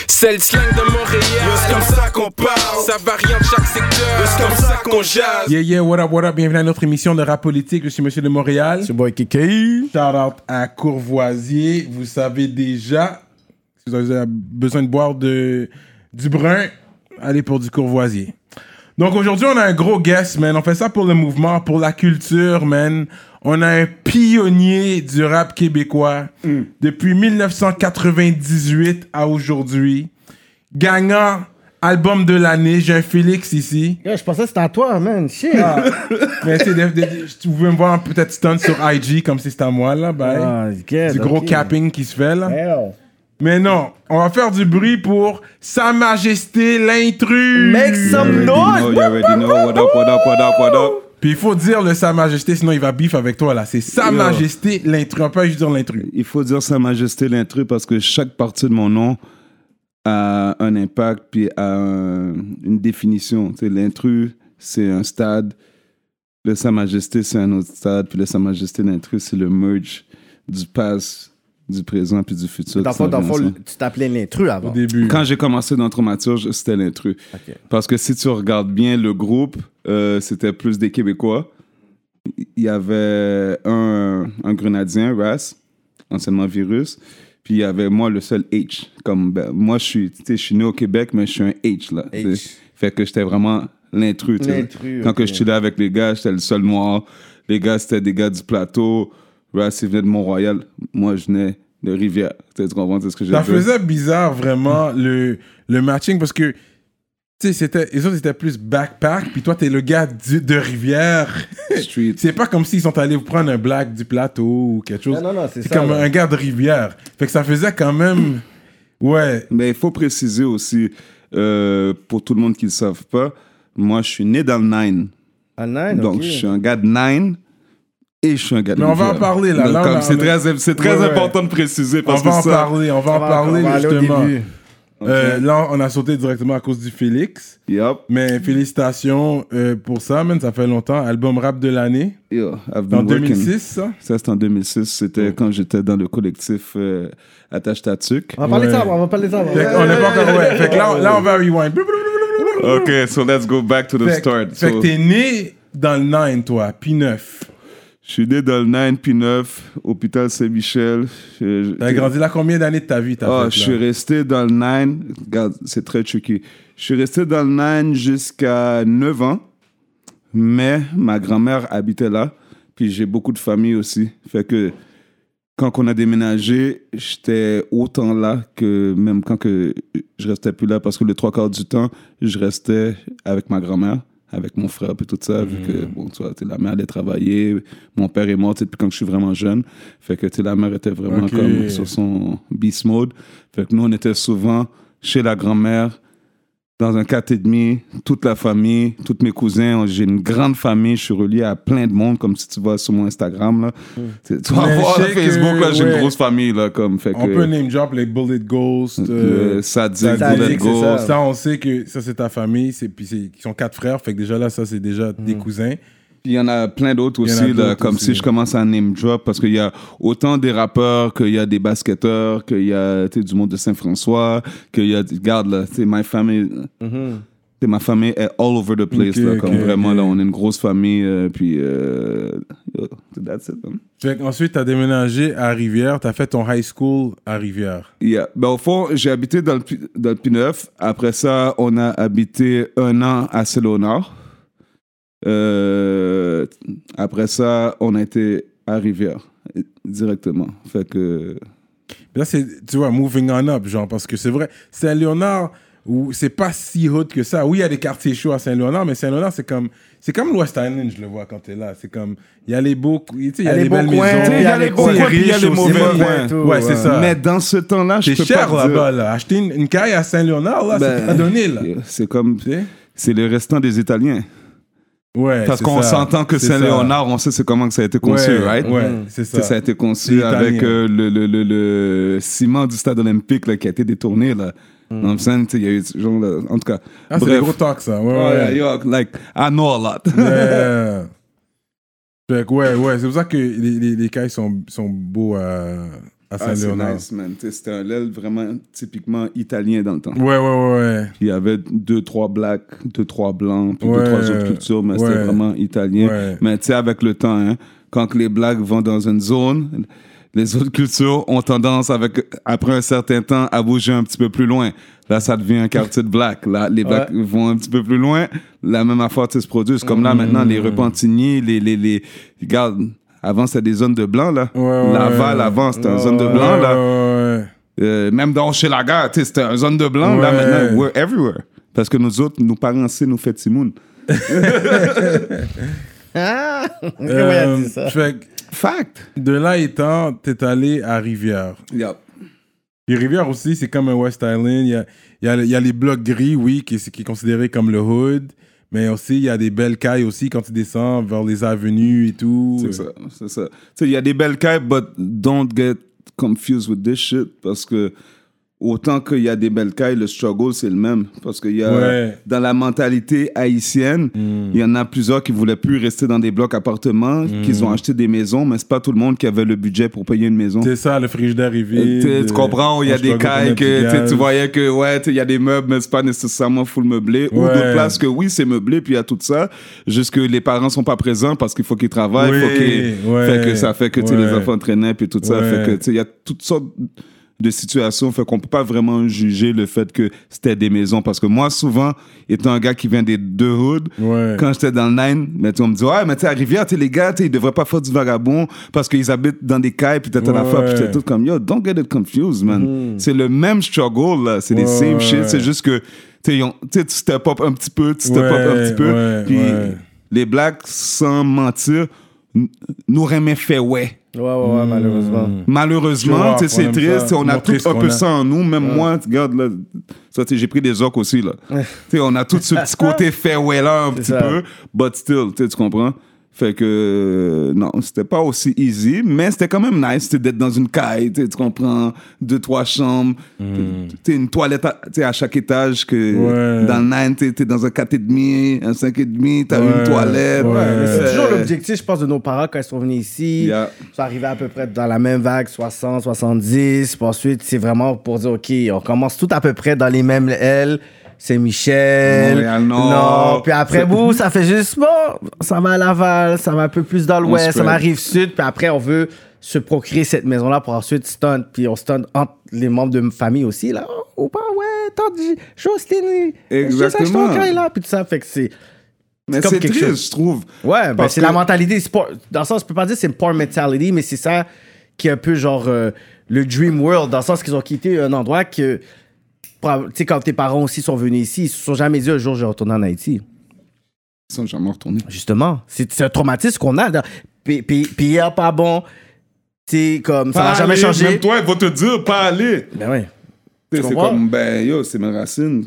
C'est le slang de Montréal. C'est comme ça qu'on parle. Ça varie en chaque secteur. C'est comme ça qu'on jase. Yeah, what up, bienvenue à notre émission de rap politique. Je suis Monsieur de Montréal. C'est boy Kiki. Shout out à Courvoisier. Vous savez déjà, si vous avez besoin de boire du brun, allez pour du Courvoisier. Donc aujourd'hui, on a un gros guest, man. On fait ça pour le mouvement, pour la culture, man. On a un pionnier du rap québécois depuis 1998 à aujourd'hui. Gagnant album de l'année. J'ai un Félix ici. Yeah, je pensais que c'était à toi, man. Shit. Mais tu pouvais me voir peut-être stunt sur IG comme si c'était à moi, là. Du gros capping qui se fait, là. Hell. Mais non, on va faire du bruit pour Sa Majesté l'intrus. Make some noise. You already know. What up? Puis il faut dire le Sa Majesté, sinon il va beef avec toi, là. C'est Sa Majesté l'intrus. On peut pas juste dire l'intrus. Il faut dire Sa Majesté l'intrus parce que chaque partie de mon nom a un impact puis a une définition. Tu sais, l'intrus, c'est un stade. Le Sa Majesté, c'est un autre stade. Puis le Sa Majesté l'intrus, c'est le merge du passé, du présent puis du futur. Dans le fond, tu t'appelais l'intrus avant. Au début. Quand j'ai commencé dans Traumaturge, c'était l'intrus. Okay. Parce que si tu regardes bien le groupe, c'était plus des Québécois. Il y avait un Grenadien, Ras, anciennement Virus. Puis il y avait moi, le seul H. Moi, je suis né au Québec, mais je suis un H, là. H. Fait que j'étais vraiment l'intrus. Quand que je chillais avec les gars, j'étais le seul noir. Les gars, c'était des gars du plateau. Ras, il venait de Mont-Royal. Moi, je venais de Rivière. Tu comprends ce que j'ai dit? Ça faisait bizarre, vraiment, le matching, parce que, tu sais, les autres, c'était plus backpack, puis toi, t'es le gars de Rivière. Street. C'est pas comme s'ils sont allés vous prendre un black du plateau ou quelque chose. Non, c'est ça. C'est comme là. un gars de Rivière. Fait que ça faisait quand même... Ouais. Mais il faut préciser aussi, pour tout le monde qui ne le savent pas, moi, je suis né dans le Nine. Ah, Nine, Donc, ok. je suis un gars de Nine et je suis un gars de Mais on va en Rivière. parler, là. Donc, Là, comme on c'est a- très Ouais. important de préciser parce On va en que parler, on va en parler, on va aller au justement. début. Là, on a sauté directement à cause du Félix. Yup. Mais félicitations pour ça, man. Ça fait longtemps. Album rap de l'année. Yeah, I've En been working. 2006, ça. Ça, c'était en 2006. C'était quand j'étais dans le collectif Attache Tatuc. On va parler de ça, Ouais. on va parler de ça. Fait qu'on n'est pas encore... Ouais. Fait que là, on va rewind. OK, so let's go back to the start. Fait que So, t'es né dans le 9, toi, P9. je suis né dans le 9 puis 9, hôpital Saint-Michel. T'as grandi là combien d'années de ta vie, t'as fait, Je suis resté dans le 9. Regarde, c'est très tricky. Je suis resté dans le 9 jusqu'à 9 ans. Mais ma grand-mère habitait là. Puis j'ai beaucoup de famille aussi. Fait que quand on a déménagé, j'étais autant là que même quand que je restais plus là. Parce que le 3/4 du temps, je restais avec ma grand-mère, avec mon frère et tout ça. Vu que, bon, tu vois, la mère allait travailler. Mon père est mort depuis quand je suis vraiment jeune. Fait que la mère était vraiment Ok. comme sur son beast mode. Fait que nous, on était souvent chez la grand-mère, dans un 4,5, toute la famille, tous mes cousins. J'ai une grande famille, je suis relié à plein de monde, comme si tu vas sur mon Instagram. Là. Tu vas Mais voir je sur sais que, Facebook, là, j'ai ouais. une grosse famille. Là, comme, fait On que, peut name drop les Bullet Ghost. Sadik, Sadik, Bullet c'est Ghost. ça, on sait que ça, c'est ta famille. Ils sont 4 frères. Fait que déjà là, ça, c'est déjà des cousins. Puis il y en a plein d'autres Il y en a aussi, là, d'autres comme aussi. si je commence à name drop, parce qu'il y a autant des rappeurs qu'il y a des basketteurs, qu'il y a du monde de Saint-François, qu'il y a... Regarde, là, ma famille... Ma famille est all over the place, Ok, là, comme ok, vraiment, ok. là, on est une grosse famille, puis that's it. Hein. Fait qu'ensuite, t'as déménagé à Rivière. T'as fait ton high school à Rivière. Yeah. Ben, au fond, j'ai habité dans le P9. Après ça, on a habité 1 an à Saint-Léonard. Après ça, on a été à Rivière, directement. Fait que... Là, c'est, tu vois, moving on up, genre, parce que c'est vrai, Saint-Léonard, où c'est pas si haut que ça. Oui, il y a des quartiers chauds à Saint-Léonard, mais Saint-Léonard, c'est comme l'West Island, je le vois quand t'es là. C'est comme, il y a les beaux, tu sais, il y a les belles beaux coins, maisons. il y a les beaux c'est coins, puis il y a riche les aussi. mauvais coins. tout, Ouais, c'est ça. Mais dans ce temps-là, je C'est peux cher pas te dire... là-bas, là. Acheter une caille à Saint-Léonard, là, c'est pas donné, là. C'est comme... Tu sais? C'est le restant des Italiens. Ouais, Parce c'est qu'on ça. s'entend que C'est Saint-Léonard, on sait c'est comment que ça a été conçu, ouais, right? Ouais, c'est ça. Ça a été conçu C'est avec italien. le ciment du stade olympique là, qui a été détourné. Là. Donc, il y a eu genre, là, en tout cas. Ah, c'est des gros talks, ça. Ouais, ouais. Yeah, like, I know a lot. Fait que ouais, c'est pour ça que les cailles sont beaux à c'est Saint-Léonard. nice, man. T'sais, c'était un l'aile vraiment typiquement italien dans le temps. Ouais. Il y avait 2-3 blacks, 2-3 blancs, puis Ouais. 2-3 autres cultures, mais Ouais. c'était vraiment italien. Ouais. Mais tu sais, avec le temps, hein, quand les blacks vont dans une zone, les autres cultures ont tendance, après un certain temps, à bouger un petit peu plus loin. Là, ça devient un quartier de black. Là, les blacks vont un petit peu plus loin, la même affaire se produit. Comme là, maintenant, les Repentigny, les... Regarde, avant, c'était des zones de blancs, là. Laval, avant, c'était une zone de blancs, là. Même dans Hochelaga, c'était une zone de blancs. Là, maintenant, we're everywhere. Parce que nous autres, nos parents, c'est nous fait Timoun. Ah! Comment il a dit ça? Fait que, Fact. de là étant, t'es allé à Rivière. Yep. Les Rivières aussi, c'est comme un West Island. Il y a les blocs gris, oui, qui est considéré comme le hood. Mais aussi, il y a des belles cailles aussi quand tu descends vers les avenues et tout. C'est ça. Tu sais, il y a des belles cailles, but don't get confused with this shit. Parce que autant qu'il y a des belles cailles, le struggle, c'est le même. Parce qu'il y a, dans la mentalité haïtienne, il y en a plusieurs qui voulaient plus rester dans des blocs appartements, qui ont acheté des maisons, mais c'est pas tout le monde qui avait le budget pour payer une maison. C'est ça, le frigidaire est vide. Tu comprends, il y a des cailles que tu voyais que, il y a des meubles, mais c'est pas nécessairement full meublé. Ou d'autres places que, oui, c'est meublé, puis il y a tout ça. Juste que les parents sont pas présents parce qu'il faut qu'ils travaillent, fait que ça fait que les enfants traînaient, puis tout ça. Fait que, il y a toutes sortes de situations, fait qu'on peut pas vraiment juger le fait que c'était des maisons, parce que moi, souvent, étant un gars qui vient des deux hoods, quand j'étais dans le Nine, on me dit, ouais, mais tu sais, à Rivière, les gars, ils devraient pas faire du vagabond parce qu'ils habitent dans des cailles, puis t'as l'affaire, puis t'es tout comme, yo, don't get it confused, man. C'est le même struggle, là, c'est les same shit, c'est juste que, tu step up un petit peu, puis les blacks, sans mentir, nous aimaient fait malheureusement. Malheureusement, c'est triste. On a tout un peu ça en nous. Même moi, regarde, là, j'ai pris des orques aussi. Là. On a tout ce petit côté fairway là un petit peu. But still, tu comprends? Fait que, non, c'était pas aussi easy, mais c'était quand même nice d'être dans une caille, tu comprends, 2-3 chambres, une toilette à chaque étage, que dans le Nine, t'es dans un 4,5, un 5,5, t'as une toilette. Mais c'est toujours l'objectif, je pense, de nos parents quand ils sont venus ici. Ils sont arrivés à peu près dans la même vague, 60, 70, puis ensuite, c'est vraiment pour dire, OK, on commence tout à peu près dans les mêmes ailes. Saint-Michel, Montréal-Nord. Puis après, ça fait juste, ça va à Laval, ça va un peu plus dans l'ouest, ça va à Rive-Sud, puis après, on veut se procurer cette maison-là pour ensuite stunt, puis on stunt entre les membres de famille aussi, là. Oh, tante Jocelyne, exactement. Là, puis tout ça, fait que c'est... Mais c'est triste, je trouve. Ouais, ben c'est la mentalité, dans le sens, je peux pas dire que c'est une poor mentality, mais c'est ça qui est un peu genre le dream world, dans le sens qu'ils ont quitté un endroit que... Tu sais, quand tes parents aussi sont venus ici, ils se sont jamais dit un jour je vais retourner en Haïti. Ils sont jamais retournés. Justement, c'est un traumatisme qu'on a. Puis pas bon. Tu sais, comme ça n'a jamais changé. Même toi, ils vont te dire pas aller. Ben ouais. C'est comme, c'est mes racines.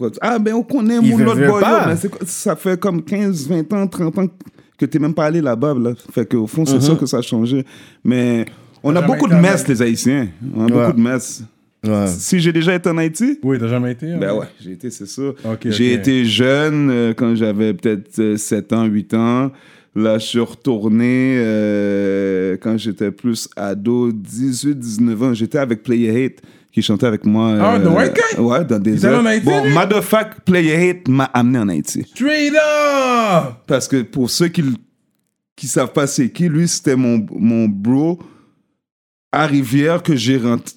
On connaît mon autre boy. Mais ça fait comme 15, 20 ans, 30 ans que t'es même pas allé là-bas. Là. Fait qu'au fond, c'est ça que ça a changé. Mais on a beaucoup de messes, les Haïtiens. On a beaucoup de messes. Ouais. Si j'ai déjà été en Haïti? Oui, t'as jamais été? Ben ouais, j'ai été, c'est ça. J'ai été jeune quand j'avais peut-être 7 ans, 8 ans. Là, je suis retourné quand j'étais plus ado, 18, 19 ans. J'étais avec Player Hate qui chantait avec moi. The White Guy? Ouais, dans des heures. En Haïti, bon, motherfuck, Player Hate m'a amené en Haïti. Straight up! Parce que pour ceux qui savent pas c'est qui, lui, c'était mon bro à Rivière que j'ai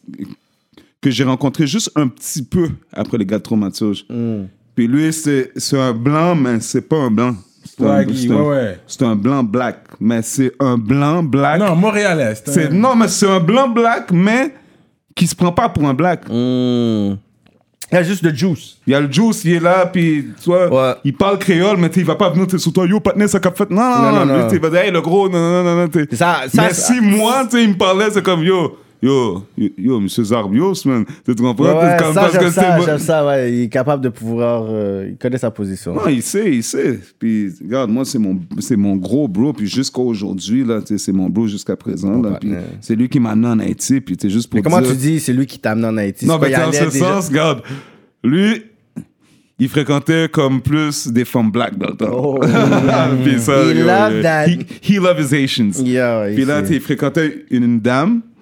rencontré juste un petit peu après les gars de Traumaturge. Puis lui, c'est un blanc, mais c'est pas un blanc. C'est un blanc black, mais c'est un blanc black. Non, montréalais. Non, mais c'est un blanc black, mais qui se prend pas pour un black. Il y a juste le juice. Il y a le juice, il est là, puis tu vois, il parle créole, mais il va pas venir sur toi, yo, patiné, ça cap fait. Non. Lui, il va dire, hey, le gros, non. Si moi, il me parlait, c'est comme, Yo, monsieur Zarbios, man. Tu comprends? J'aime ça, ouais. Il est capable de pouvoir... il connaît sa position. Non, il sait. Puis, regarde, moi, c'est mon gros bro. Puis jusqu'à aujourd'hui, là, c'est mon bro jusqu'à présent. Là, puis c'est lui qui m'a amené en Haïti. Puis juste pour mais comment tu dis c'est lui qui t'a amené en Haïti? Non, mais dans ce sens, regarde, lui... Il fréquentait comme plus des femmes black dans le temps. Puis ça, he loved that. He loved his Haitians. Yeah, puis là, il fréquentait une dame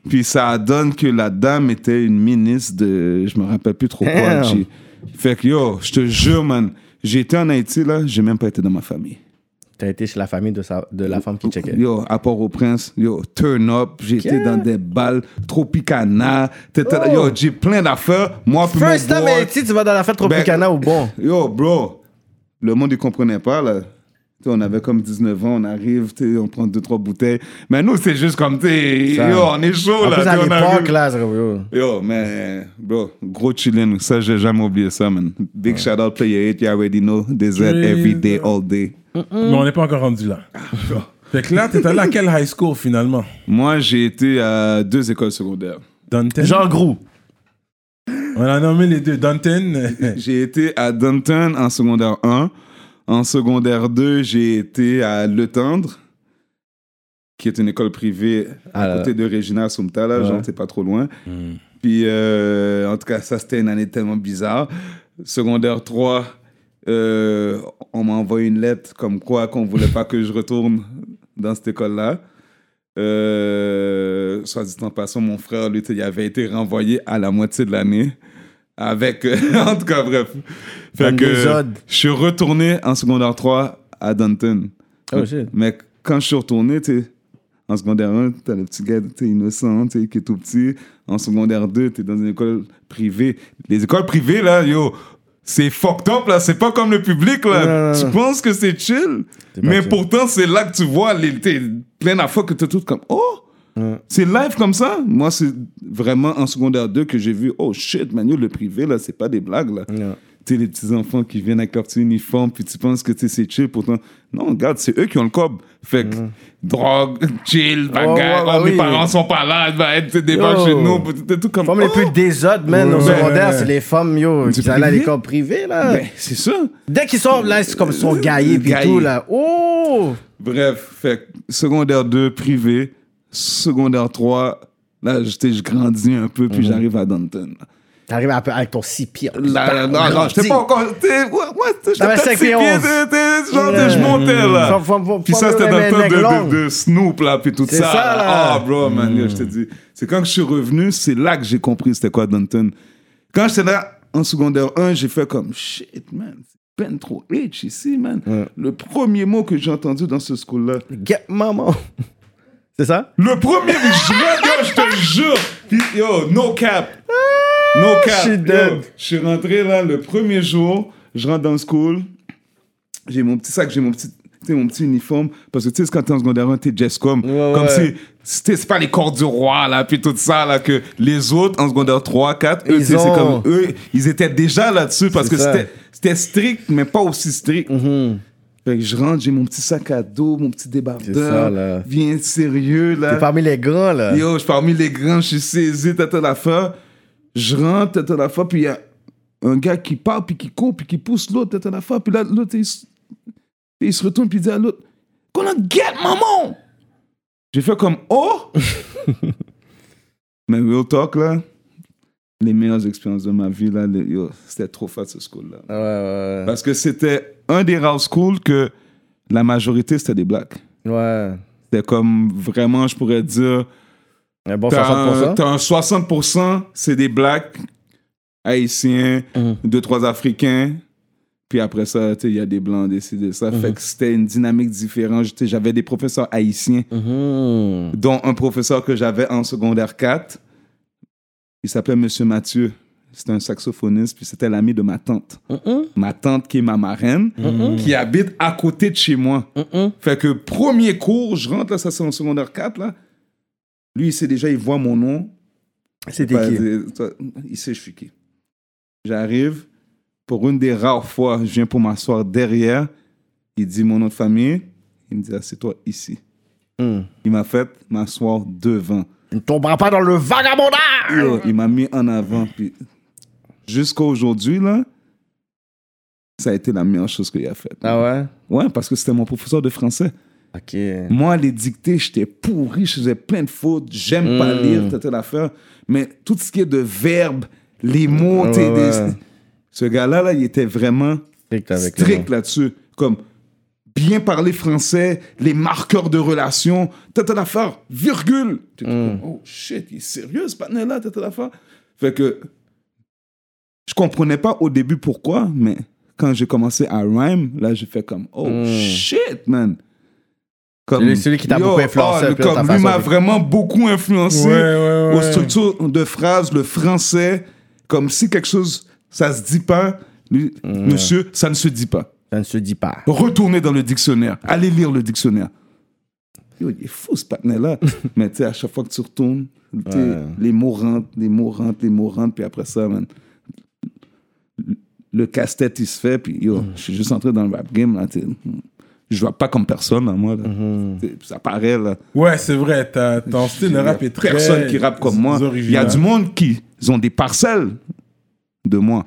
Puis ça donne que la dame était une ministre de... Je me rappelle plus trop quoi. Fait que yo, je te jure, man, j'ai été en Haïti, là, j'ai même pas été dans ma famille. T'as été chez la famille de la femme qui checkait. Yo, à Port-au-Prince, yo, turn up, j'ai été dans des balles, Tropicana, yo, j'ai plein d'affaires. Moi, puis First mon time boy, Haïti, tu vas dans la fête Tropicana ou bon? Yo, bro, le monde, il comprenait pas, là. T'sais, on avait comme 19 ans, on arrive, on prend 2-3 bouteilles. Mais nous, c'est juste comme, yo, on est chaud, là. En plus, à l'époque, là, c'est comme, Yo, mais, bro, gros chillin', ça, j'ai jamais oublié ça, man. Big shout out, Player 8, you already know, des Z every day, all day. Mais on n'est pas encore rendu là. Fait que là, t'es allé à quelle high school, finalement? Moi, j'ai été à 2 écoles secondaires. Dunton? Jean Groux. On a nommé les deux. Dunton. J'ai été à Dunton en secondaire 1. En secondaire 2, j'ai été à Le Tendre, qui est une école privée à côté de Regina Sumta, là, genre, c'est pas trop loin. Puis, en tout cas, ça, c'était une année tellement bizarre. Secondaire 3, on m'a envoyé une lettre comme quoi qu'on voulait pas que je retourne dans cette école-là. Soit dit en passant, mon frère, lui, il avait été renvoyé à la moitié de l'année. Avec, en tout cas, bref. Fait que je suis retourné en secondaire 3 à Dunton. Oh shit. Mais quand je suis retourné, tu sais, en secondaire 1, t'as le petit gars, t'es innocent, qui est tout petit. En secondaire 2, t'es dans une école privée. Les écoles privées, là, yo, c'est fucked up, là. C'est pas comme le public, là. Tu penses que c'est chill, mais pourtant, c'est là que tu vois plein d'affaires que t'es tout comme, oh! C'est live comme ça. Moi, c'est vraiment en secondaire 2 que j'ai vu, oh shit, man, yo, le privé, là, c'est pas des blagues, là. Tu sais, les petits enfants qui viennent avec leur petit uniforme, puis tu penses que c'est chill, pourtant, non, regarde, c'est eux qui ont le cob. Fait que, drogue, chill, bagarre, mes parents sont pas là, ils vont être devant chez nous, tout comme femmes les plus désodes, man, au secondaire, c'est les femmes, yo, qui allaient à l'école privée, là. Ben, c'est ça. Dès qu'ils sortent, là, c'est comme ils sont gaillés, puis tout, là. Oh! Bref, fait que, secondaire 2, privé, secondaire 3, là, je grandis un peu, puis j'arrive à Dunton. T'arrives un peu avec ton 6 pieds. Non, j'étais pas encore. J'étais pas 6 pieds. Je montais, là. Puis ça, c'était dans le temps de Snoop, là, puis tout ça. Ah, bro, man, je te dis. C'est quand je suis revenu, c'est là que j'ai compris c'était quoi Dunton. Quand j'étais là, en secondaire 1, j'ai fait comme, shit, man, c'est ben trop H ici, man. Le premier mot que j'ai entendu dans ce school-là. Get maman. C'est ça? Le premier, je te jure. Puis, yo, no cap. No cap. Je suis rentré là le premier jour, je rentre dans le school, j'ai mon petit sac, j'ai mon petit uniforme, parce que tu sais, quand t'es en secondaire 1, t'es Jesscom, comme si c'est pas les corps du roi là, puis tout ça là, que les autres en secondaire 3, 4, eux, c'est comme eux, ils étaient déjà là-dessus, parce que c'était strict, mais pas aussi strict. Fait que je rentre, j'ai mon petit sac à dos, mon petit débardeur, bien sérieux là. T'es parmi les grands là. Yo, je suis parmi les grands, je suis saisi, tata la fin. Je rentre, tata la fois, puis il y a un gars qui parle, puis qui court, puis qui pousse l'autre, tata la fois, puis là, l'autre, il se retourne, puis il dit à l'autre, qu'on a get maman! J'ai fait comme, oh! Mais real talk, là, les meilleures expériences de ma vie, là, c'était trop fat, ce school-là. Parce que c'était un des rares schools que la majorité, c'était des blacks. C'était comme, vraiment, je pourrais dire... Un bon 60%? T'as un 60%, c'est des blacks, haïtiens, 2-3 africains, puis après ça, il y a des blancs, des ça. Fait que c'était une dynamique différente. J'avais des professeurs haïtiens, dont un professeur que j'avais en secondaire 4, il s'appelait Monsieur Mathieu. C'était un saxophoniste, puis c'était l'ami de ma tante. Ma tante qui est ma marraine, qui habite à côté de chez moi. Fait que premier cours, je rentre, là, ça c'est en secondaire 4, là. Lui, il sait déjà, il voit mon nom. C'était qui? Il sait je suis qui. J'arrive, pour une des rares fois, je viens pour m'asseoir derrière. Il dit mon nom de famille. Il me dit, assieds-toi ici. Il m'a fait m'asseoir devant. Tu ne tomberas pas dans le vagabondage! Il m'a mis en avant. Puis jusqu'à aujourd'hui, là, ça a été la meilleure chose qu'il a faite. Ah ouais? Ouais, parce que c'était mon professeur de français. Okay. Moi, les dictées, j'étais pourri, je faisais plein de fautes, j'aime pas lire, telle affaire, mais tout ce qui est de verbes, les mots, ce gars-là, là, il était vraiment strict là-dessus. Comme bien parler français, les marqueurs de relation, telle affaire, virgule. Tu te dis, oh shit, il est sérieux ce panel-là, telle affaire. Fait que je comprenais pas au début pourquoi, mais quand j'ai commencé à rhyme, là, j'ai fait comme, oh shit, man. Comme, celui qui t'a beaucoup influencé. Comme lui m'a vraiment beaucoup influencé aux structures de phrases, le français, comme si quelque chose, ça se dit pas, lui, monsieur, ça ne se dit pas. Ça ne se dit pas. Retournez dans le dictionnaire, allez lire le dictionnaire. Yo, il est fou ce partenaire-là. Mais tu sais, à chaque fois que tu retournes, les mots rentrent, puis après ça, man, le casse-tête, il se fait, puis yo, je suis juste entré dans le rap game, là, je rappe pas comme personne, là, moi. Là. Ça paraît, là. Ouais, c'est vrai. Ton style de rap est très... Personne qui rappe comme moi. Il y a du monde qui ont des parcelles de moi.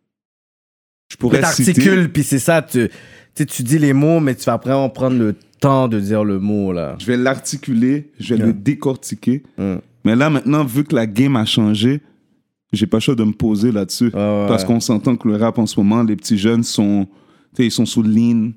Je pourrais citer... T'articules, puis c'est ça, tu dis les mots, mais tu vas vraiment prendre le temps de dire le mot, là. Je vais l'articuler, je vais le décortiquer. Mais là, maintenant, vu que la game a changé, j'ai pas le choix de me poser là-dessus. Parce qu'on s'entend que le rap, en ce moment, les petits jeunes sont... ils sont sous lean.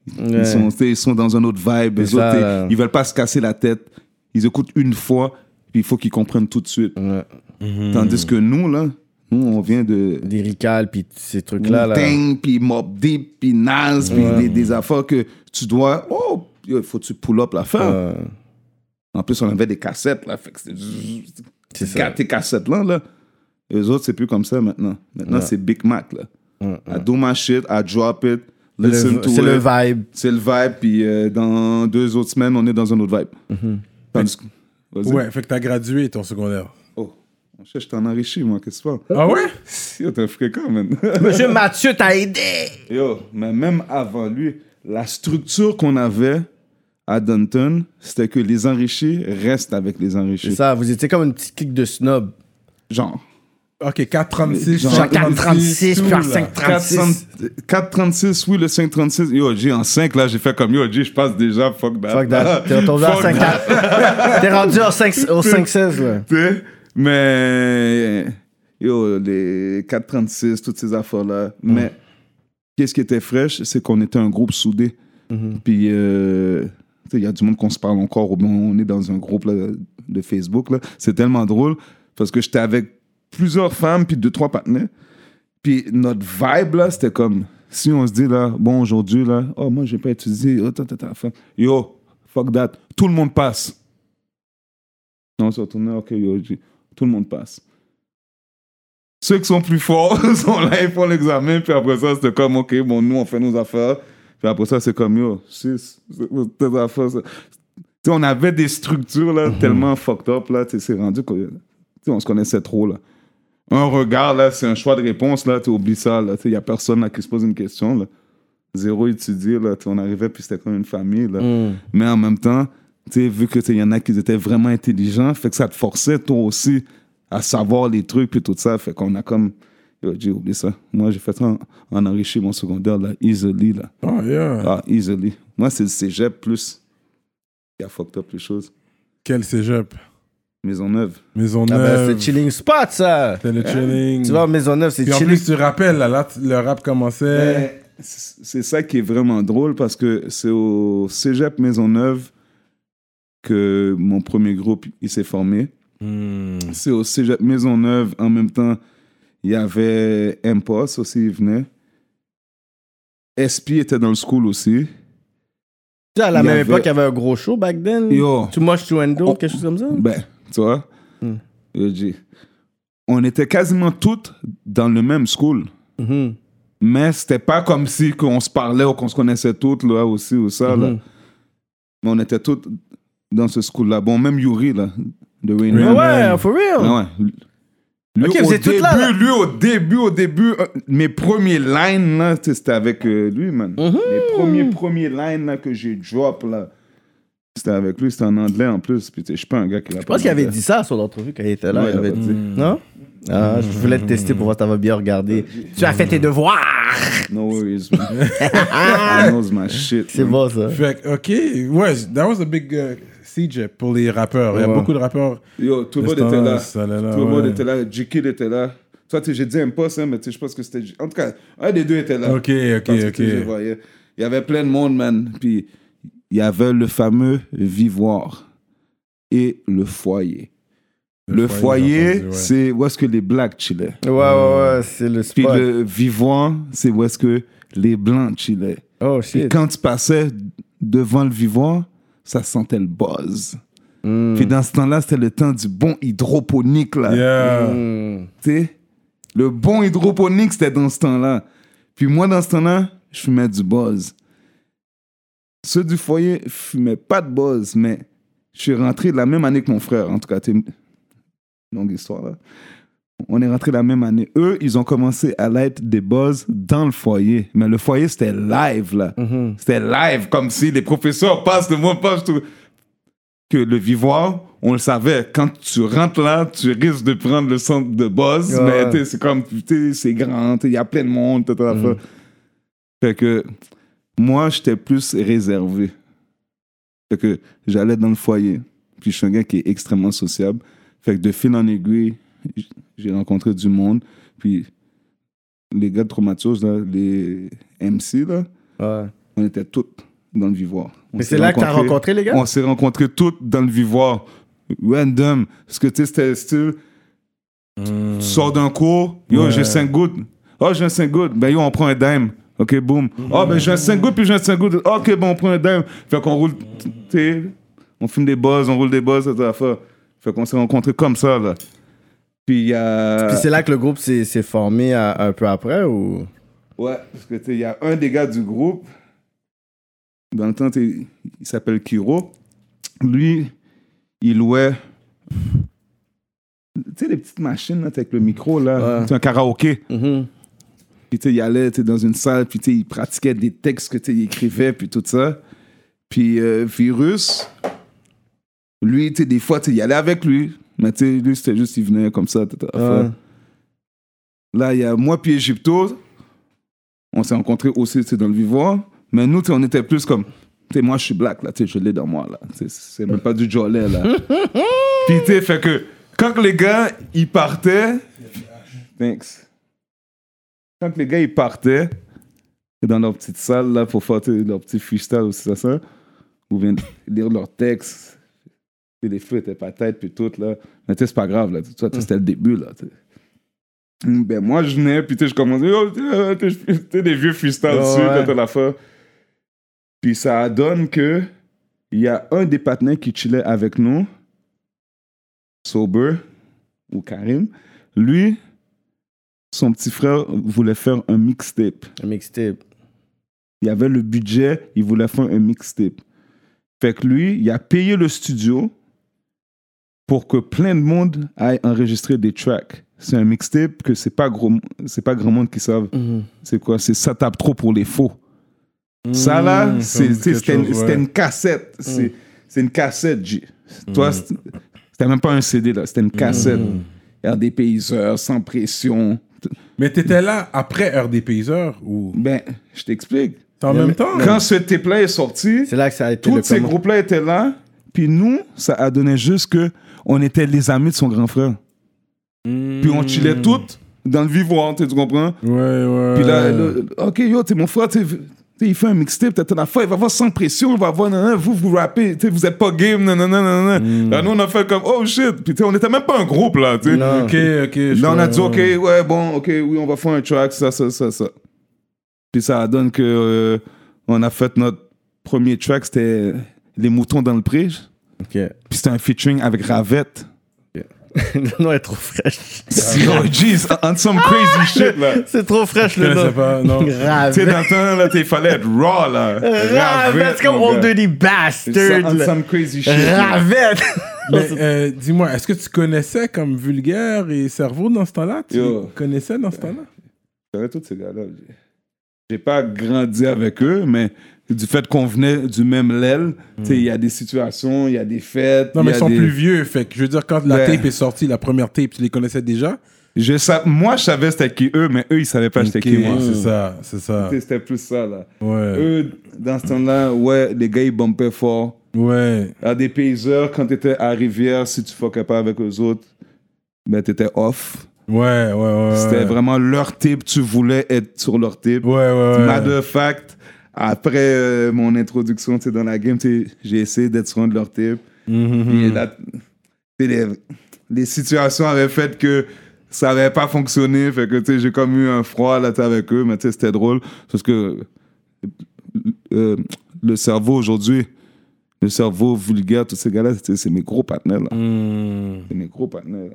Ils sont dans un autre vibe. Les autres, ils veulent pas se casser la tête. Ils écoutent une fois, puis il faut qu'ils comprennent tout de suite. Tandis que nous, là, on vient de... Des Rical, puis ces trucs-là. Puis Mobb Deep, puis Nas, puis des affaires que tu dois... Oh, il faut que tu pull up l'affaire. En plus, on avait des cassettes, là. Fait que c'est ça. Tes cassettes-là, là. Les autres, c'est plus comme ça maintenant. Maintenant, c'est Big Mac, là. I do my shit, I drop it. C'est le vibe. C'est le vibe, puis dans 2 autres semaines, on est dans un autre vibe. Ouais, fait que t'as gradué ton secondaire. Oh, je t'en enrichis, moi, qu'est-ce que tu fais? Ah ouais? Yo, t'es fréquent, man. Monsieur Mathieu t'a aidé. Yo, mais même avant lui, la structure qu'on avait à Downton, c'était que les enrichis restent avec les enrichis. C'est ça, vous étiez comme une petite clique de snob. Genre. Ok, 4,36. Genre 4,36, puis 5,36. 4,36, oui, le 5,36. Yo, G, en 5, là, j'ai fait comme yo, G, je passe déjà, fuck that. Fuck that. T'es retourné à 5,4. T'es rendu au 5,16, là. T'sais, mais, yo, les 4,36, toutes ces affaires-là. Mais, qu'est-ce qui était fraîche, c'est qu'on était un groupe soudé. Puis, il y a du monde qu'on se parle encore. On est dans un groupe là, de Facebook. Là. C'est tellement drôle parce que j'étais avec plusieurs femmes puis 2-3 partenaires. Puis notre vibe, là, c'était comme... Si on se dit, là, bon, aujourd'hui, là, oh, moi, j'ai pas étudié. Oh, yo, fuck that. Tout le monde passe. Non, on s'est retourné, OK, yo, tout le monde passe. Ceux qui sont plus forts sont là, ils font l'examen. Puis après ça, c'était comme, OK, bon, nous, on fait nos affaires. Puis après ça, c'est comme, yo, tes affaires. On avait des structures, là, tellement fucked up, là, c'est rendu qu'on se connaissait trop, là. Un regard, là, c'est un choix de réponse, là, tu oublies ça, là. Il n'y a personne là, qui se pose une question, là. Zéro étudié, là. On arrivait, puis c'était comme une famille, là. Mais en même temps, vu qu'il y en a qui étaient vraiment intelligents, fait que ça te forçait, toi aussi, à savoir les trucs, puis tout ça. Fait qu'on a comme... Yo, j'ai oublié ça. Moi, j'ai fait ça en enrichi mon secondaire, là, easily, là. Oh, yeah. Ah, easily. Moi, c'est le cégep plus... Il a fucked up les choses. Quel cégep? Maisonneuve. Maisonneuve. C'est chilling spot, ça. C'est le chilling. Tu vois, Maisonneuve, c'est puis chilling. en plus, tu rappelles, là, le rap commençait. C'est ça qui est vraiment drôle parce que c'est au cégep Maisonneuve que mon premier groupe il s'est formé. C'est au cégep Maisonneuve, en même temps, il y avait Impos aussi, il venait. SP était dans le school aussi. À la même époque, il y avait un gros show back then. Yo. Too Much to Endo, quelque chose comme ça. Ben, tu vois, on était quasiment toutes dans le même school. Mais c'était pas comme si qu'on se parlait ou qu'on se connaissait toutes, là, aussi, ou ça, là. Mais on était toutes dans ce school-là. Bon, même Yuri, là, de Rain Man. Ouais, for real. Ouais. Lui, Ok, vous êtes toutes là. Lui, au début, mes premiers lines, là, c'était avec lui, man. Les premiers lines, là, que j'ai drop, là, c'était avec lui, c'était en anglais, en plus. Puis, je suis pas un gars qui l'a. Je pense qu'il avait dit ça sur l'entrevue quand il était là. Ouais, il avait dit. Non? Ah, je voulais te tester pour voir si t'avais bien regardé. Tu as fait tes devoirs! No worries, man. I knows my shit. C'est bon, ça. Fait que, ok, ouais, that was a big CJ pour les rappeurs. Il y a beaucoup de rappeurs. Yo, tout le monde était là. Tout le monde était là. J-Kid était là. Toi, j'ai dit Impost, hein, mais je pense que c'était... En tout cas, un des deux était là. Ok. Je voyais. Il y avait plein de monde, man. Puis, il y avait le fameux Vivoire et le foyer. Le foyer, c'est où est-ce que les Blacks chillaient. Ouais, c'est le spot. Puis le Vivoire, c'est où est-ce que les Blancs chillaient. Oh, shit. Et quand tu passais devant le Vivoire, ça sentait le buzz. Puis dans ce temps-là, c'était le temps du bon hydroponique, là. Yeah. Tu sais, le bon hydroponique, c'était dans ce temps-là. Puis moi, dans ce temps-là, je fumais du buzz. Ceux du foyer fumaient pas de buzz, mais je suis rentré la même année que mon frère. En tout cas, c'est une longue histoire, là. On est rentré la même année. Eux, ils ont commencé à light des buzz dans le foyer. Mais le foyer, c'était live, là. C'était live, comme si les professeurs passent de moi, passent tout. Que le Vivoire, on le savait. Quand tu rentres là, tu risques de prendre le centre de buzz. Mais c'est comme, c'est grand, il y a plein de monde, Fait que moi, j'étais plus réservé. Fait que j'allais dans le foyer. Puis je suis un gars qui est extrêmement sociable. Fait que de fil en aiguille, j'ai rencontré du monde. Puis les gars de Traumatos, là, les MC, là, on était tous dans le Vivoire. Mais c'est là que t'as rencontré les gars? On s'est rencontrés tous dans le Vivoire. Random. Parce que tu sais, c'était style. Tu sors d'un cours, yo, j'ai 5 gouttes. Oh, j'ai un 5 gouttes. Ben yo, on prend un dime. OK, boum. Oh, ben j'ai un 5 gouttes, puis j'ai un 5 gouttes. OK, bon, on prend un dime. Fait qu'on roule, tu sais, on fume des buzz, on roule des buzz, c'est la fin. Fait qu'on s'est rencontrés comme ça, là. Puis il y a... Puis c'est là que le groupe s'est formé un peu après, ou... Ouais, parce que tu sais, il y a un des gars du groupe, dans le temps, il s'appelle Kiro. Lui, il louait... Tu sais, les petites machines là, avec le micro, là. C'est un karaoké. Puis, tu sais, il allait dans une salle, puis, tu sais, il pratiquait des textes que, tu sais, il écrivait, puis tout ça. Puis, Virus, lui, tu sais, des fois, tu sais, il allait avec lui. Mais, tu sais, lui, c'était juste, il venait comme ça. Là, il y a moi, puis Egypto. On s'est rencontrés aussi, tu sais, dans le Vivoire. Mais nous, tu sais, on était plus comme... Tu sais, moi, je suis black, là. Tu sais, je l'ai dans moi, là. C'est même pas du jolet, là. Puis, tu sais, fait que... Quand les gars, ils partaient... Thanks. Quand les gars, ils partaient dans leur petite salle, là, pour faire leur petit freestyle aussi, ça, ou bien lire leurs textes, et les feux étaient pas tête, puis tout, là. Mais tu sais, c'est pas grave, là. C'était le début, là, t'sais. Ben, moi, je venais, puis tu sais, je commençais, tu sais, des vieux freestyles dessus, quand la fin. Puis ça donne que il y a un des partenaires qui chillait avec nous, Sober, ou Karim. Lui, son petit frère voulait faire un mixtape. Un mixtape. Il avait le budget, il voulait faire un mixtape. Fait que lui, il a payé le studio pour que plein de monde aille enregistrer des tracks. C'est un mixtape que c'est pas grand monde qui savent. C'est quoi? C'est ça tape trop pour les faux. Ça là, c'était une cassette. C'est une cassette, G. Toi, c'était même pas un CD, là. C'était une cassette. RDPiseur, sans pression. Mais t'étais là après Heure des Payseurs ou... Ben, je t'explique. En même temps? Quand ce tape-là est sorti, c'est là que ça a été tous ces groupes-là étaient là. Puis nous, ça a donné juste que on était les amis de son grand frère. Puis on chillait toutes dans le Vivoire, tu comprends? Ouais. Puis là, OK, yo, t'es mon frère, il fait un mixtape, t'as la fois, il va avoir sans pression, il va avoir, vous rappez, vous êtes pas game, Là, nous, on a fait comme, oh shit. Puis on était même pas un groupe, là, tu sais. OK. Là, on a dit, OK, ouais, bon, OK, oui, on va faire un track, ça. Puis ça donne que on a fait notre premier track, c'était Les Moutons dans le Pré. OK. Puis c'était un featuring avec Ravette. Le nom est trop fraîche. Oh, jeez, on some crazy shit, là. C'est trop fraîche, le nom. Pas, non. Tu sais, dans le temps, là, il fallait être raw, là. Ravette, c'est comme Old Dirty Bastard. On some crazy shit. Ravette. Mais dis-moi, est-ce que tu connaissais comme Vulgaire et Cerveau dans ce temps-là? Tu connaissais dans ce temps-là? Je connais tous ces gars-là. J'ai pas grandi avec eux, mais du fait qu'on venait du même l'aile, il y a des situations, il y a des fêtes. Non, mais ils sont plus vieux. Fait que je veux dire, quand la tape est sortie, la première tape, tu les connaissais déjà? Moi, je savais c'était qui eux, mais eux, ils savaient pas c'était qui moi. C'est ça. C'était plus ça, là. Ouais. Eux, dans ce temps-là, ouais, les gars, ils bumpaient fort. Ouais. À des payseurs, quand t'étais à Rivière, si tu fuckais pas avec eux autres, ben t'étais off. Ouais. C'était vraiment leur type, tu voulais être sur leur type. Ouais. Matter of fact, après mon introduction dans la game, j'ai essayé d'être sur un de leurs types. Puis là, les situations avaient fait que ça n'avait pas fonctionné. Fait que j'ai comme eu un froid là, avec eux, mais c'était drôle. Parce que le cerveau aujourd'hui, le cerveau vulgaire, tous ces gars-là, c'est mes gros partenaires. Là. C'est mes gros partenaires.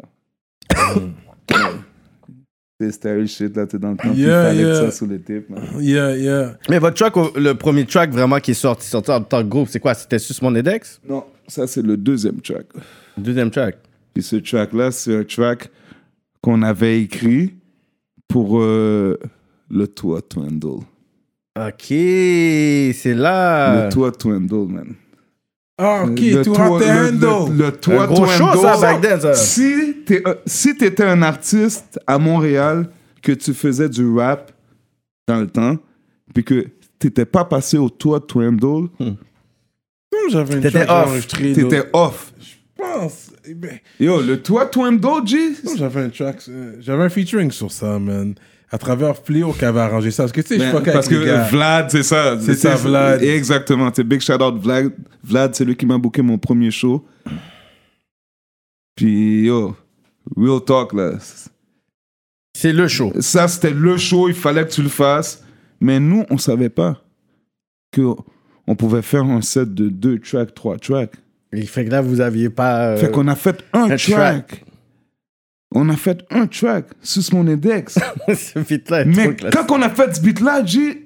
C'est style shit, là, t'es dans le temps. Il fallait que ça sous les types. Yeah. Mais votre track, le premier track vraiment qui est sorti en tant que groupe, c'est quoi? C'était Sus Mon Index? Non, ça, c'est le deuxième track. Deuxième track. Puis ce track-là, c'est un track qu'on avait écrit pour le Tour Twindle. Ok, c'est là. Le Tour Twindle, man. Ah, ok, Tour Twindle. Le Tour Un gros show, ça, back then, ça. Si t'étais un artiste à Montréal, que tu faisais du rap dans le temps, puis que t'étais pas passé au Tour Twindle, J'avais une T'étais track off. enregistrée, t'étais off. Je pense. Eh ben, Yo, le Tour Twindle, G? j'avais un track, j'avais un featuring sur ça, man. À travers Fléau qui avait arrangé ça. Parce que tu sais, je fuck Parce avec les gars. que Vlad, c'est ça. C'est ça, Vlad. Exactement. C'est big shout out Vlad. Vlad, c'est lui qui m'a booké mon premier show. Puis, yo, real talk, là. C'est le show. Ça, c'était le show, il fallait que tu le fasses. Mais nous, on savait pas qu'on pouvait faire un set de 2 tracks, 3 tracks. Il fait que là, vous aviez pas. Fait qu'on a fait un track. On a fait un track sur mon index. Ce beat-là est Mais trop classique. quand on a fait ce beat-là,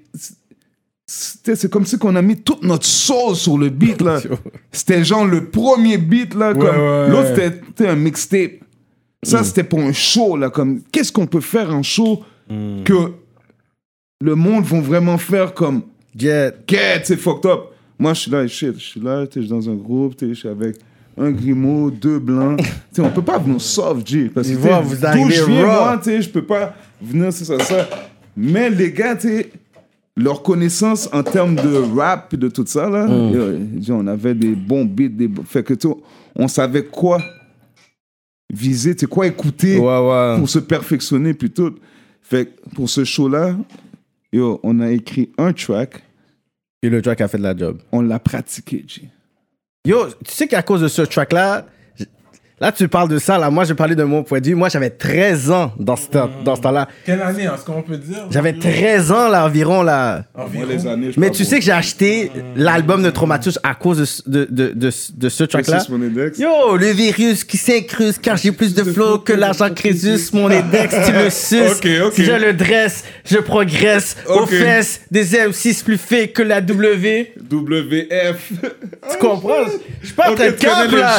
c'est comme si on a mis toute notre soul sur le beat, là. C'était genre le premier beat, là. L'autre, c'était un mixtape. Ça, c'était pour un show, là. Comme, qu'est-ce qu'on peut faire en show que le monde va vraiment faire comme... Get, c'est fucked up. Moi, je suis là, je suis dans un groupe, je suis avec... un Grimaud, 2 blancs. T'sais, on peut pas venir soft, G. Parce que vous arrivez d'où je viens, raw. moi, je peux pas venir, c'est ça. Mais les gars, leur connaissance en termes de rap et de tout ça, là, on avait des bons beats, fait que on savait quoi viser, quoi écouter pour se perfectionner, puis tout. Fait que pour ce show-là, on a écrit un track. Et le track a fait de la job. On l'a pratiqué, G. Yo, tu sais qu'à cause de ce track-là, là, tu parles de ça, là. Moi, j'ai parlé de mon point de vue. Moi, j'avais 13 ans dans ce temps-là. Quelle année, est-ce qu'on peut dire? J'avais 13 ans, là, environ, là. Moi, les années, Mais tu sais que j'ai acheté l'album de Traumatus à cause de ce track-là. Yo, le virus qui s'incruste car j'ai plus de flow que l'argent Crésus. Mon index, tu le suces. Ok. Si je le dresse, je progresse. Aux fesses des M6 plus faits que la W. WF. Tu comprends? Je suis pas en train de cap, là.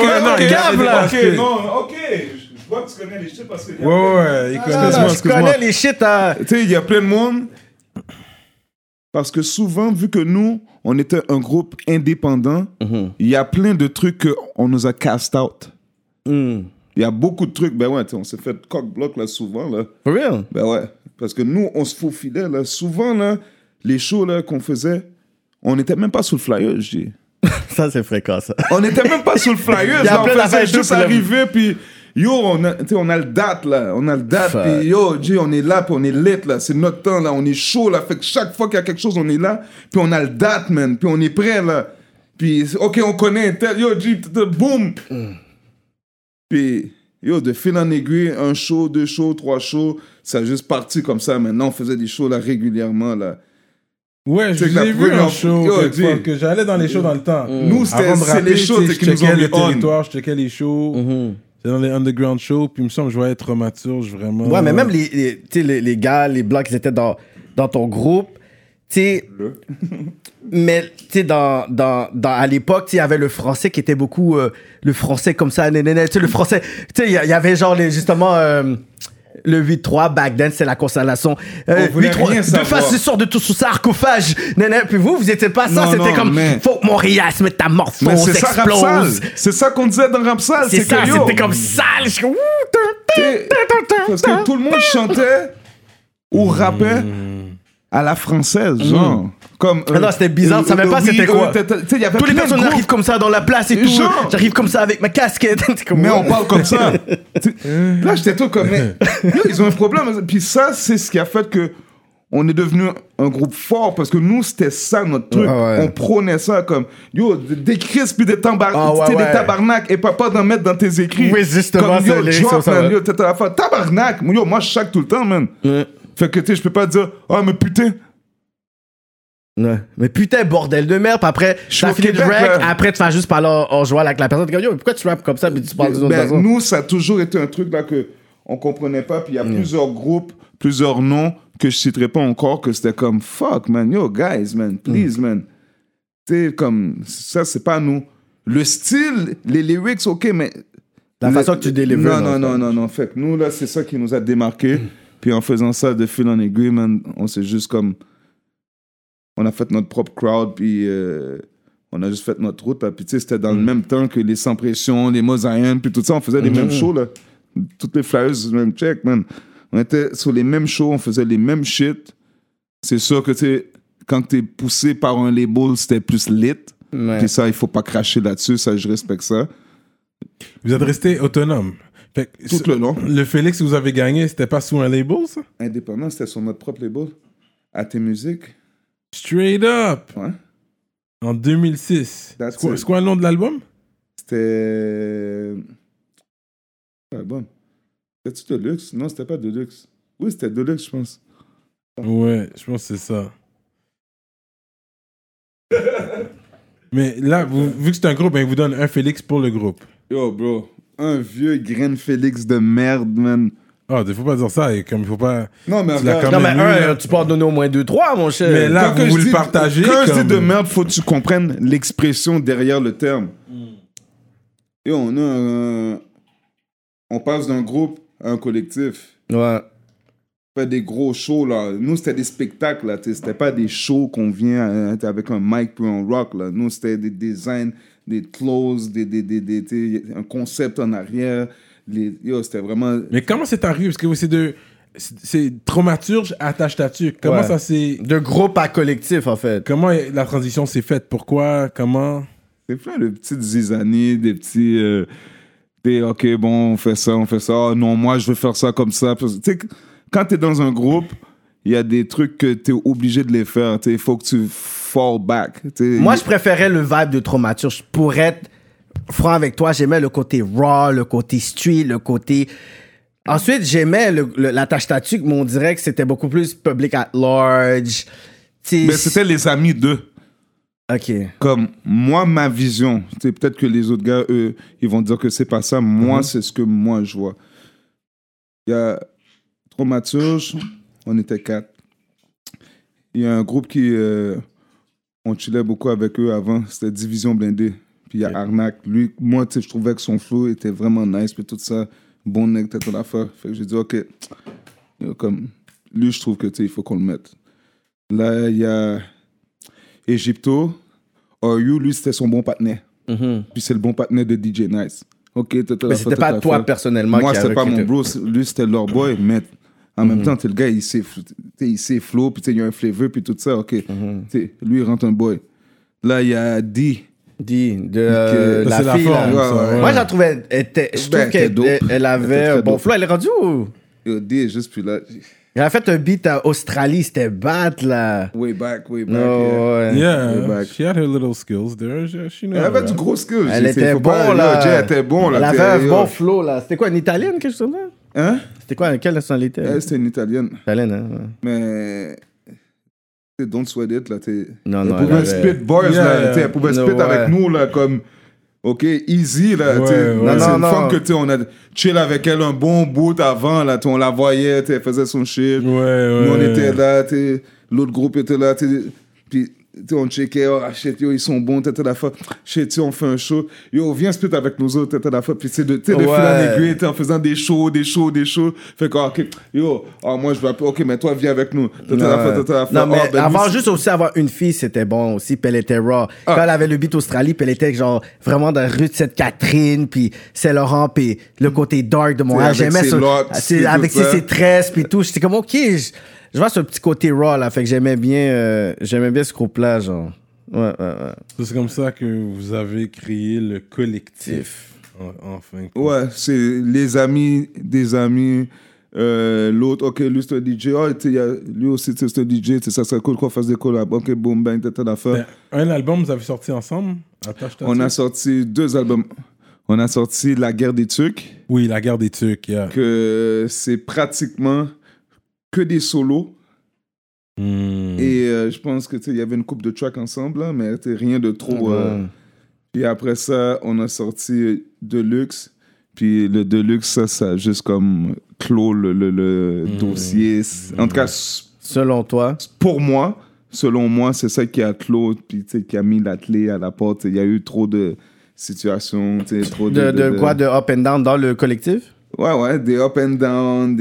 Ok. Je vois que tu connais les shit parce que... Ouais, Je connais les shit. Tu sais, il y a plein de monde. Parce que souvent, vu que nous, on était un groupe indépendant, il y a plein de trucs qu'on nous a cast out. Il y a beaucoup de trucs. Ben ouais, on s'est fait cock-block là souvent. Là. For real? Ben ouais. Parce que nous, on se faufilait là. Souvent, là, les shows là, qu'on faisait, on n'était même pas sur le flyer, je dis. Ça, c'est fréquent, ça. On n'était même pas sur le flyer. On faisait juste arriver, puis yo, on a le date, là. On a le date, puis yo, G, on est là, puis on est lit, là. C'est notre temps, là. On est chaud, là. Fait que chaque fois qu'il y a quelque chose, on est là, puis on a le date, man. Puis on est prêt, là. Puis, OK, on connaît un tel. Yo, G, boum. Puis, yo, de fil en aiguille, 1 show, 2 shows, 3 shows, ça a juste parti comme ça. Maintenant, on faisait des shows, là, régulièrement, là. Ouais, je l'ai vu un show que j'allais dans les shows dans le temps. Nous, c'est les shows qui nous ont mis le territoire, je checkais les shows. C'est dans les underground shows, puis il me semble que je voyais Traumaturge vraiment. Ouais, mais même les gars, les blancs qui étaient dans ton groupe, tu sais. Mais tu sais, à l'époque, il y avait le français qui était beaucoup le français comme ça, tu sais, le français. Tu sais, il y avait genre justement. Le 8-3, back then, c'est la constellation. 8-3, 2 faces sort de tout sous sarcophage. Puis vous étiez pas ça, c'était comme faut que Montréal se métamorphose, explose. C'est ça qu'on disait dans Rapsal. C'est ça, c'était comme sale. Parce que tout le monde chantait ou rappait à la française, genre. Comme, Ah non, c'était bizarre, tu savais pas c'était quoi. Il y avait Tous les plein de personnes groupes. arrivent comme ça dans la place et tout. Genre. J'arrive comme ça avec ma casquette. C'est comme, Mais on ouais. parle comme ça. Là, j'étais tout comme, mais yo, ils ont un problème. Puis ça, c'est ce qui a fait que on est devenu un groupe fort parce que nous, c'était ça notre truc. Ah ouais. On prônait ça comme, yo, des crises puis des Ah ouais, ouais. tabarnak et pas d'en mettre dans tes écrits. Oui, justement, Comme, c'est yo, les drop, lyrics, ça, man, ouais. yo, t'as la fin. Tabarnak. Yo, moi, je chaque tout le temps, man. Ouais. Fait que, tu sais, je peux pas dire, ah, mais putain. Ouais. Mais putain, bordel de merde. Puis après, suis t'as au fini de Québec, rec. là. Après, tu fais juste parler en jouant avec la personne. T'es comme, yo, pourquoi tu rappes comme ça? Puis tu parles d'une autre façon. Nous, ça a toujours été un truc là que on comprenait pas. Puis il y a plusieurs groupes, plusieurs noms que je citerai pas encore, que c'était comme fuck, man, yo, guys, man, please, man. Tu sais, comme ça, c'est pas nous. Le style, les lyrics, ok, mais. La façon que tu délivres. Non. Fait que nous, là, c'est ça qui nous a démarqué. Puis en faisant ça de fil en aiguille, man, on s'est juste comme. On a fait notre propre crowd, puis on a juste fait notre route. Là. Puis tu sais, c'était dans le même temps que les Sans Pression, les Mosaïens, puis tout ça. On faisait les mêmes shows, là. Toutes les flyers, même check, man. On était sur les mêmes shows, on faisait les mêmes shit. C'est sûr que, tu sais, quand t'es poussé par un label, c'était plus lit. Ouais. Puis ça, il faut pas cracher là-dessus. Ça, je respecte ça. Vous êtes resté autonome. Fait que Tout le long. Le Félix que vous avez gagné, c'était pas sous un label, ça? Indépendant, c'était sur notre propre label. À tes musiques. Straight up! Ouais. En 2006. That's C'est quoi, it. c'est quoi le nom de l'album? C'était. Ah, bon. C'était-tu Deluxe? Non, c'était pas Deluxe. Oui, c'était Deluxe, je pense. Ouais, je pense que c'est ça. Mais là, vu que c'est un groupe, ben, il vous donne un Félix pour le groupe. Yo, bro. Un vieux graine Félix de merde, man. Ah, il faut pas dire ça. Et comme il faut pas. Non, mais Tu l'as regarde. quand Non, mais même eu, là. tu peux en donner au moins 2-3, mon cher. Mais là, Quand vous je le dis- partagez. Quand je comme... dis de merde, faut que tu comprennes l'expression derrière le terme. Yo, on passe d'un groupe à un collectif. Ouais. On fait des gros shows, là. Nous, c'était des spectacles, là. T'sais, c'était pas des shows qu'on vient avec un mic puis un rock, là. Nous, c'était des designs, des clothes, t'sais, un concept en arrière. Yo, c'était vraiment... Mais comment c'est arrivé? Parce que c'est Traumaturge, Attache Tatu. Comment Ouais. ça s'est. De groupe à collectif, en fait. Comment la transition s'est faite? Pourquoi? Comment? C'est plein de petites zizanies, des petits... OK, bon, on fait ça. Ah, non, moi, je veux faire ça comme ça. Tu sais, quand t'es dans un groupe, il y a des trucs que t'es obligé de les faire. Il faut que tu fall back. Moi, je préférais le vibe de Traumaturge. Pour être franc avec toi, j'aimais le côté raw, le côté street, le côté... Ensuite, j'aimais la tâche statue, mais on dirait que c'était beaucoup plus public at large. Mais c'était les amis d'eux. OK. Comme moi, ma vision, peut-être que les autres gars, eux, ils vont dire que c'est pas ça. Moi, c'est ce que moi, je vois. Il y a Traumaturge, on était 4. Il y a un groupe qui... on chillait beaucoup avec eux avant, c'était Division Blindée. Puis il y a Arnaque. Lui, moi, je trouvais que son flow était vraiment nice, puis tout ça, bon nec, toute l'affaire. Fait que j'ai dit, OK, comme, lui, je trouve que, il faut qu'on le mette. Là, il y a Egypto. You, lui, c'était son bon partenaire. Puis c'est le bon partenaire de DJ Nice. OK, Mais c'était pas toi, personnellement, moi, qui a c'était pas mon recruté. bro. Lui, c'était leur boy, mais en même temps, le gars, il sait flow, puis il y a un flavor, puis tout ça. OK. Lui, il rentre un boy. Là, il y a D. De c'est la fille, forme, là. ça, ouais. Moi, je la trouvais... Je Ben, trouve elle était dope. qu'elle avait Elle était un très bon dope. flow. Elle est rendue où? Yo, D est juste plus là. Elle a fait un beat à Australie, c'était bad, là. Way back. Oh, Yeah. ouais. Yeah, Way back. she had her little skills there. She know Elle avait how du to gros skill. Elle était bon, là. Elle était bon, là. Elle avait un Yo. bon flow, là. C'était quoi, une italienne, quelque chose comme ça? Hein? C'était quoi, quelle nationalité? Elle, c'était une italienne. Italienne, hein? Ouais. Mais. Don't sweat it, là. Non, Elle non, pouvait elle avait- spit bars, Yeah, là. yeah. Elle pouvait No, spit ouais. avec nous, là, comme. OK, easy, là. Ouais, t'sais. ouais. Là, Non, c'est non, une non. femme que, on a chill avec elle un bon bout avant, là. On la voyait, elle faisait son shit. Ouais, ouais. Nous, on était là, l'autre groupe était là, puis on checkait, oh shit, yo, ils sont bons, la fois, shit, on fait un show, yo, viens split avec nous autres, la fois, puis c'est de fil en aiguille, en faisant des shows, fait que, ok, yo, moi je vais appeler, ok, mais toi, viens avec nous, la fois, Non, mais ben, avoir lui, juste aussi avoir une fille, c'était bon aussi. Puis elle était raw. Quand elle avait le beat Australie, puis elle était genre vraiment dans la rue de Sainte-Catherine, puis Saint-Laurent, puis le côté dark de Montréal. avec J'aimais ses ça. locks, C'est et avec tout ça. ses tresses, puis tout. J'étais comme, OK. je vois ce petit côté raw, là. Fait que j'aimais bien ce groupe-là, genre. Ouais. C'est comme ça que vous avez créé le collectif. Enfin. Ouais, c'est les amis des amis. L'autre, ok, lui c'est un DJ. Oh, lui aussi c'est un DJ. Ça serait cool qu'on fasse des collabs. Ok, boom, bang, tata d'affaires. Un album, vous avez sorti ensemble? On a sorti 2 albums. On a sorti La Guerre des Tucs. Oui, La Guerre des Tucs, yeah. Que c'est pratiquement que des solos. Et je pense que il y avait une couple de tracks ensemble, là, mais rien de trop. Puis après ça, on a sorti Deluxe. Puis le Deluxe, ça a juste comme clos le dossier. En tout cas, selon toi, selon moi, c'est ça qui a clos, puis qui a mis la clé à la porte. Il y a eu trop de situations, trop de quoi, de up and down dans le collectif? Ouais, des up and down,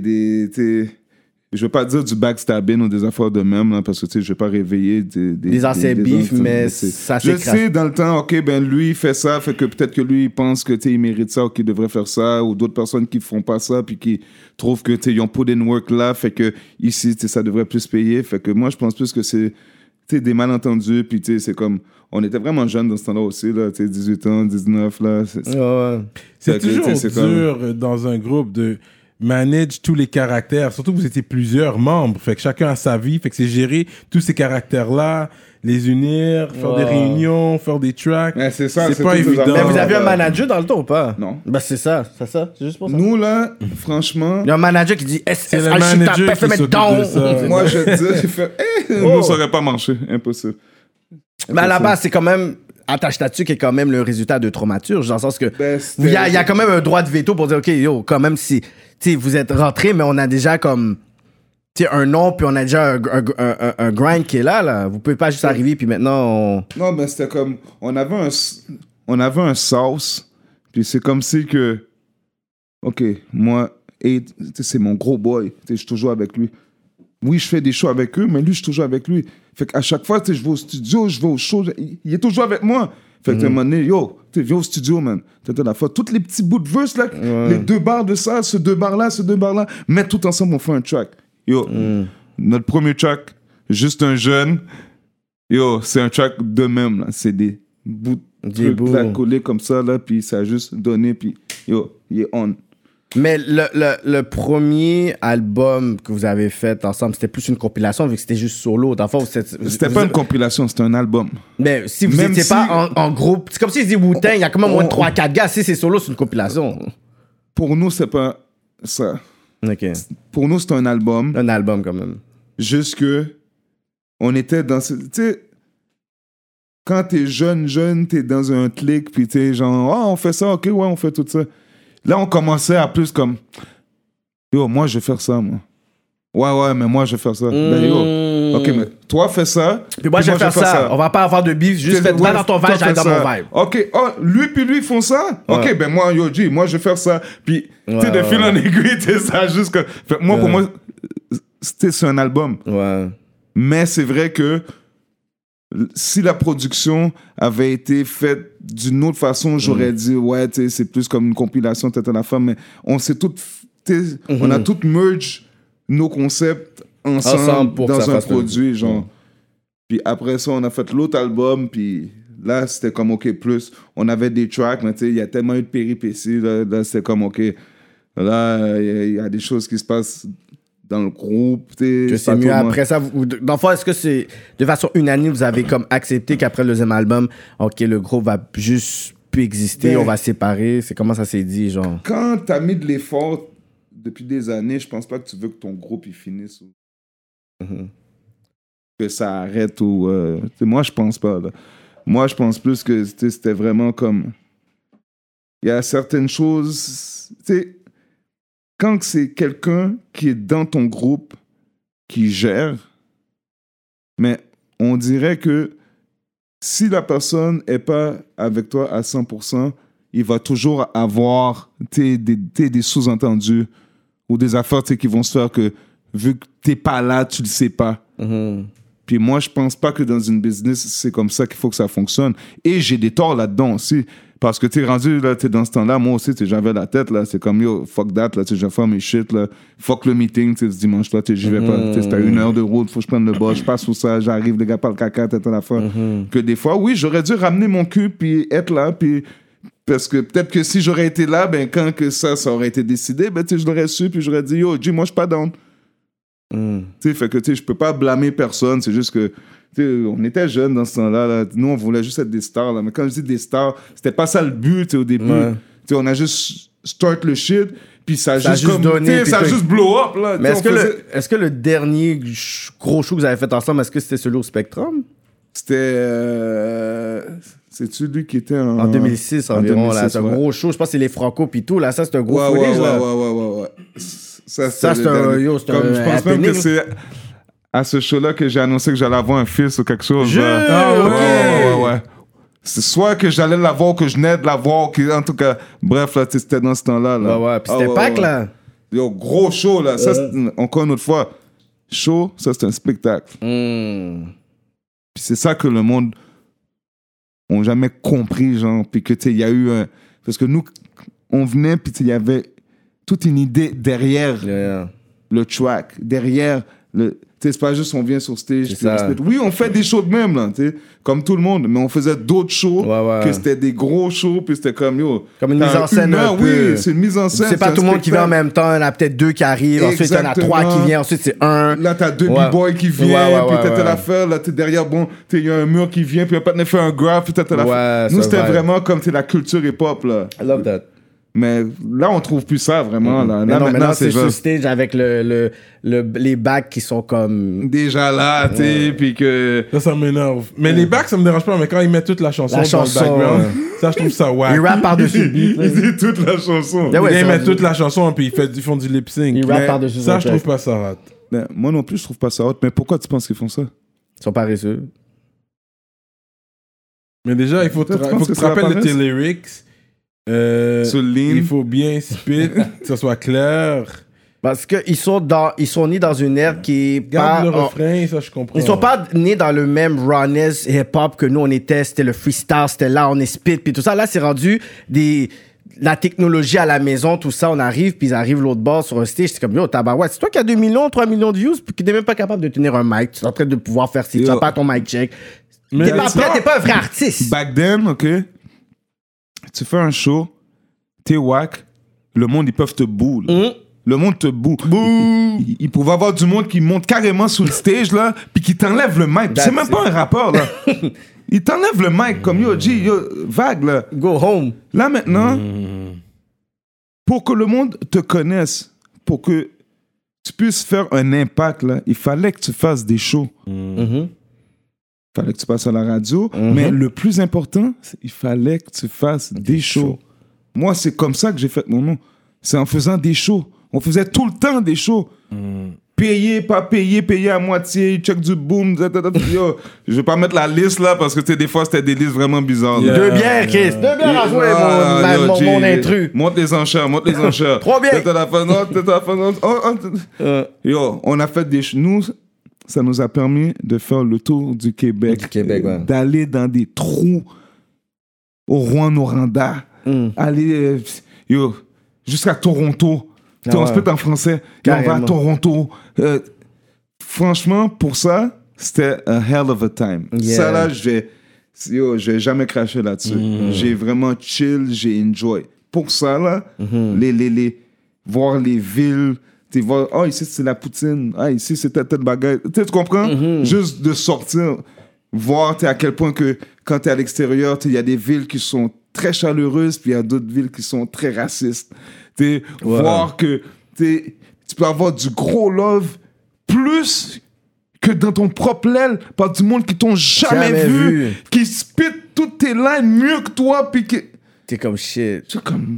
je veux pas dire du backstabbing ou des affaires de même, là, parce que je vais pas réveiller des anciens bifs, mais ça s'écrase. Je sais, dans le temps, ok, ben lui, il fait ça, fait que peut-être que lui, il pense que il mérite ça ou qu'il devrait faire ça, ou d'autres personnes qui font pas ça, puis qui trouvent que ils ont put in work là, fait que ici, ça devrait plus payer. Fait que moi, je pense plus que c'est des malentendus, puis c'est comme. On était vraiment jeunes dans ce temps-là aussi, là, 18 ans, 19, là. C'est toujours dur dans un groupe de manage tous les caractères, surtout que vous étiez plusieurs membres, fait que chacun a sa vie, fait que c'est gérer tous ces caractères-là, les unir, faire des réunions, faire des tracks. Ouais, c'est ça, c'est pas évident. Mais vous avez un manager dans le temps ou pas? Non. Ben c'est ça, c'est juste pour ça. Nous, là, franchement... Il y a un manager qui dit « c'est le manager qui s'occupe de ça. Moi, je dis, j'ai fait « nous, ça aurait pas marché, impossible. » Mais à la base, c'est quand même... Attache Statut qui est quand même le résultat de Traumaturge, dans le sens que il y a quand même un droit de veto pour dire ok, yo, quand même si vous êtes rentré, mais on a déjà comme un nom, puis on a déjà un grind qui est là. Vous pouvez pas juste arriver, puis maintenant Non, mais c'était comme on avait un sauce, puis c'est comme si que ok, moi, c'est mon gros boy, je suis toujours avec lui. Oui, je fais des shows avec eux, mais lui, je suis toujours avec lui. Fait qu'à chaque fois, je vais au studio, je vais au show, il est toujours avec moi. Fait que, à un moment donné, yo, viens au studio, man. La fois, tous les petits bouts de verse, là, les 2 bars de ça, ce 2 bars-là, mets tout ensemble, on fait un track. Yo, notre premier track, juste un jeune, yo, c'est un track de même, là. C'est des bouts de collés comme ça, là, puis ça a juste donné, puis yo, il est on. Mais le premier album que vous avez fait ensemble, c'était plus une compilation vu que c'était juste solo. Dans le fond, c'était pas une compilation, c'était un album. Mais si vous n'étiez pas en groupe, c'est comme si je dis Wu-Tang, il y a quand même moins de 3-4 gars. Si c'est solo, c'est une compilation. Pour nous, c'est pas ça. OK. Pour nous, c'est un album. Un album quand même. Juste que on était dans tu sais, quand t'es jeune, t'es dans un clic, puis t'es genre, on fait ça, ok, ouais, on fait tout ça. Là, on commençait à plus comme, yo, moi, je vais faire ça, moi. Ouais, mais moi, je vais faire ça. Ben, yo, ok, mais toi, fais ça. Puis moi, je vais faire ça. On va pas avoir de beef, juste fais dans ton vibe, j'arrive dans mon vibe. Ok, lui, puis lui, ils font ça. Ouais. Ok, ben moi, yo, G, moi, je vais faire ça. Puis, tu sais, de fil en aiguille, t'es ça, juste que. Fait, moi, pour moi, c'est un album. Ouais. Mais c'est vrai que si la production avait été faite d'une autre façon, j'aurais dit, ouais, c'est plus comme une compilation, peut-être à la fin, mais on s'est toutes, on a toutes merge nos concepts ensemble dans un produit, genre. Puis après ça, on a fait l'autre album, puis là, c'était comme, OK, plus, on avait des tracks, mais il y a tellement eu de péripéties, là c'était comme, OK, là, il y a des choses qui se passent dans le groupe, que c'est mieux après ça. Dans le fond, est-ce que c'est de façon unanime, vous avez comme accepté qu'après le deuxième album, ok, le groupe va juste plus exister, on va séparer. C'est comment ça s'est dit, genre? Quand t'as mis de l'effort depuis des années, je pense pas que tu veux que ton groupe il finisse ou que ça arrête ou moi je pense pas là. Moi je pense plus que c'était vraiment comme il y a certaines choses, tu sais. Quand c'est quelqu'un qui est dans ton groupe, qui gère, mais on dirait que si la personne n'est pas avec toi à 100%, il va toujours avoir des sous-entendus ou des affaires qui vont se faire que vu que tu n'es pas là, tu ne le sais pas. Puis moi, je pense pas que dans une business, c'est comme ça qu'il faut que ça fonctionne. Et j'ai des torts là-dedans aussi. Parce que t'es rendu, là, t'es dans ce temps-là, moi aussi, j'avais la tête, là, c'est comme, yo, fuck that, là, je vais faire mes shit, là, fuck le meeting, ce dimanche-là, j'y vais pas, c'était 1 heure de route, faut que je prenne le bus, je passe sur ça, j'arrive, les gars parlent caca, t'es à la fin. Que des fois, oui, j'aurais dû ramener mon cul, puis être là, puis parce que peut-être que si j'aurais été là, ben, quand que ça aurait été décidé, ben, tu sais, je l'aurais su, puis j'aurais dit, yo, G, moi, je suis pas down. Tu sais, fait que, tu sais, je peux pas blâmer personne, c'est juste que, on était jeunes dans ce temps-là. Là. Nous, on voulait juste être des stars. Là. Mais quand je dis des stars, c'était pas ça le but au début. Ouais. On a juste start le shit, puis ça a juste comme, donné, ça a juste blow up. Là. Mais est-ce que le dernier gros show que vous avez fait ensemble, est-ce que c'était celui au Spectrum? C'était... C'est-tu lui qui était en 2006 environ. 2006, là, c'est un gros show. Je pense que c'est les Franco pis tout. Là, ça, c'est un gros footage. Ouais. Ça, c'est un... Je pense même que c'est... À ce show-là que j'ai annoncé que j'allais avoir un fils ou quelque chose. Ouais. C'est soit que j'allais l'avoir ou que je venais de l'avoir. En tout cas, bref, là, c'était dans ce temps-là. Là. Ouais. Puis c'était Pâques, là. Yo, gros show, là. Ça, encore une autre fois. Show, ça, c'est un spectacle. Puis c'est ça que le monde n'a jamais compris, genre. Puis que, tu sais, il y a eu un... Parce que nous, on venait, puis il y avait toute une idée derrière le track, derrière le... C'est pas juste on vient sur stage. Oui, on fait des shows de même, là, comme tout le monde, mais on faisait d'autres shows que c'était des gros shows, puis c'était comme, yo... Comme une mise en scène un peu. Oui, c'est une mise en scène. C'est pas tout le monde qui vient en même temps, il y en a peut-être 2 qui arrivent, ensuite il y en a 3 qui viennent, ensuite c'est 1. Là, t'as 2 b-boys qui viennent, puis t'as l'affaire, là, t'es derrière, bon, il y a un mur qui vient, puis un partenaire fait un graph, puis t'as l'affaire. Nous, c'était vraiment comme la culture hip-hop, là. I love that. Mais là, on trouve plus ça, vraiment. Là, maintenant, c'est sur stage avec les bacs qui sont comme... Déjà là, tu sais, puis que... Ça m'énerve. Mais les bacs, ça me dérange pas, mais quand ils mettent toute la chanson dans le background, ça, je trouve ça wack. Ils rappent par-dessus le beat. Ils disent toute la chanson. Ils mettent toute la chanson, puis ils font du lip-sync. Ils rappent par-dessus ça, je trouve pas ça hot. Moi non plus, je trouve pas ça hot. Mais pourquoi tu penses qu'ils font ça? Ils sont paresseux. Mais déjà, il faut que tu te rappelles de tes lyrics. Il faut bien spit, que ça soit clair. Parce qu'ils sont nés dans une ère qui est Garde le refrain, ça je comprends. Ils sont pas nés dans le même rawness hip-hop que nous on était. C'était le freestyle, c'était là, on est spit, puis tout ça. Là, c'est rendu la technologie à la maison, tout ça. On arrive, puis ils arrivent l'autre bord sur un stage. C'est comme, yo, tabarouette, c'est toi qui as 2 millions, 3 millions de views, puis qui n'es même pas capable de tenir un mic. Tu es en train de pouvoir faire ci, tu n'as pas ton mic check. T'es pas un vrai artiste. Back then, OK? Tu fais un show, t'es whack, le monde, ils peuvent te bouler. Le monde te boue. Il pouvait avoir du monde qui monte carrément sur le stage, là, puis qui t'enlève le mic. C'est même pas un rappeur, là. Il t'enlève le mic comme, yo, G, yo, vague, là. Go home. Là, maintenant, pour que le monde te connaisse, pour que tu puisses faire un impact, là, il fallait que tu fasses des shows. Il fallait que tu passes à la radio, mais le plus important, il fallait que tu fasses des shows. Moi, c'est comme ça que j'ai fait mon nom. C'est en faisant des shows. On faisait tout le temps des shows. Payer, pas payer, payer à moitié, check du boom. Yo, je vais pas mettre la liste là parce que des fois c'était des listes vraiment bizarres. 2 bières, Chris. 2 bières à jouer, mon intrus. Monte les enchères. 3 bières. Yo, on a fait des shows. Ça nous a permis de faire le tour du Québec. D'aller dans des trous au Rouyn-Noranda. Aller jusqu'à Toronto. On se pète en français. Et on va à Toronto. Franchement, pour ça, c'était a hell of a time. Ça, là, j'ai jamais craché là-dessus. J'ai vraiment chill, j'ai enjoy. Pour ça, là, voir les villes, voir, oh, ici, c'est la poutine. Ah, ici, c'est telle bagaille. Tu comprends? Juste de sortir, voir à quel point que quand tu es à l'extérieur, il y a des villes qui sont très chaleureuses, puis il y a d'autres villes qui sont très racistes. Voir que tu peux avoir du gros love plus que dans ton propre l'aile par du monde qui t'ont jamais vu, qui spit toutes tes lines mieux que toi, puis que... T'es comme shit. C'est comme...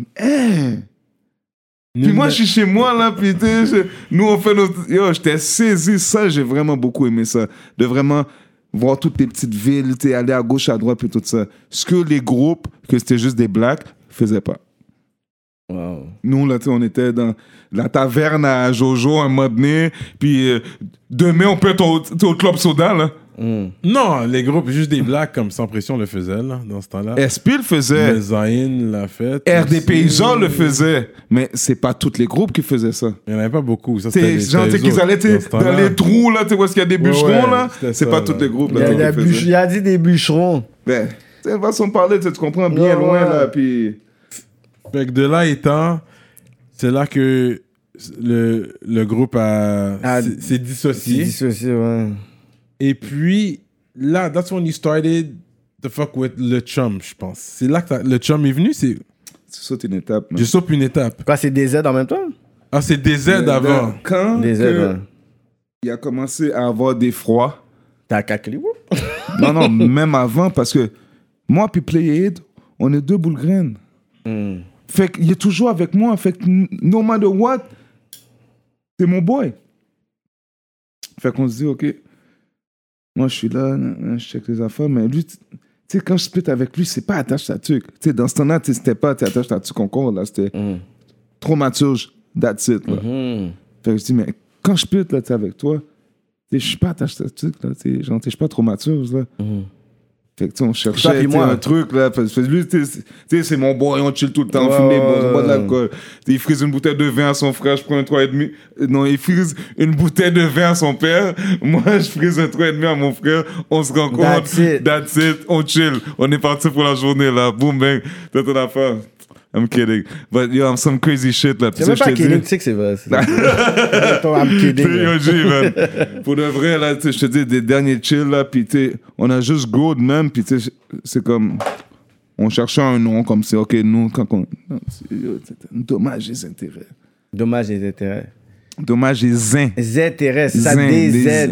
Puis moi, je suis chez moi, là, puis nous, on fait notre... Yo, j'étais saisi, ça, j'ai vraiment beaucoup aimé ça. De vraiment voir toutes les petites villes, aller à gauche, à droite, puis tout ça. Ce que les groupes, que c'était juste des blacks, faisaient pas. Wow. Nous, là, on était dans la taverne à Jojo un mois donné, puis demain, on peut être au Club Soda, là. Non, les groupes, juste des blagues comme Sans Pression le faisaient, là, dans ce temps-là. SP le faisait. Le Zayn l'a fait. RD aussi. Paysans le faisait. Mais c'est pas tous les groupes qui faisaient ça. Il n'y en avait pas beaucoup. Ça, T'sais, genre, t'sais, qu'ils allaient t'sais, dans les trous, là, t'sais, où est-ce qu'il y a des bûcherons, là. c'était C'est ça, pas là. tous les groupes, là, qui le faisaient. Il a dit des bûcherons. Ben, t'sais, façon de parler, tu comprends bien loin, là, puis... Fait que de là étant, c'est là que le groupe s'est dissocié. Ouais. Et puis, là, that's when you started to fuck with le chum, je pense. C'est là que le chum est venu, Tu sautes une étape, man. Je saute une étape. Quoi, c'est des Z en même temps? Ah, c'est des Z avant. Quand Des Z, ouais. il a commencé à avoir des froids... T'as calculé, ouais? Non, même avant, parce que moi puis Playhead, on est deux boules graines. Fait qu'il est toujours avec moi. Fait que no matter what, c'est mon boy. Fait qu'on se dit, OK, moi je suis là, je check les affaires, mais lui, tu sais, quand je split avec lui, c'est pas attache ta tuque. Tu sais, dans ce temps-là, c'était pas attache ta tuque encore, là, c'était traumaturge, that's it, là. Fait que je dis, mais quand je split, là, avec toi, je suis pas attaché à ce truc, là. Je suis pas traumaturge, là. Fait que, on cherchait un truc, là. Parce que lui, c'est mon boy, on chill tout le temps, on fume des on boit de l'alcool. Il frise une bouteille de vin à son frère, je prends un 3,5. Non, il frise une bouteille de vin à son père. Moi, je frise un 3,5 à mon frère. On se rencontre. That's it. On chill. On est parti pour la journée, là. Boum, bang. T'as ton affaire. I'm kidding. But yo, I'm some crazy shit, là. C'est même pas kidding, tu sais que c'est vrai. I'm kidding. Yo, G, man. Pour de vrai, là, je te dis, des derniers chill, là, pis on a juste go de même, pis c'est comme... On cherchait un nom, comme c'est, OK, nous, quand on... Dommage les intérêts. Dommage les intérêts. Dommage les intérêts, c'est ça, DZ.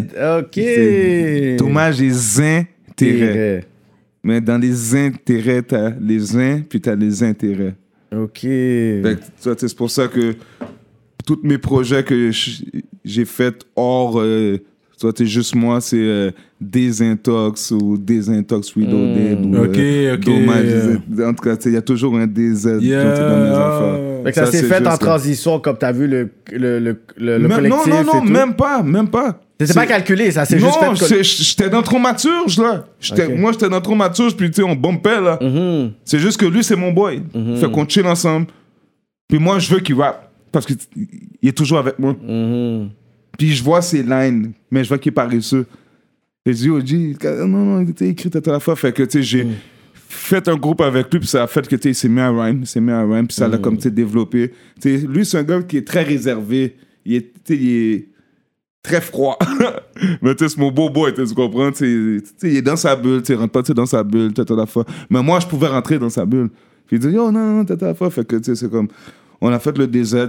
OK. Dommage les intérêts. Mais dans les intérêts, t'as les puis t'as les intérêts. OK. Fait que, c'est pour ça que tous mes projets que j'ai faits hors, juste moi, c'est Désintox ou Désintox Reloaded. Ou, OK. Dommage. En tout cas, il y a toujours un DZ dans mes affaires. Fait que ça s'est fait en transition, comme t'as vu le collectif. Non, même pas. C'était pas calculé, ça s'est juste fait... Non, j'étais dans traumaturge, là. Moi, j'étais dans traumaturge, puis tu sais, on bumpait, là. C'est juste que lui, c'est mon boy. Fait qu'on chill ensemble. Puis moi, je veux qu'il rappe, parce qu'il est toujours avec moi. Puis je vois ses lines, mais je vois qu'il est paresseux. Et je dis, oh, G, non, il était écrit à la fois. Fait que, tu sais, j'ai fait un groupe avec lui, puis ça a fait que, tu sais, il s'est mis à rhyme, puis ça l'a comme, tu sais, développé. Tu sais, lui, c'est un gars qui est très réservé. Il est très froid. Mais tu sais, c'est mon beau boy, tu comprends? Tu sais, il est dans sa bulle, tu rentres pas dans sa bulle, à la fois. Mais moi, je pouvais rentrer dans sa bulle. Puis il dit, yo, non, à la fois. Fait que, tu sais, c'est comme, on a fait le DZ,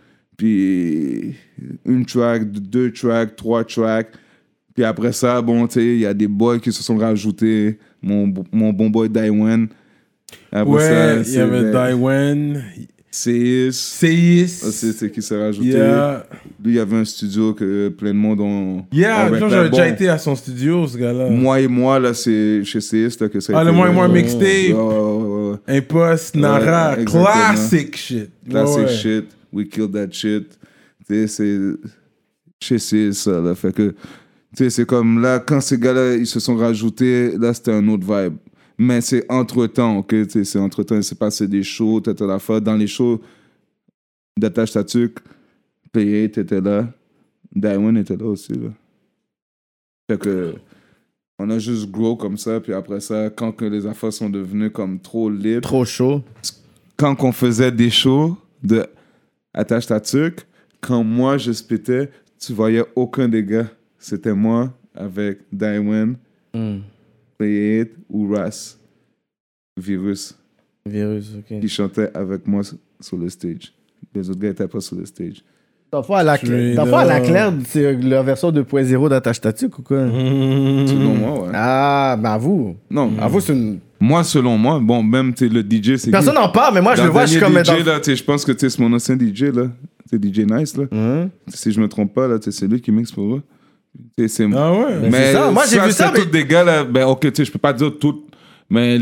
puis une track, 2 tracks, 3 tracks. Puis après ça, bon, tu sais, il y a des boys qui se sont rajoutés. Mon bon boy Daiwan. Ouais, il y avait Daiwan. Seis. C'est qui s'est rajouté. Yeah. Lui, il y avait un studio que plein de monde ont. J'avais déjà été à son studio, ce gars-là. Moi et moi, là, c'est chez Seis que ça a été. Le Moi et moi mixtape. Ouais. Impost, Nara, classic shit. Classic shit. We killed that shit. Tu sais, c'est chez Seis, ça, là. Fait que, tu sais, c'est comme là, quand ces gars-là, ils se sont rajoutés, là, c'était un autre vibe. Mais c'est entre-temps, OK? C'est entre-temps, il s'est passé des shows, t'étais la fois. Dans les shows d'Attache Tatuc, Payet était là. Daiwan était là aussi, là. Fait que, on a juste grow comme ça, puis après ça, quand que les affaires sont devenues comme trop libres... Trop chaud. Quand on faisait des shows de Attache Tatuc, quand moi, je spittais, tu voyais aucun des gars. C'était moi avec Daiwan, Played ou Ras. Virus, ok. qui chantait avec moi sur le stage. Les autres gars n'étaient pas sur le stage. T'as pas à la claire, c'est la version 2.0 d'Attache Tatuc ou quoi? Selon moi, ouais. Ah, ben avoue. Non. Avoue, c'est une... Moi, selon moi, bon, même le DJ, c'est... Personne n'en parle, mais moi, je le vois, je suis comme... DJ, là, je pense que c'est mon ancien DJ, là. C'est DJ Nice, là. Si je me trompe pas, là, c'est lui qui mixe pour eux. Ah ouais? Mais ça. Moi, j'ai vu ça. C'est tous des gars, là. Ben, OK, je peux pas dire tout. Mais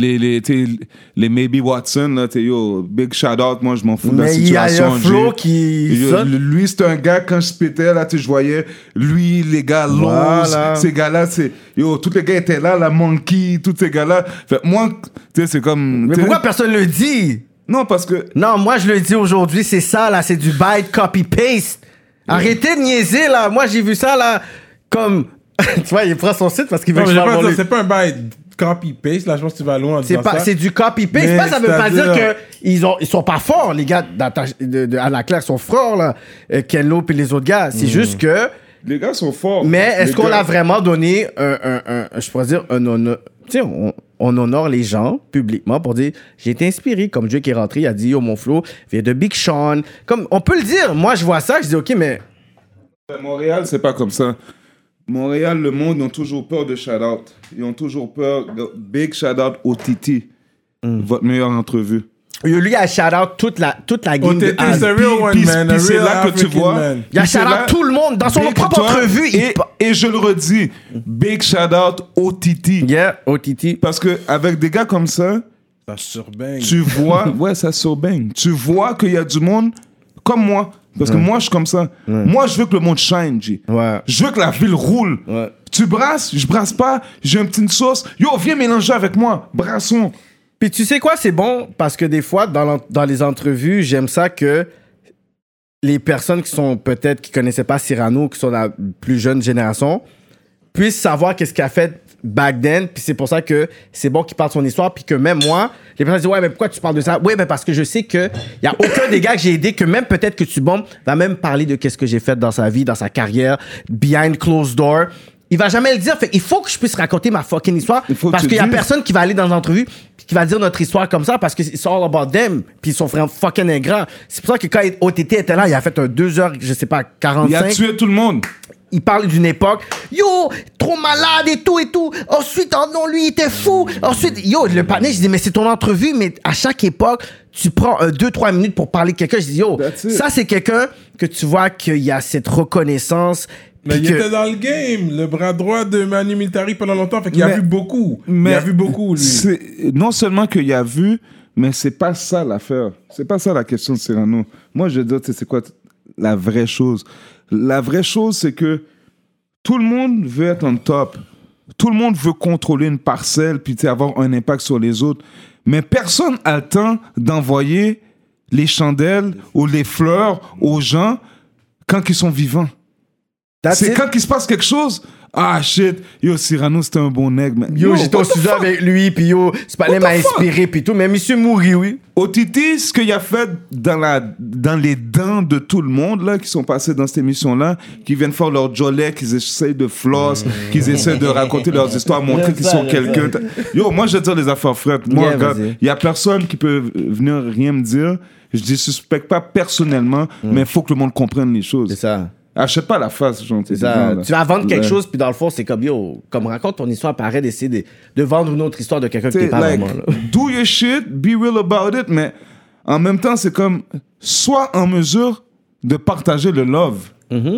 les Maybe Watson, là, yo, big shout-out, moi, je m'en fous de la Mais situation. il y a un flow qui sonne. Lui, c'est un gars, quand je spétais, là, je voyais, lui, les gars, Voilà. Lowe's, ces gars-là, tous les gars étaient là, la Monkey, tous ces gars-là. Fait moi, tu sais, c'est comme... Mais pourquoi personne le dit? Non, parce que... Non, moi, je le dis aujourd'hui, c'est ça, là, c'est du byte copy-paste. Arrêtez de niaiser, là. Moi, j'ai vu ça, là, comme... tu vois, il prend son site parce qu'il veut Non, que mais je parle. c'est pas un bail copy-paste, là, je pense que tu vas loin en disant ça. C'est du copy-paste. Mais Ça veut pas c'est-à-dire- dire qu'ils sont pas forts, les gars Anna Claire sont forts, là. Kenlo et les autres gars. C'est juste que... Les gars sont forts. Mais est-ce Les qu'on gars- a vraiment donné je pourrais dire, un honneur... Tu sais, on honore les gens publiquement pour dire j'ai été inspiré. Comme Dieu qui est rentré, il a dit yo, mon flow vient de Big Sean. Comme on peut le dire. Moi, je vois ça, je dis ok, mais. Montréal, c'est pas comme ça. Montréal, le monde, ils ont toujours peur de shout-out. Ils ont toujours peur. Big shout-out au Titi. Votre meilleure entrevue. Lui, il a shout-out toute la gang de OTT, Az. c'est un real one, Puis man. a c'est real là que tu African vois. man. Il a Puis c'est shout-out là- tout le monde. Dans son Big, propre toi, entrevue. Et je le redis, big shout-out au Titi. Yeah, OTT. Parce que avec des gars comme ça, Ça surbaigne. tu vois, ouais, ça saurbaigne. Tu vois qu'il y a du monde comme moi. Parce que moi, je suis comme ça. Moi, je veux que le monde shine, G. Ouais. Je veux que la ville roule. Ouais. Tu brasses, je brasse pas, j'ai une petite sauce. Yo, viens mélanger avec moi. Brassons. Puis tu sais quoi, c'est bon parce que des fois, dans les entrevues, j'aime ça que les personnes qui sont peut-être qui connaissaient pas Cyrano, qui sont de la plus jeune génération, puissent savoir qu'est-ce qu'il a fait back then. Puis c'est pour ça que c'est bon qu'il parle de son histoire. Puis que même moi, les personnes disent ouais, mais pourquoi tu parles de ça? Oui, mais parce que je sais que y a aucun des gars que j'ai aidé que même peut-être que tu bombes va même parler de qu'est-ce que j'ai fait dans sa vie, dans sa carrière, behind closed door. Il va jamais le dire. Fait il faut que je puisse raconter ma fucking histoire. Il faut que Parce tu qu'il y a dises. personne qui va aller dans l'entrevue puis qui va dire notre histoire comme ça parce que it's all about them. Puis ils sont vraiment fucking ingrats. C'est pour ça que quand OTT était là, il a fait un 2 heures, je sais pas, 45. Il a tué tout le monde. Il parle d'une époque, yo, trop malade et tout et tout. Ensuite, oh non, lui, il était fou. Ensuite, yo, le panel, je dis, mais c'est ton entrevue, mais à chaque époque, tu prends 2-3 minutes pour parler de quelqu'un. Je dis, yo, That's it. ça, c'est quelqu'un que tu vois qu'il y a cette reconnaissance. Mais puis il que- était dans le game, le bras droit de Manu Militari pendant longtemps. Fait qu'il a Mais- vu beaucoup. Mais il a vu beaucoup, lui. c'est- non seulement qu'il y a vu, mais c'est pas ça l'affaire. C'est pas ça la question de Cyrano. Moi, je veux dire, tu sais, c'est quoi la vraie chose? La vraie chose, c'est que tout le monde veut être en top. Tout le monde veut contrôler une parcelle puis tu sais, avoir un impact sur les autres. Mais personne a le temps d'envoyer les chandelles ou les fleurs aux gens quand ils sont vivants. That's C'est it. quand il se passe quelque chose. Ah shit, yo, Cyrano, c'était un bon nègre. man. Yo, j'étais au what the studio fuck? avec lui, puis yo, ce panel What m'a the fuck? inspiré, puis tout. Mais monsieur Mouri, oui. OTT, ce qu'il a fait dans les dents de tout le monde là, qui sont passés dans cette émission-là, qui viennent faire leur jolet, qu'ils essayent de floss, qu'ils essaient de raconter leurs histoires, montrer qu'ils sont quelqu'un. Yo, moi, je veux dire les affaires frettes. Moi, Yeah, regarde, vas-y. il y a personne qui peut venir rien me dire. Je ne suspecte pas personnellement, mais il faut que le monde comprenne les choses. C'est ça. Achète pas la face, genre. C'est ça. Tu vas vendre quelque Ouais. chose, puis dans le fond, c'est comme yo, comme raconte ton histoire, puis arrête d'essayer de vendre une autre histoire de quelqu'un que t'es T'sais, pas like, vraiment. Là. do your shit, be real about it, mais en même temps, c'est comme, sois en mesure de partager le love.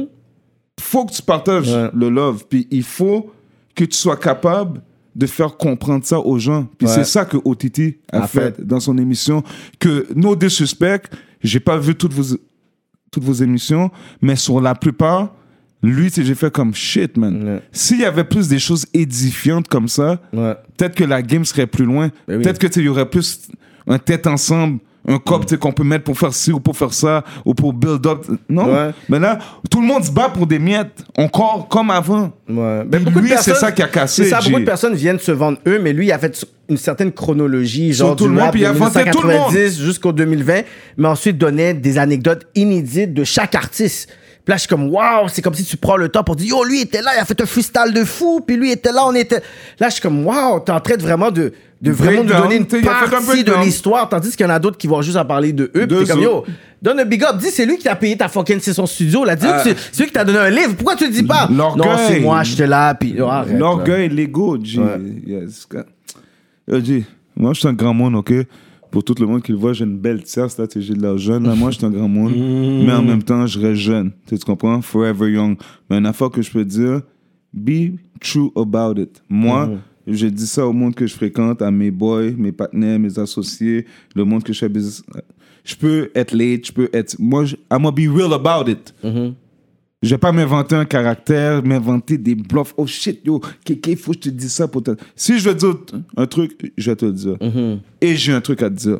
Faut que tu partages Ouais. le love, puis il faut que tu sois capable de faire comprendre ça aux gens. Puis Ouais. c'est ça que OTT a fait dans son émission, que No Disrespect, j'ai pas vu toutes vos émissions, mais sur la plupart, lui, tu sais, j'ai fait comme shit, man. Ouais. S'il y avait plus des choses édifiantes comme ça, Ouais. peut-être que la game serait plus loin. Ben oui. Peut-être que tu sais, il y aurait plus un tête ensemble, un cop tu sais, qu'on peut mettre pour faire ci ou pour faire ça ou pour build up. Non. Ouais. Mais là, tout le monde se bat pour des miettes, encore comme avant. Ouais. Puis beaucoup de lui, c'est personnes- ça qui a cassé. C'est ça, G. beaucoup de personnes viennent se vendre eux, mais lui, il a fait une certaine chronologie, Sur genre tout du le monde, rap puis de il a vanté tout le monde. 1990 jusqu'au 2020, mais ensuite donnait des anecdotes inédites de chaque artiste. Puis là, je suis comme, waouh, c'est comme si tu prends le temps pour dire, yo, lui était là, il a fait un freestyle de fou, puis lui était là, on était. Là, je suis comme, waouh, t'es en train de vraiment de vraiment nous Breakdown, donner une t'sais, il a fait un partie de breakdown. l'histoire, tandis qu'il y en a d'autres qui vont juste en parler de eux, puis Deux t'es comme, yo, autres. donne un big up, dis, c'est lui qui t'a payé ta fucking session studio, là, dis c'est lui qui t'a donné un livre, pourquoi tu le dis pas? L'orgueil. Non, c'est moi, j'étais là, puis oh, arrête. là. L'orgueil, l'ego, G. Ouais. Yes. Yo, G, moi, je suis un grand monde, OK? Pour tout le monde qui le voit, j'ai une belle tierce, là, tu sais, j'ai de l'air jeune, là. Moi, je suis un grand monde, mais en même temps, je reste jeune. Tu sais, tu comprends? Forever young. Mais une affaire que je peux dire, be true about it. Moi, Je dis ça au monde que je fréquente, à mes boys, mes partenaires, mes associés, le monde que je fais business. Je peux être late, je peux être... Moi, I'm gonna be real about it. Je vais pas m'inventer un caractère, m'inventer des bluffs. Oh shit, yo, Kéké, faut que je te dise ça pour te... Si je veux dire un truc, je vais te le dire. Et j'ai un truc à te dire.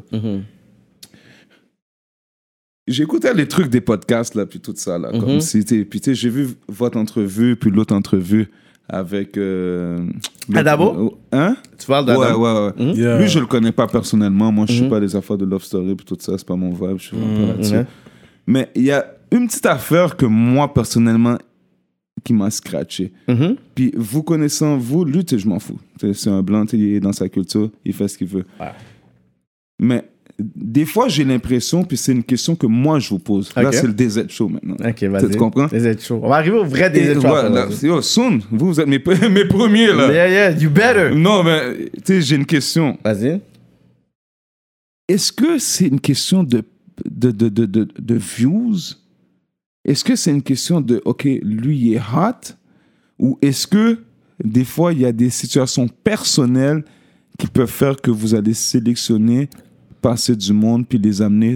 J'écoutais les trucs des podcasts, là, puis tout ça, là. Comme si, puis tu sais, j'ai vu votre entrevue, puis l'autre entrevue avec... Adamo? Hein? Tu parles d'Adamo? Ouais. Yeah. Lui, je le connais pas personnellement. Moi, je suis pas des affaires de love story, puis tout ça, c'est pas mon vibe. Je suis vraiment pas là-dessus. Mais il y a une petite affaire que moi, personnellement, qui m'a scratché. Puis vous connaissant, vous, lui, tu sais, je m'en fous. C'est un blanc, il est dans sa culture, il fait ce qu'il veut. Ouais. Mais des fois, j'ai l'impression, puis c'est une question que moi, je vous pose. Okay. Là, c'est le DZ Show maintenant. Ok, vas-y. Tu comprends? DZ Show. On va arriver au vrai DZ Show. Ouais, là, yo, soon, vous êtes mes premiers, là. Yeah, you better. Non, mais, tu sais, j'ai une question. Vas-y. Est-ce que c'est une question de views? Est-ce que c'est une question de, OK, lui, il est hot? Ou est-ce que, des fois, il y a des situations personnelles qui peuvent faire que vous allez sélectionner, passer du monde, puis les amener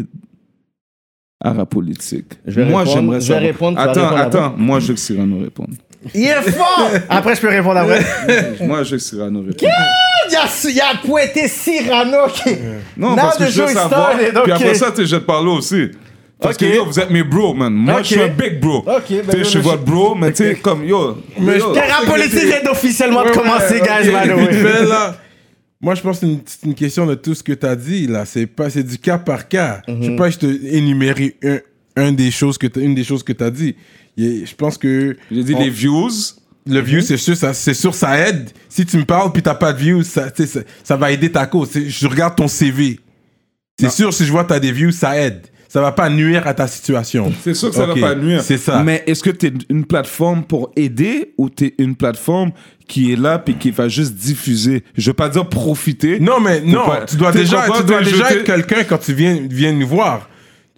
à la politique? Moi, j'aimerais ça. Attends, moi, je veux que Cyrano réponde. Il est fort! Après, je peux répondre après. Moi, je veux que Cyrano réponde. Il a pointé Cyrano qui... Non, parce que je veux savoir. Puis après ça, je vais te parler aussi. Parce que yo, vous êtes mes bros, man. Moi, je suis un big bro. Je suis votre bro, mais tu sais, comme yo. Terrain politique vient officiellement de commencer, guys, by the way. Moi, je pense que c'est une question de tout ce que tu as dit, là. C'est du cas par cas. Je sais pas, je te énumérer une des choses que tu as dit. Je pense que... J'ai dit les views. Le view, c'est sûr, ça aide. Si tu me parles puis t'as pas de views, ça va aider ta cause. Je regarde ton CV. C'est sûr, si je vois que t'as des views, ça aide. Ça va pas nuire à ta situation. C'est sûr que ça va pas nuire. C'est ça. Mais est-ce que t'es une plateforme pour aider ou t'es une plateforme qui est là puis qui va juste diffuser? Je veux pas dire profiter. Non, mais non, tu dois déjà être quelqu'un quand tu viens nous voir.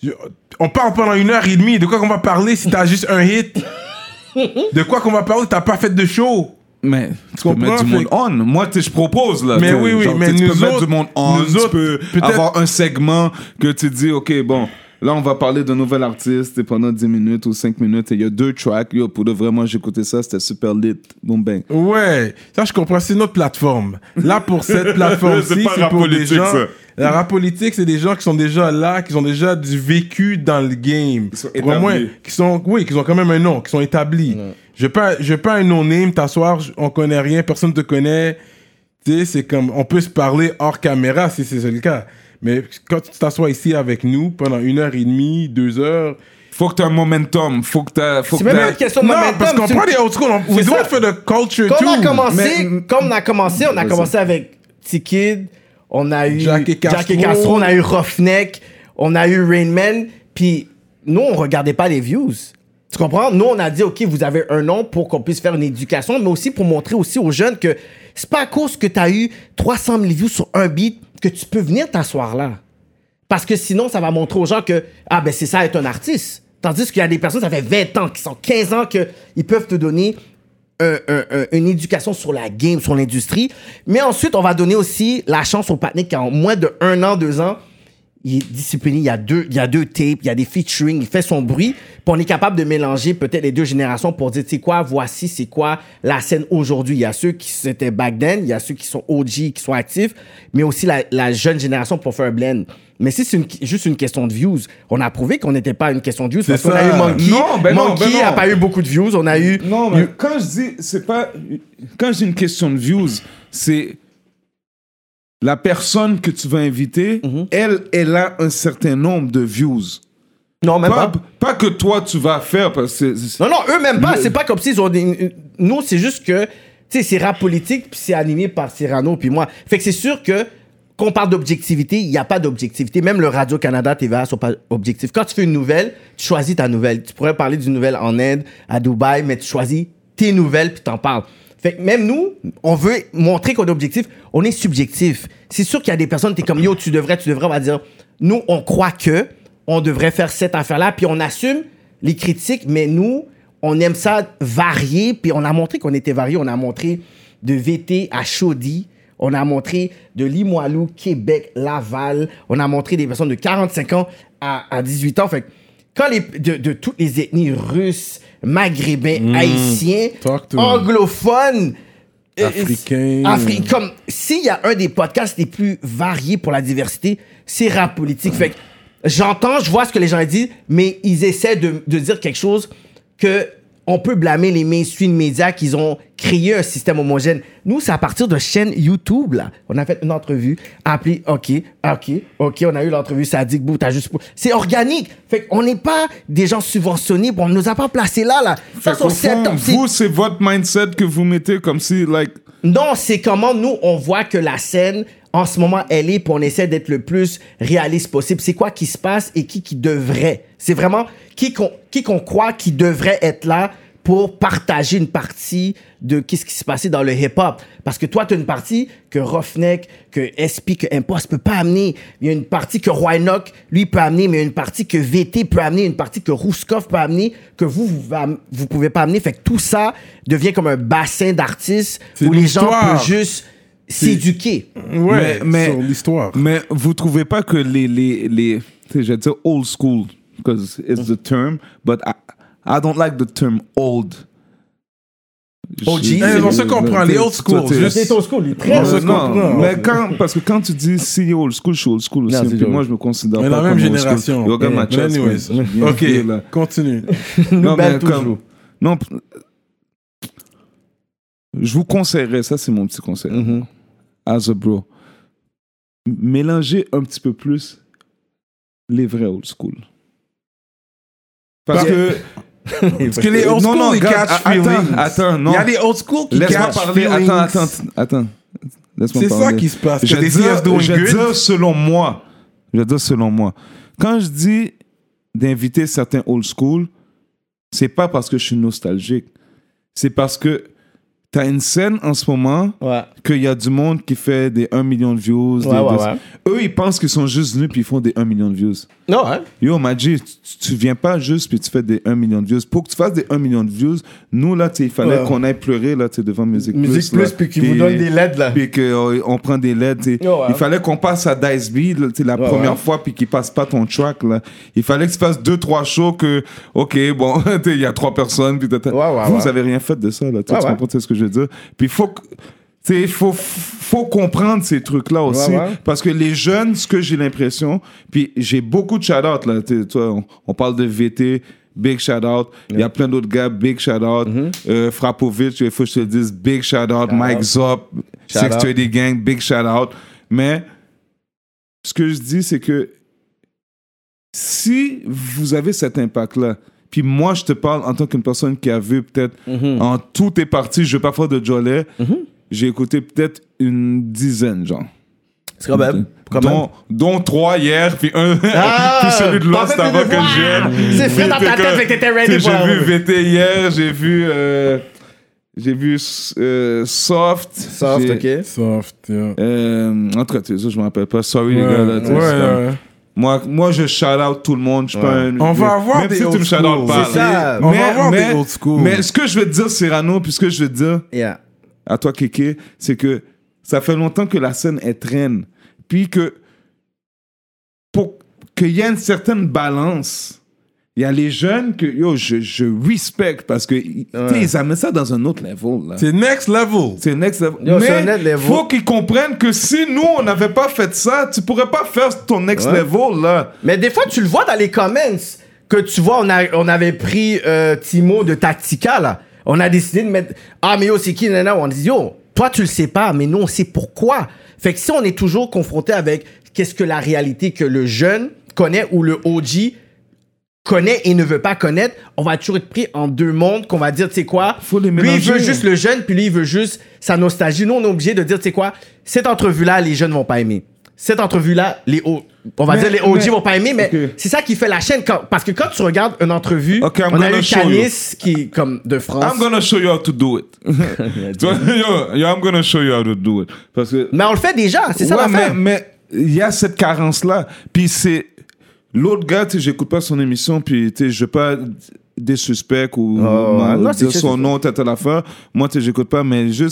On parle pendant 1h30. De quoi qu'on va parler si t'as juste un hit? De quoi qu'on va parler? T'as pas fait de show. Mais tu peux mettre du monde on. Moi, je propose, là. Mais oui, genre, mais tu nous peux mettre du monde on. Tu peux peut-être avoir un segment que tu dis, OK, bon, là, on va parler d'un nouvel artiste et pendant 10 minutes ou 5 minutes. Et il y a 2 tracks. Yo, pour de vraiment, j'ai écouté ça. C'était super lit. Boom, bang. Ouais. Ça, je comprends. C'est notre plateforme. Là, pour cette plateforme-ci, c'est pour des gens... Ça. La rap politique, c'est des gens qui sont déjà là, qui ont déjà du vécu dans le game. Ils sont établis. Qui ont quand même un nom, qui sont établis. Je veux pas un no-name, t'asseoir, on connaît rien, personne te connaît. Tu sais, c'est comme... On peut se parler hors caméra, si c'est le cas. Mais quand tu t'assois ici avec nous pendant 1h30, 2 heures... Faut que tu aies un momentum. C'est même une question de momentum. Parce qu'on prend des old school. We do it for the culture too. Comme on a commencé avec T-Kid, on a eu Jackie Castro, on a eu Roughneck, on a eu Rain Man. Puis nous, on regardait pas les views. Tu comprends? Nous, on a dit, OK, vous avez un nom pour qu'on puisse faire une éducation, mais aussi pour montrer aussi aux jeunes que c'est pas à cause que tu as eu 300 000 views sur un beat que tu peux venir t'asseoir là. Parce que sinon, ça va montrer aux gens que, c'est ça être un artiste. Tandis qu'il y a des personnes, ça fait 20 ans, qui sont 15 ans, qu'ils peuvent te donner une éducation sur la game, sur l'industrie. Mais ensuite, on va donner aussi la chance au partenaire qui a moins de 1 an, 2 ans, il est discipliné, il y a deux tapes, il y a des featuring, il fait son bruit, puis on est capable de mélanger peut-être les 2 générations pour dire, tu sais quoi, voici c'est quoi la scène aujourd'hui. Il y a ceux qui étaient back then, il y a ceux qui sont OG, qui sont actifs, mais aussi la jeune génération pour faire un blend. Mais si c'est juste une question de views, on a prouvé qu'on n'était pas une question de views, parce qu'on a eu Monkey. Monkey n'a pas eu beaucoup de views, on a eu... Non, mais quand je dis, c'est pas... Quand je dis une question de views, c'est... La personne que tu vas inviter, elle a un certain nombre de views. Non, même pas. Pas que toi, tu vas faire, parce que... Non, eux même pas. C'est pas comme s'ils ont des... Nous, c'est juste que, tu sais, c'est rap politique, puis c'est animé par Cyrano, puis moi. Fait que c'est sûr que, quand on parle d'objectivité, il n'y a pas d'objectivité. Même le Radio-Canada, TVA sont pas objectifs. Quand tu fais une nouvelle, tu choisis ta nouvelle. Tu pourrais parler d'une nouvelle en Inde, à Dubaï, mais tu choisis tes nouvelles, puis t'en parles. Fait que même nous, on veut montrer qu'on est objectif, on est subjectif. C'est sûr qu'il y a des personnes, t'es comme, yo, tu devrais, on va dire, nous, on croit que on devrait faire cette affaire-là, puis on assume les critiques, mais nous, on aime ça varier, puis on a montré qu'on était varié, on a montré de VT à Chaudy. On a montré de Limoilou, Québec, Laval. On a montré des personnes de 45 ans à 18 ans. Fait que quand de toutes les ethnies russes, maghrébins, haïtiens, anglophones, africains. Comme s'il y a un des podcasts les plus variés pour la diversité, c'est Rap Politique. Fait que j'entends, je vois ce que les gens disent, mais ils essaient de dire quelque chose que on peut blâmer les mainstream médias qu'ils ont créé un système homogène. Nous, c'est à partir de chaînes YouTube, là. On a fait une entrevue, appelé OK, on a eu l'entrevue, ça dit que t'as juste... C'est organique. Fait qu'on n'est pas des gens subventionnés, on ne nous a pas placés là. Fait qu'au fond, vous, c'est votre mindset que vous mettez comme si, like... Non, c'est comment nous, on voit que la scène, en ce moment, elle est, puis on essaie d'être le plus réaliste possible. C'est quoi qui se passe et qui devrait. C'est vraiment qui qu'on croit qui devrait être là pour partager une partie de qu'est-ce qui se passait dans le hip-hop. Parce que toi, tu as une partie que Roughneck, que SP, que Impost peut pas amener. Il y a une partie que Roynock, lui, peut amener, mais il y a une partie que VT peut amener, une partie que Rouskov peut amener, que vous pouvez pas amener. Fait que tout ça devient comme un bassin d'artistes où les gens peuvent juste s'éduquer. Ouais, mais sur l'histoire. Mais vous trouvez pas que les je vais dire old school, because it's the term, but I don't like the term old. OG, on se comprend, les old school. C'est old school, très on se comprend. Mais parce que quand tu dis si old school, je suis old school aussi. Puis moi, je me considère pas la même comme génération. old school. Mais anyways. Ok, continue. Non, mais comme... Non, je vous conseillerais, ça c'est mon petit conseil, as a bro, mélangez un petit peu plus les vrais old school. Parce que les old school, ils catch feelings. Attends, non. Il y a des old school qui Laisse-moi catch parler. feelings. Attends. C'est ça qui se passe. Je vais dire selon moi. Quand je dis d'inviter certains old school, c'est pas parce que je suis nostalgique. C'est parce que t'as une scène en ce moment qu'il y a du monde qui fait des 1 million de views. Eux, ils pensent qu'ils sont juste venus puis ils font des 1 million de views. Non, hein? Yo, Maji, tu viens pas juste puis tu fais des 1 million de views. Pour que tu fasses des 1 million de views, nous, là, il fallait qu'on aille pleurer là, devant Musique Plus. Puis qu'ils vous donnent des LED, là. Puis qu'on prend des LED. Il fallait qu'on passe à Dice B la première fois puis qu'ils passent pas ton track. Là. Il fallait que tu fasses 2-3 shows que, OK, bon, il y a 3 personnes. Puis vous avez rien fait de ça. Là, tu comprends ce que je veux dire? Puis il faut comprendre ces trucs-là aussi. Parce que les jeunes, ce que j'ai l'impression, puis j'ai beaucoup de shout-out, là. Toi, on parle de VT, big shout-out. Il y a plein d'autres gars, big shout-out. Frapovic, il faut que je te le dise, big shout-out. Mike Zop, 630 Gang, big shout-out. Mais ce que je dis, c'est que si vous avez cet impact-là, puis moi, je te parle en tant qu'une personne qui a vu peut-être en tout est parti, je ne veux pas faire de Jolet, j'ai écouté peut-être une dizaine, genre. C'est quand même. Dont 3 hier, puis un puis celui de Lost avant que je vienne. C'est fait dans ta tête, fait que t'étais ready pour J'ai vu VT hier, j'ai vu Soft. Soft, OK. Soft, yeah. En tout cas, ça, je me rappelle pas. Sorry, les gars. Là, Moi, je shout-out tout le monde. Je suis pas un... On va avoir même des si old tu me school. shout-out pas. C'est ça. On va avoir des old school. Mais ce que je veux te dire, Cyrano, puis ce que je veux te dire à toi, Kéké, c'est que ça fait longtemps que la scène est traîne. Puis que pour qu'il y ait une certaine balance, il y a les jeunes que je respecte parce que ils amènent ça dans un autre level. Là. C'est next level. C'est next level. Mais il faut qu'ils comprennent que si nous, on n'avait pas fait ça, tu pourrais pas faire ton next level. Là. Mais des fois, tu le vois dans les comments que tu vois, on avait pris Timo de Tactica, là. On a décidé de mettre... Ah, mais yo, c'est qui, nana? On dit, yo, toi, tu le sais pas, mais nous, on sait pourquoi. Fait que si on est toujours confronté avec qu'est-ce que la réalité que le jeune connaît ou le OG connaît et ne veut pas connaître, on va toujours être pris en deux mondes qu'on va dire, tu sais quoi, lui, il veut juste le jeune, puis lui, il veut juste sa nostalgie. Nous, on est obligé de dire, tu sais quoi, cette entrevue-là, les jeunes vont pas aimer. Cette entrevue-là, les OG vont pas aimer, mais c'est ça qui fait la chaîne. Parce que quand tu regardes une entrevue, on a eu Canis qui, comme de France. I'm gonna show you how to do it. I'm gonna show you how to do it. Parce que, mais on le fait déjà, c'est ça l'affaire. Mais il y a cette carence-là. Puis c'est... L'autre gars, tu sais, j'écoute pas son émission, puis tu sais, je veux pas des suspects ou dire son nom, tête à la fin. Moi, tu sais, j'écoute pas, mais juste...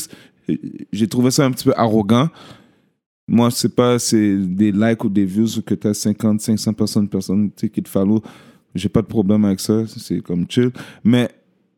j'ai trouvé ça un petit peu arrogant. Moi, c'est pas c'est des likes ou des views que tu as 50, 500 personnes qui te follow. J'ai pas de problème avec ça. C'est comme chill. Mais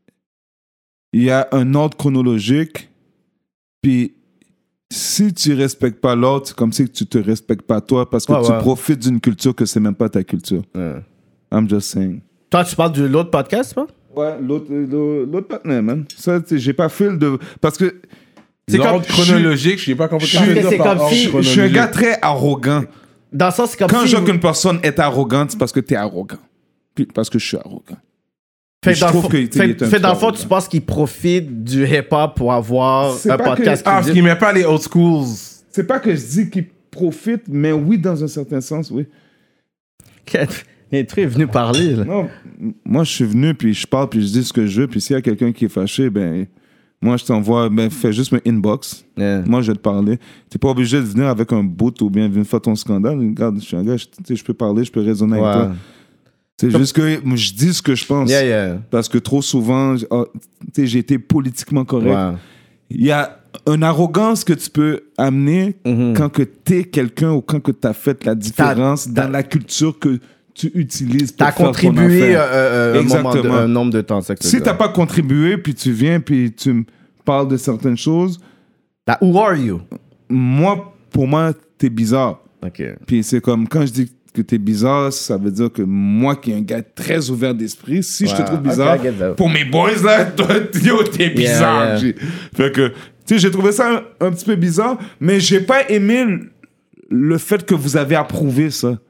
il y a un ordre chronologique. Puis si tu respectes pas l'autre, c'est comme si tu te respectes pas toi parce que tu profites d'une culture que c'est même pas ta culture. I'm just saying. Toi, tu parles de l'autre podcast, pas? Ouais, l'autre partenaire, man. Ça, j'ai pas fait de... Parce que... C'est l'ordre chronologique, je sais pas comment tu veux dire par ordre chronologique. Je suis un gars très arrogant. Dans le sens, c'est comme quand si... je vois qu'une personne est arrogante, c'est parce que t'es arrogant. Puis parce que je suis arrogant. Fait dans le fond, tu penses qu'il profite du hip-hop pour avoir un podcast qui parce qu'il met pas les old schools. C'est pas que je dis qu'il profite, mais oui, dans un certain sens, oui. Les trucs est venu parler, là. Non, moi, je suis venu, puis je parle, puis je dis ce que je veux, puis s'il y a quelqu'un qui est fâché, ben... Moi, je t'envoie, fais juste mon inbox. Yeah. Moi, je vais te parler. T'es pas obligé de venir avec un bout ou bien venir faire ton scandale. Regarde, je suis un gars, je peux parler, je peux raisonner avec toi. C'est juste que je dis ce que je pense. Parce que trop souvent, j'ai été politiquement correct. Il y a une arrogance que tu peux amener quand que t'es quelqu'un ou quand que t'as fait la différence dans la culture que tu utilises pour faire ton affaire. T'as contribué un nombre de temps. Si t'as pas contribué, puis tu viens, puis tu me parles de certaines choses... Who are you? Pour moi, t'es bizarre. Okay. Puis c'est comme, quand je dis que t'es bizarre, ça veut dire que moi, qui est un gars très ouvert d'esprit, si je te trouve bizarre, pour mes boys, là, toi, t'es bizarre. Fait que, tu sais, j'ai trouvé ça un petit peu bizarre, mais j'ai pas aimé le fait que vous avez approuvé ça.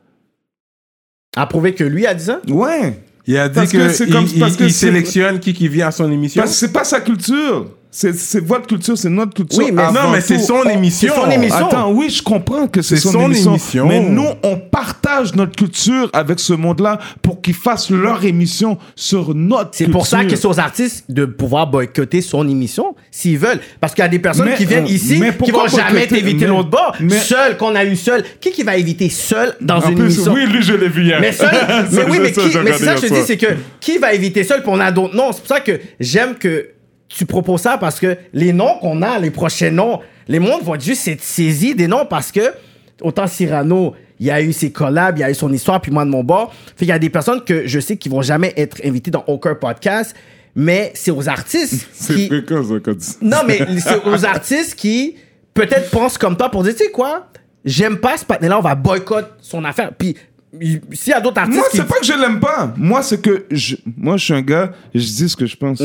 Approuvé que lui a dit ça? Ouais. Il a dit qu'il sélectionne qui vient à son émission. Parce que c'est pas sa culture. C'est votre culture, c'est notre culture. Oui, mais non, mais c'est son émission. C'est son émission. Attends, oui, je comprends que c'est son émission. Mais nous, on partage notre culture avec ce monde-là pour qu'ils fassent leur émission sur notre culture. C'est pour ça que c'est aux artistes de pouvoir boycotter son émission, s'ils veulent. Parce qu'il y a des personnes qui viennent ici qui vont jamais t'éviter l'autre bord. Seul, qu'on a eu seul. Qui va éviter seul dans une émission? Oui, lui, je l'ai vu hier. Mais seul, mais c'est ça que je te dis, c'est que qui va éviter seul, puis on a d'autres noms. C'est pour ça que j'aime que tu proposes ça, parce que les noms qu'on a, les prochains noms, les mondes vont juste être saisis des noms, parce que autant Cyrano, il y a eu ses collabs, il y a eu son histoire, puis moi de mon bord. Fait qu'il y a des personnes que je sais qui vont jamais être invitées dans aucun podcast, mais c'est aux artistes c'est fréquent, ça, quand tu... Non, mais c'est aux artistes qui peut-être pensent comme toi pour dire, tu sais quoi, j'aime pas ce partenaire-là, on va boycotter son affaire. Puis s'il y a d'autres artistes moi, c'est pas que je l'aime pas. Moi, c'est que moi, je suis un gars, je dis ce que je pense.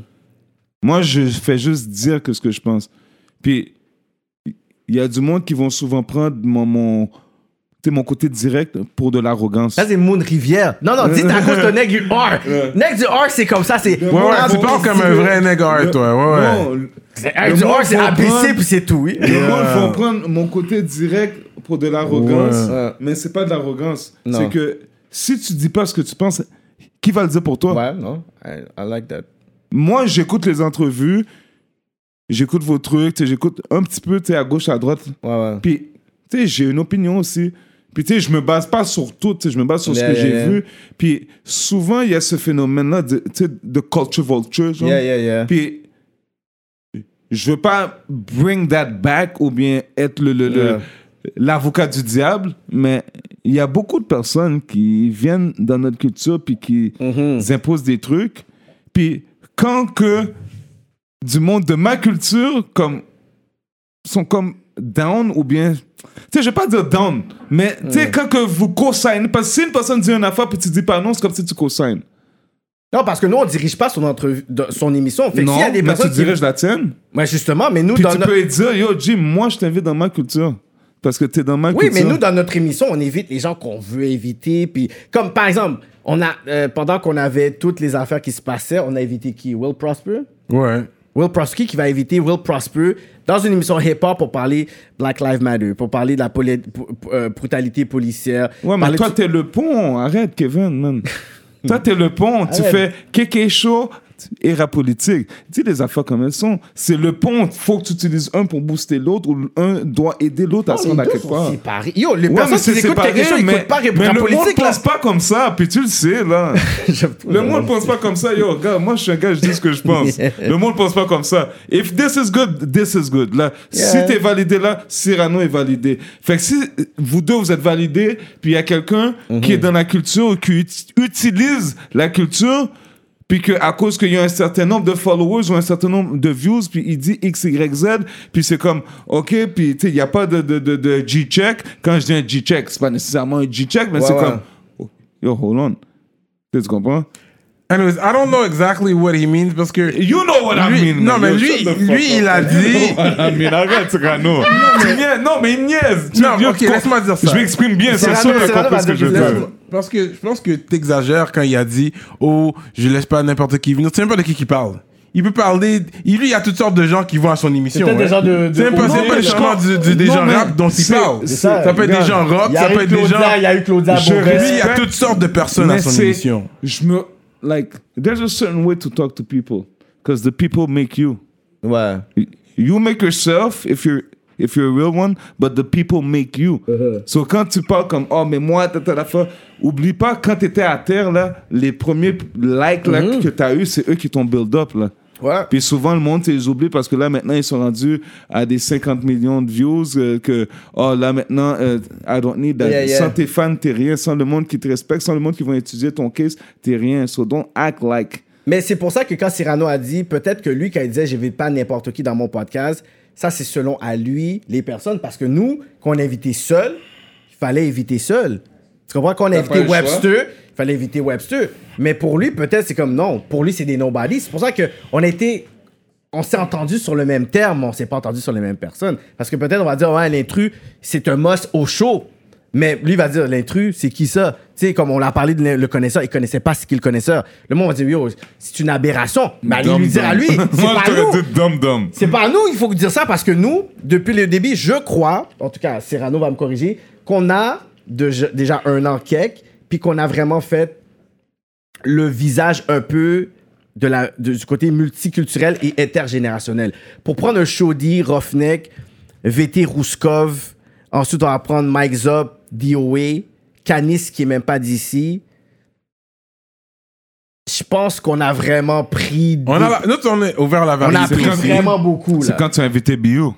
Moi, je fais juste dire ce que je pense. Puis, il y a du monde qui vont souvent prendre mon côté direct pour de l'arrogance. Ça, c'est Moon Rivière. Non, dis à cause de Neg du R. Neg du R, c'est comme ça. C'est tu parles comme un vrai Neg R, toi. Non, du R, c'est ABC, puis c'est tout, oui. Le monde va prendre mon côté direct pour de l'arrogance, mais c'est pas de l'arrogance. Non. C'est que si tu dis pas ce que tu penses, qui va le dire pour toi? Ouais, non. I like that. Moi, j'écoute les entrevues, j'écoute vos trucs, j'écoute un petit peu à gauche, à droite. Puis, j'ai une opinion aussi. Puis, je me base pas sur tout, je me base sur ce que j'ai vu. Puis, souvent, il y a ce phénomène-là de culture vulture. Genre. Puis, je veux pas bring that back ou bien être l'avocat du diable, mais il y a beaucoup de personnes qui viennent dans notre culture puis qui imposent des trucs. Puis, quand que du monde de ma culture sont comme down ou bien... Tu sais, je vais pas dire down, mais tu sais, quand que vous co-signez, parce que si une personne dit une affaire puis tu dis pas non, c'est comme si tu co-signes. Non, parce que nous, on dirige pas son émission. Fait non, y a des mais personnes tu diriges la tienne. Ouais, justement, mais nous... Puis tu peux dire, yo, Jim, moi, je t'invite dans ma culture. Parce que t'es dans ma culture. Oui, mais nous, dans notre émission, on évite les gens qu'on veut éviter. Puis, comme par exemple, on a, pendant qu'on avait toutes les affaires qui se passaient, on a évité qui? Will Prosper? Ouais. Will Prosper, qui va éviter Will Prosper dans une émission hip-hop pour parler Black Lives Matter, pour parler de la brutalité policière. Ouais, mais toi, t'es le pont. Arrête, Kevin, man. Toi, t'es le pont. Tu fais Kéké Show, et rap politique. Dis les affaires comme elles sont. C'est le pont. Faut que tu utilises un pour booster l'autre ou un doit aider l'autre à se rendre à quelque part. Yo, les personnes qui écoutent quelque chose, ils écoutent pas rap politique. Mais le monde pense pas comme ça, puis tu le sais, là. Le monde pense pas comme ça. Yo, gars, moi, je suis un gars, je dis ce que je pense. Le monde pense pas comme ça. If this is good, this is good. Là, si t'es validé là, Cyrano est validé. Fait que si vous deux, vous êtes validés, puis il y a quelqu'un qui est dans la culture, qui utilise la culture, puis qu'à cause qu'il y a un certain nombre de followers ou un certain nombre de views, puis il dit X, Y, Z, puis c'est comme, OK, puis tu sais, il n'y a pas de G-check. Quand je dis un G-check, c'est pas nécessairement un G-check, mais c'est comme, oh, yo, hold on. Tu comprends? Anyways, I don't know exactly what he means parce que... You know what I mean. Non, mais lui, il a dit... Arrête, Cyrano. Non, mais il niaise. Non, ok, laisse-moi dire ça. Je m'exprime bien, c'est sûr que tu comprends ce que je veux dire. Parce que je pense que t'exagères quand il a dit « Oh, je laisse pas n'importe qui venir ». Tu sais même pas de qui parle. Il peut parler... Lui, il y a toutes sortes de gens qui vont à son émission. C'est des gens de... C'est pas nécessairement des gens rap dont il parle. Ça peut être des gens rock, ça peut être des gens... Il y a eu Claudia Bourges. Lui, il y a toutes sortes de personnes à son émission. Like, there's a certain way to talk to people because the people make you. Ouais. You make yourself if you're a real one, but the people make you. So quand tu parles comme oh mais moi t'as affaire, oublie pas quand t'étais à terre là, les premiers likes là que t'as eu, c'est eux qui t'ont build up là. Ouais. Puis souvent le monde les oublie parce que là maintenant ils sont rendus à des 50 millions de views que oh là maintenant I don't need that. Sans tes fans t'es rien, sans le monde qui te respecte, sans le monde qui va étudier ton case t'es rien. So don't act like. Mais c'est pour ça que quand Cyrano a dit peut-être que lui quand il disait j'invite pas n'importe qui dans mon podcast, ça c'est selon à lui les personnes parce que nous qu'on a invité seul, il fallait inviter seul. Tu comprends qu'on a invité Webster, il fallait inviter Webster. Mais pour lui, peut-être, c'est comme non. Pour lui, c'est des nobody. C'est pour ça on s'est entendu sur le même terme, mais on s'est pas entendu sur les mêmes personnes. Parce que peut-être, on va dire, ouais, l'intrus, c'est un must au show. Mais lui, il va dire, l'intrus, c'est qui ça? Tu sais, comme on l'a parlé de le connaisseur, il connaissait pas ce qu'est le connaisseur. Le monde va dire, yo, c'est une aberration. Mais allez lui dire à lui, c'est pas nous. C'est pas nous, il faut dire ça parce que nous, depuis le début, je crois, en tout cas, Cyrano va me corriger, qu'on a déjà un an quelques, puis qu'on a vraiment fait le visage un peu du côté multiculturel et intergénérationnel. Pour prendre un Chaudy, Roughneck, VT Rouskov, ensuite on va prendre Mike Zop, DOA, Canis qui est même pas d'ici. Je pense qu'on a vraiment pris... Nous, on est ouvert la variété. On a pris vraiment beaucoup. C'est quand tu as invité Biou.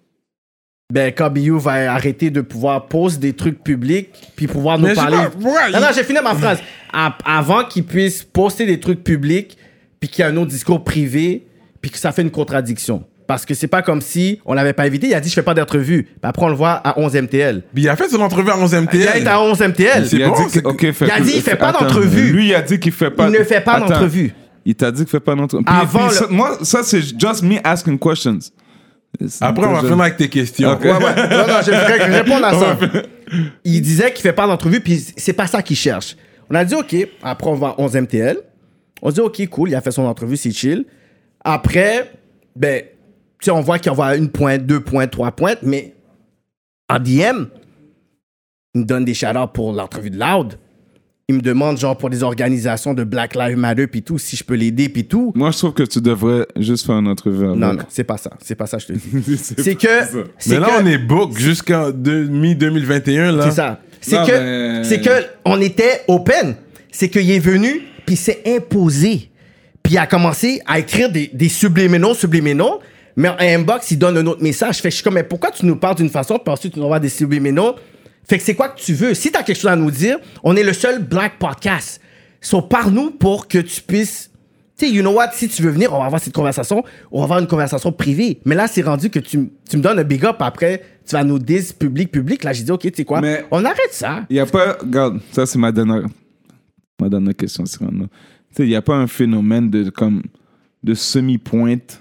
Ben, quand Biou va arrêter de pouvoir poser des trucs publics, puis pouvoir nous parler... Non, j'ai fini ma phrase. Avant qu'il puisse poster des trucs publics, puis qu'il y a un autre discours privé, puis que ça fait une contradiction. Parce que c'est pas comme si on l'avait pas invité. Il a dit, je fais pas d'entrevue. Puis après, on le voit à 11 MTL. Puis il a fait son entrevue à 11 MTL. Il a été à 11 MTL. C'est bon. Il a dit, il fait pas d'entrevue. Lui, il a dit qu'il fait pas... Il ne fait pas d'entrevue. Il t'a dit qu'il fait pas d'entrevue. Moi, ça, c'est just me asking questions. Après, on va finir avec tes questions. Okay. Ouais. Non, je vais répondre à ça. Il disait qu'il fait pas d'entrevue, puis c'est pas ça qu'il cherche. On a dit, OK, après, on va à 11 MTL. On dit, OK, cool, il a fait son entrevue, c'est chill. Après, ben, tu sais, on voit qu'il envoie 1 pointe, 2 pointes, 3 pointes, mais en DM, il me donne des shout-outs pour l'entrevue de Loud. Il me demande, genre, pour des organisations de Black Lives Matter, puis tout, si je peux l'aider, puis tout. Moi, je trouve que tu devrais juste faire une entrevue avec. Non, c'est pas ça. C'est pas ça, je te dis. c'est que... Mais là, on est book jusqu'en mi-2021, là. C'est ça. C'est que on était open. C'est qu'il est venu, puis s'est imposé. Puis il a commencé à écrire des subliminaux, mais en inbox, il donne un autre message. Fait que je suis comme, mais pourquoi tu nous parles d'une façon, puis ensuite tu nous envoies des subliminaux? Fait que c'est quoi que tu veux? Si t'as quelque chose à nous dire, on est le seul black podcast. So, parle-nous pour que tu puisses... Tu sais, you know what? Si tu veux venir, on va avoir cette conversation. On va avoir une conversation privée. Mais là, c'est rendu que tu me donnes un big up. Après, tu vas nous dire public. Là, j'ai dit, OK, tu sais quoi? Mais on arrête ça. Il n'y a pas... Regarde, ça, c'est ma dernière question, Cyrano. Tu sais, il n'y a pas un phénomène de semi-pointe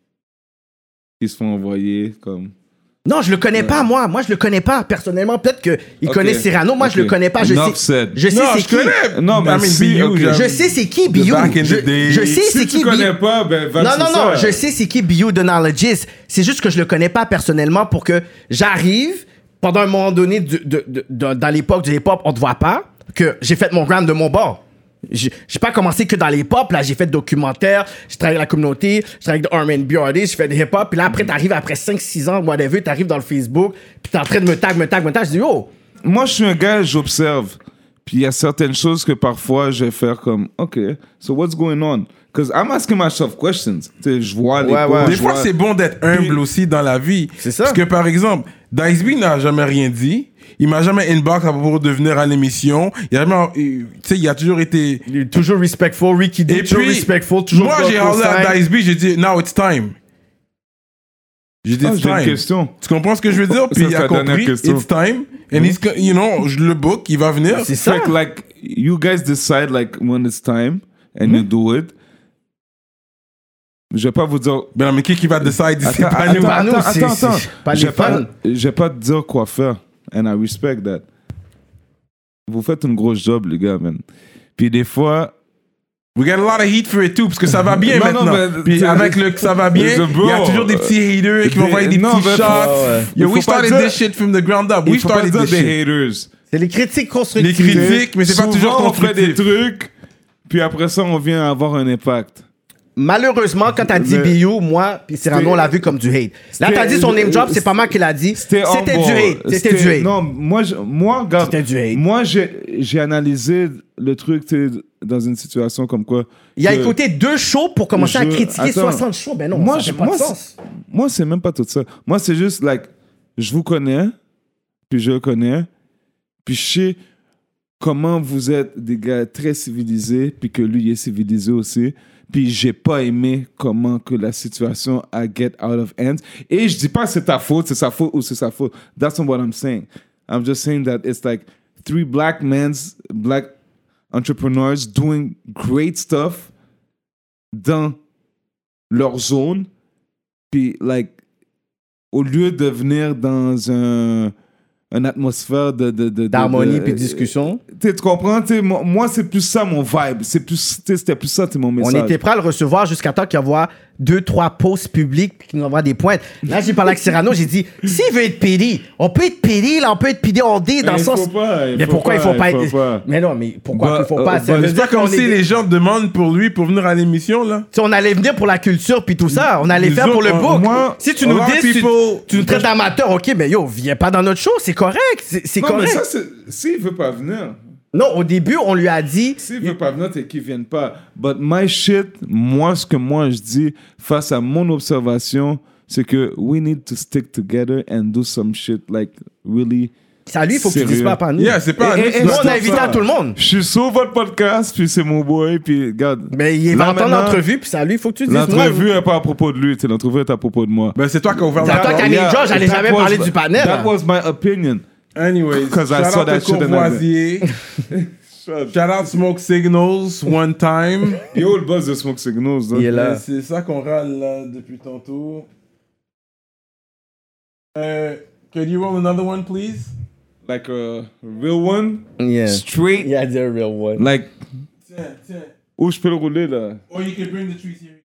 qui se font envoyer comme... Non, je le connais pas, moi. Moi, je le connais pas. Personnellement, peut-être qu'il connaît Cyrano. Moi, je le connais pas. Je sais c'est qui. Non, mais je sais c'est qui Biou. Je sais c'est qui Biou. Si tu connais pas, ben Non. Je sais c'est qui Biou de Knowledges. C'est juste que je le connais pas personnellement pour que j'arrive pendant un moment donné dans l'époque du hip-hop, on te voit pas, que j'ai fait mon gram de mon bord. J'ai pas commencé que dans les pop, là, j'ai fait documentaire, j'ai travaillé avec la communauté, j'ai travaillé avec des R&B artists, j'ai fait des hip-hop, puis là, après, t'arrives après 5-6 ans, whatever, t'arrives dans le Facebook, puis t'es en train de me tag, je dis, oh! Moi, je suis un gars, j'observe. Puis il y a certaines choses que parfois, je vais faire comme, OK, so what's going on? Because I'm asking myself questions. Tu sais, je vois les Des fois, c'est bon d'être humble aussi dans la vie. C'est ça. Parce que, par exemple, Dice B n'a jamais rien dit. Il m'a jamais inbox à propos de venir à l'émission. Il a jamais, tu sais, il a toujours été... Il est toujours respectful, Ricky D, toujours respectful, toujours... Moi, j'ai parlé à Dice B, j'ai dit, now it's time. J'ai dit, it's j'ai une time. question. Tu comprends ce que je veux dire? Puis il a compris, it's time. And he's, you know, je le book, il va venir. C'est ça. Like, you guys decide, like, when it's time, and you do it. Je vais pas vous dire... Ben non, mais qui va décider? C'est pas nous. Attends. Pas les fans. Je vais pas te dire quoi faire. And I respect that. Vous faites une grosse job, les gars, man. Puis des fois... We get a lot of heat for it too, parce que ça va bien maintenant. Puis avec le ça va bien, il y a toujours des petits haters qui vont faire des petits shots. Yo, we started this shit from the ground up. We started this shit. Haters. C'est les critiques constructives. Les critiques, mais c'est pas toujours constructif. On fait des trucs, puis après ça, on vient avoir un impact. Malheureusement, quand t'as dit BU, moi, puis Cyrano, on l'a vu comme du hate. Là, t'as dit son name drop, c'est pas moi qui l'a dit. C'était du hate. C'était du hate. Non, moi, regarde, c'était du hate. Moi, j'ai analysé le truc, tu sais, dans une situation comme quoi. Il a écouté 2 shows pour commencer à critiquer 60 shows. Ben non, ça fait pas de sens. Moi, c'est même pas tout ça. Moi, c'est juste, like, je vous connais, puis je le connais, puis je sais comment vous êtes des gars très civilisés, puis que lui, il est civilisé aussi. Puis j'ai pas aimé comment que la situation a get out of hand. Et je dis pas que c'est ta faute, c'est sa faute ou c'est sa faute. That's not what I'm saying. I'm just saying that it's like 3 black entrepreneurs doing great stuff dans leur zone. Puis like, au lieu de venir dans une atmosphère d'harmonie puis de discussion. Tu comprends? Moi, c'est plus ça mon vibe. C'était plus ça, mon message. On était prêt à le recevoir jusqu'à temps qu'il envoie 2-3 posts publics puis qu'il nous envoie des pointes. Là, j'ai parlé avec Cyrano, j'ai dit, s'il veut être PD, on peut être PD, là, on peut être PD en D dans le sens... Mais pourquoi il faut pas être... Mais non, mais pourquoi il faut pas... C'est pas comme si les gens demandent pour lui pour venir à l'émission, là. Si on allait venir pour la culture puis tout ça, on allait faire pour le book. Si tu nous dis, tu nous traites d'amateur, ok, mais yo, viens pas dans notre show, c'est correct. C'est correct. Mais ça, s'il veut pas venir... Non, au début, on lui a dit... S'il veut pas venir, c'est qu'il vienne pas. But my shit, ce que moi je dis, face à mon observation, c'est que we need to stick together and do some shit, like, really... Ça, lui, il faut que tu dises pas à nous. Yeah, c'est pas à nous. Nous, on a invité à tout le monde. Je suis sur votre podcast, puis c'est mon boy, puis regarde. Mais il va entendre l'entrevue, puis ça, lui, il faut que tu dises... L'entrevue n'est pas à propos de lui, l'entrevue est à propos de moi. Ben, c'est toi qui as ouvert la... C'est toi qui as mis le j'allais jamais parler du panel. That was my opinion. Anyways, because I saw that shit Courvoisier. Shout out Smoke Signals one time. Yo, le boss de Smoke Signals. Il est là. C'est ça qu'on râle là depuis tantôt. Can you roll another one, please? Like a real one? Yeah. Straight? Yeah, a real one. Like... Tiens. Où je peux le rouler, là? Or you can bring the trees here.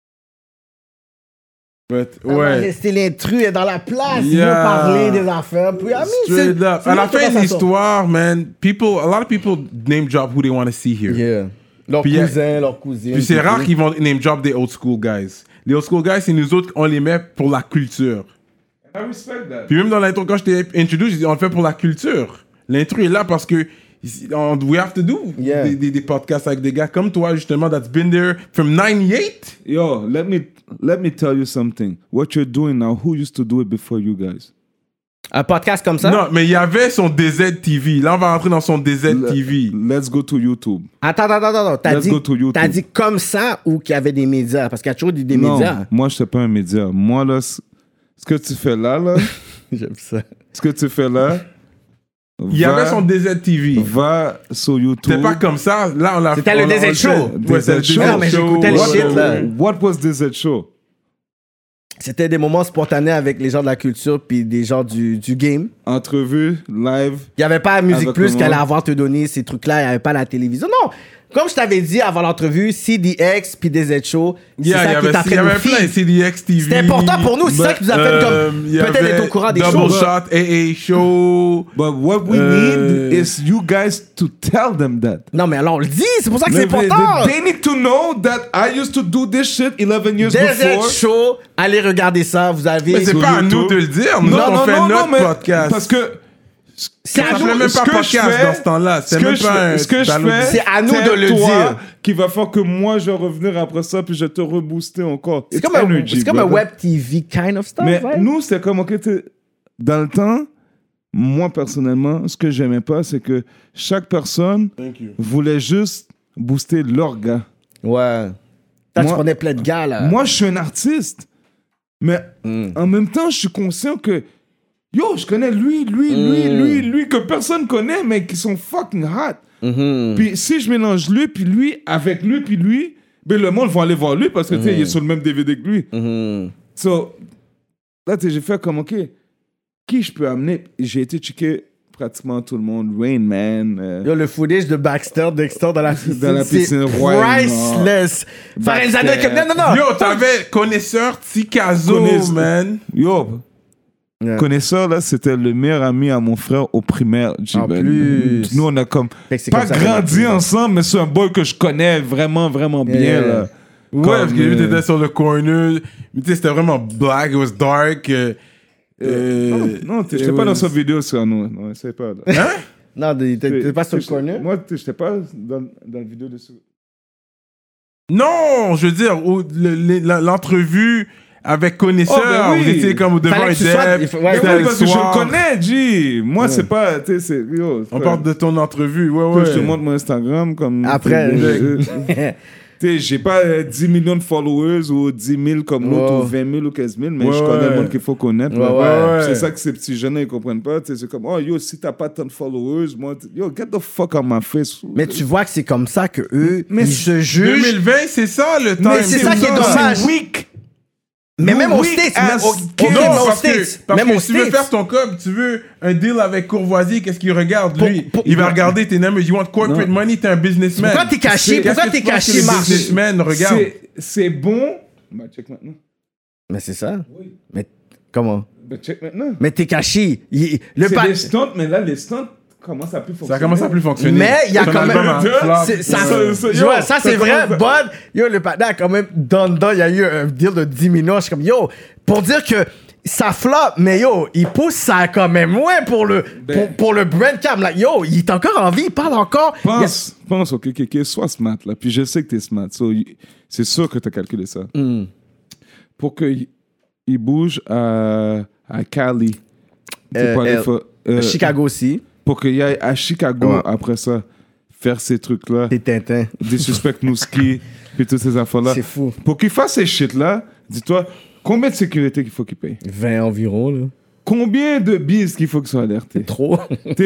Rester l'intrus est dans la place, il veut parler des affaires. Puis, straight up. À la fin de l'histoire, man, a lot of people name drop who they want to see here. Yeah. Leurs cousins. Puis c'est rare qu'ils vont name drop des old school guys. Les old school guys, c'est nous autres, on les met pour la culture. I respect that. Puis même dans l'intro, quand je t'ai introduit, j'ai dit, on le fait pour la culture. L'intro est là parce que we have to do des podcasts avec des gars comme toi, justement, that's been there from 98. Yo, let me tell you something. What you're doing now, who used to do it before you guys? Un podcast comme ça? Non, mais il y avait son DZ TV. Là, on va rentrer dans son DZ TV. Let's go to YouTube. Attends. T'as dit comme ça ou qu'il y avait des médias? Parce qu'il y a toujours des médias. Non, moi, je suis pas un média. Moi, là, ce que tu fais là... J'aime ça. Ce que tu fais là... Il y avait son DZ TV. Va sur YouTube. C'était pas comme ça. Là, on a C'était le DZ Show. Ouais, c'était le DZ Show. Non, mais j'écoutais le shit, là. What was DZ Show? C'était des moments spontanés avec les gens de la culture puis des gens du game. entrevue, live. Il n'y avait pas Musique Avec Plus le qui allait monde. avoir te donner ces trucs-là. Il n'y avait pas la télévision. Non. Comme je t'avais dit avant l'entrevue, CDX puis DZ Show, c'est ça qui est en train il y de nous avait plein, feed. CDX TV. C'était important pour nous. C'est ça qui nous a fait comme il y peut-être avait être au courant des Double choses. Shot, AA Show. But what we need is you guys to tell them that. Non, mais alors on le dit. C'est pour ça que c'est They important. need to know that I used to do this shit 11 years DZ before. Show, allez regarder ça. Vous avez... Mais c'est Sur pas à YouTube. nous de le dire. Nous, on fait notre mais podcast. Parce que C'est Ça à s'appelait nous. même ce pas que podcast je fais- dans ce temps-là. ce C'est que même je pas fais- un ce que je download. fais, C'est à nous de le toi dire. qui va faire que moi je vais revenir après ça puis je vais te rebooster encore. C'est It's comme, energy, c'est comme un brother. web TV kind of stuff. Mais ouais. nous, c'est comme, ok, dans le temps, moi personnellement, ce que j'aimais pas, c'est que chaque personne voulait juste booster leur gars. Ouais. Toi, tu Moi- prenais plein de gars, là. Moi, je suis un artiste, mais en même temps, je suis conscient que yo, je connais lui, que personne connaît, mais qui sont fucking hot. Puis si je mélange lui, puis lui, avec lui, puis lui, ben le monde va aller voir lui parce que, tu sais, il est sur le même DVD que lui. So, là, tu sais, j'ai fait comme, OK, qui je peux amener? J'ai été checker pratiquement tout le monde. Rain Man. Yo, le footage de Baxter, Dexter dans la piscine, Dans la piscine, c'est ouais, priceless. Faire une Baxter. non. Yo, t'avais connaisseur Tikazo, man. Yo, Yeah. connaisseur, là, c'était le meilleur ami à mon frère au primaire. En plus. Nous, on a comme Fait que c'est pas comme ça grandi qu'on a- ensemble, mais c'est un boy que je connais vraiment, vraiment bien. Yeah. Là. Ouais, Comme, parce que lui, t'étais sur le corner. Mais tu sais, c'était vraiment black, it was dark. Non, j'étais pas dans sa vidéo sur nous. Non, je sais pas. Là. Hein? Non, t'es pas sur le corner? Moi, j'étais pas dans la vidéo de ce... Non, je veux dire, l'entrevue avec connaisseur, Oh, ben oui. vous étiez comme devant Fallait un que tu sois- deb. il faut- ouais, c'était ouais, le Parce que je soir. le connais, G. Moi, c'est pas... Tu sais, c'est... Yo, c'est On pas- parle de ton entrevue, ouais, Toi, ouais. je te montre mon Instagram comme... Après. Tu sais, j'ai pas 10 millions de followers ou 10 000 comme l'autre, Ouais. ou 20 000 ou 15 000, mais Ouais, je connais ouais. le monde qu'il faut connaître. là. Ouais, ouais. C'est ça que ces petits jeunes, ils comprennent pas. Tu sais, c'est comme, oh yo, si t'as pas tant de followers, moi, yo, get the fuck out my face. Mais tu vois que c'est comme ça que eux, Mais ils se jugent. 2020, c'est ça le temps. Mais c'est ça qui est dommage. C'est weak. Mais même aux weak States, ass même Non, au parce States, que même aux si tu veux States. faire ton cob, tu veux un deal avec Courvoisier, qu'est-ce qu'il regarde, lui? Pour- Il va regarder tes numbers. You want corporate money, t'es un businessman. Pourquoi t'es caché? Qu'est-ce Pourquoi que t'es tu penses caché, que les Marc? businessmen regardent? C'est bon. Bah, check maintenant. Mais c'est ça. Mais comment? Bah, check maintenant. Mais t'es caché. Le C'est pa- des stunts, mais là, les stunts commencent à plus fonctionner. Ça commence à plus fonctionner. Mais il y a Ton quand même. album a flop. C'est- Ça, Ça, tu yo, vois, ça, ça c'est vrai. commence Bud, yo, le patin a quand même. Dedans, il y a eu un deal de 10 millions. Je suis comme, yo, pour dire que ça flop, mais yo, il pousse ça quand même moins pour le, pour le brand cam. Like, yo, il est encore en vie, il parle encore. Pense, ok, sois smart, là. Puis je sais que t'es smart. C'est sûr que t'as calculé ça. Pour qu'il bouge à Cali. C'est pas les Chicago aussi. Pour qu'il aille à Chicago Ouais. après ça, faire ces trucs-là. T'es Tintin. Des suspects Nouski, puis toutes ces affaires-là. C'est fou. Pour qu'il fasse ces shit-là, dis-toi, combien de sécurité qu'il faut qu'il paye? 20 environ, là. Combien de bises qu'il faut qu'il soit alerté? Trop.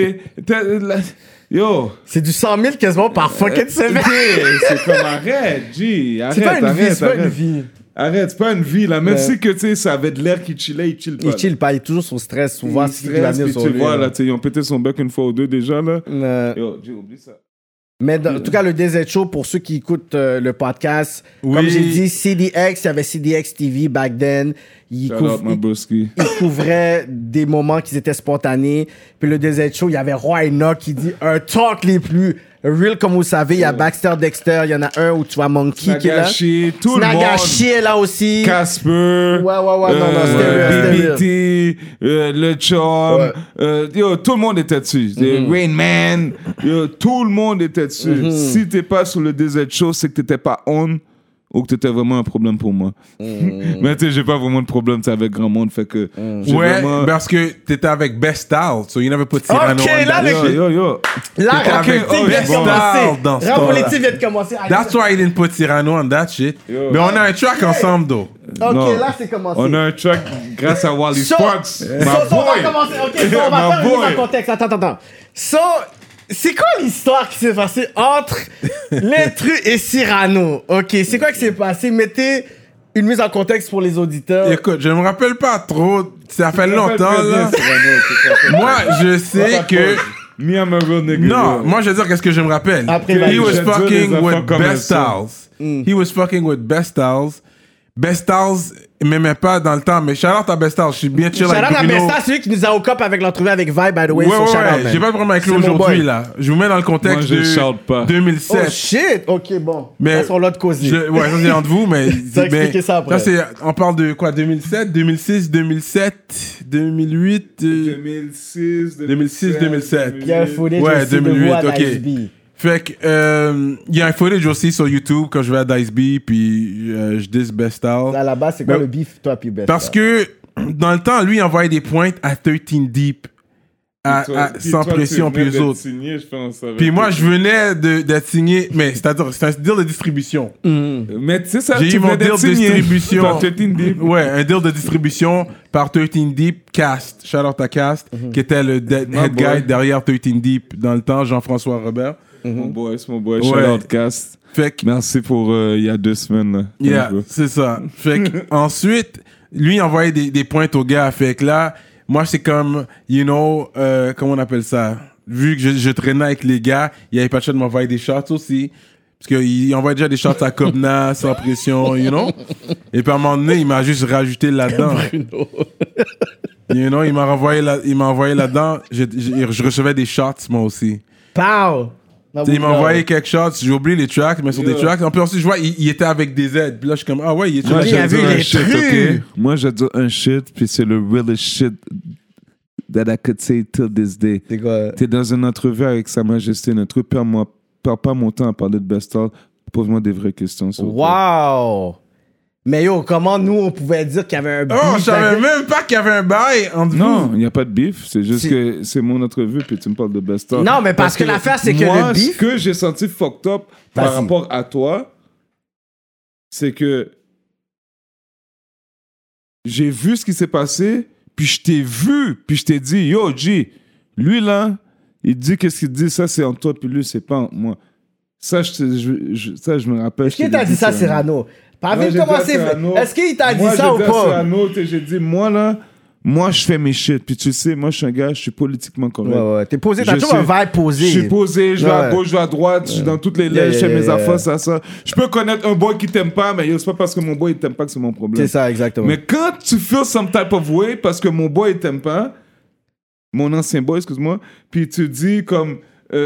Yo! C'est du 100 000 quasiment par fucking semaine. C'est comme arrête, G. C'est pas Arrête, une vie, c'est pas une vie. Arrête, c'est pas une vie, là. Même Ouais. si que, tu sais, ça avait de l'air qui chillait, il chill pas. Il chill pas, il est toujours sur stress. Souvent, Il c'est qu'il va stresse, venir puis sur tu lui. le vois, là. là, tu sais, ils ont pété son bec une fois ou deux déjà, là. Yo, G, oublie ça. Mais en tout cas, le DZ Show, pour ceux qui écoutent le podcast, Oui. comme j'ai dit, CDX, il y avait CDX TV back then. Il, Shout out, my broski. il couvrait des moments qui étaient spontanés. Puis le DZ Show, il y avait Roy Enoch qui dit un talk les plus real, comme vous savez. Il y a Baxter Dexter, il y en a un où tu vois Monkey qui est là. Nagashi, tout le monde. Nagashi est là aussi. Casper. Ouais, non, c'était real. BBT, le Chum. Yo, tout le monde était dessus. Rain Man. Yo, tout le monde était dessus. Si t'es pas sur le DZ Show, c'est que t'étais pas on ou que t'étais vraiment un problème pour moi. Mais tu sais, j'ai pas vraiment de problème avec grand monde. Fait que j'ai Ouais, vraiment... parce que t'étais avec Best Style, so you never put Cyrano Ok, on là, that le- shit. Yo. Là, T'étais Rap avec Politique vient de Best Style commencer. dans ce Rap temps-là. Politique vient de commencer. That's why he didn't put Cyrano on that shit. Yo. Mais on a un track ensemble, though. Ok, Non. là, c'est commencé. On a un track grâce à Wally So- Sparks. So, My on va boy. commencer. Ok, so, on va My faire une mise boy. en contexte. Attends. So, c'est quoi l'histoire qui s'est passée entre l'intrus et Cyrano? Ok, c'est quoi qui s'est passé? Mettez une mise en contexte pour les auditeurs. Écoute, je me rappelle pas trop. Ça fait longtemps, là. Moi, je sais que... Me, I'm a real nigga. Non, moi, je veux dire qu'est-ce que je me rappelle. Après, He was je veux fucking des with affaires comme Best ça. Styles. He was fucking with Best Styles. Best Styles m'aimait pas dans le temps, mais shout-out à Best Styles. Je suis bien chill Shout-out avec à Bruno. Besta, celui qui nous a au cop avec l'entrevue avec Vibe, by the way. Ouais, so ouais, shout out, ouais. man. J'ai pas de problème avec lui C'est mon aujourd'hui, boy. là. Je vous mets dans le contexte Moi, je shout pas. de 2007. Oh shit! Ok, bon. Mais- Ça, sur l'autre causerie. Ouais, ça c'est entre vous, mais. Ça, expliquez ça après. On parle de quoi, 2007, 2006, 2007, 2008, 2006, 2007. Il y a un footage Ouais, aussi de 2008, vous à ok. Dice B. Fait que, il y a un footage aussi sur YouTube quand je vais à Dice B, puis je dis Best Style. À la base, c'est quoi Ben, le beef, toi, puis Besta? Parce que, dans le temps, lui, il envoyait des pointes à 13 Deep, sans pression, puis eux autres. Puis moi, je venais d'être signé, mais c'est-à-dire, c'est un deal de distribution. Mais tu sais ça, J'ai tu eu mon venais deal d'être de signé distribution. par 13 Deep. Ouais, un deal de distribution par 13 Deep, Cast. Shout out à Cast, qui était le head boy. guy derrière 13 Deep dans le temps, Jean-François Robert. Mon boy, c'est mon boy. Ouais. Shout out Cast. Fait que, Merci pour il y a 2 semaines. Là. yeah, c'est ça. Fait que, ensuite, lui, il envoyait des pointes aux gars. Fait que là, moi, c'est comme, you know, comment on appelle ça? Vu que je traînais avec les gars, il y avait pas de chance de m'envoyer des shots aussi. Parce qu'il envoie déjà des shots à Cobna, sans pression, you know? Et puis à un moment donné, il m'a juste rajouté là-dedans. You know, il m'a envoyé là-dedans. Je recevais des shots, moi aussi. Pow! T'sais, il m'a envoyé quelques shots, j'ai oublié les tracks, mais sur des tracks. En plus, ensuite, je vois, il était avec des aides. Puis là, je suis comme, ah ouais, il est Moi, il je a vais vu dire les un shit, trucs. ok? Moi, je vais dire un shit, puis c'est le realest shit that I could say till this day. C'est quoi? T'es dans une entrevue avec Sa Majesté, notre perds pas mon temps à parler de Best Style. Pose-moi des vraies questions. s'il vous plaît. Wow! Mais yo, comment nous, on pouvait dire qu'il y avait un beef? Oh, je savais même pas qu'il y avait un bail entre Non, vous. il n'y a pas de beef. C'est juste C'est- que c'est mon entrevue, puis tu me parles de Best Style. Non, mais parce que l'affaire, c'est que moi, le beef- ce que j'ai senti fucked up par Vas-y. rapport à toi, c'est que j'ai vu ce qui s'est passé, puis je t'ai vu, puis je t'ai dit, yo, G, lui là, il dit qu'est-ce qu'il dit, ça c'est entre toi, puis lui c'est pas entre moi. Ça, je me rappelle. Est-ce qu'il t'a dit ça, Cyrano? Pas Moi, vite j'ai dit à commencer. Cyrano- Est-ce qu'il t'a dit Moi, ça ou j'ai dit à pas? Cyrano, j'ai dit, moi là, moi je fais mes shit, puis tu sais, moi je suis un gars, je suis politiquement correct. Ouais, ouais. T'es posé, t'as Je toujours un sais. vibe posé. Je suis posé, je vais à Ouais. gauche, je vais à droite, je suis dans toutes les Yeah, lèvres, je fais yeah, mes yeah, affaires, yeah. ça. Je peux connaître un boy qui t'aime pas, mais yo, c'est pas parce que mon boy il t'aime pas que c'est mon problème. C'est ça, exactement. Mais quand tu feel some type of way parce que mon boy il t'aime pas, mon ancien boy, excuse-moi, puis tu dis comme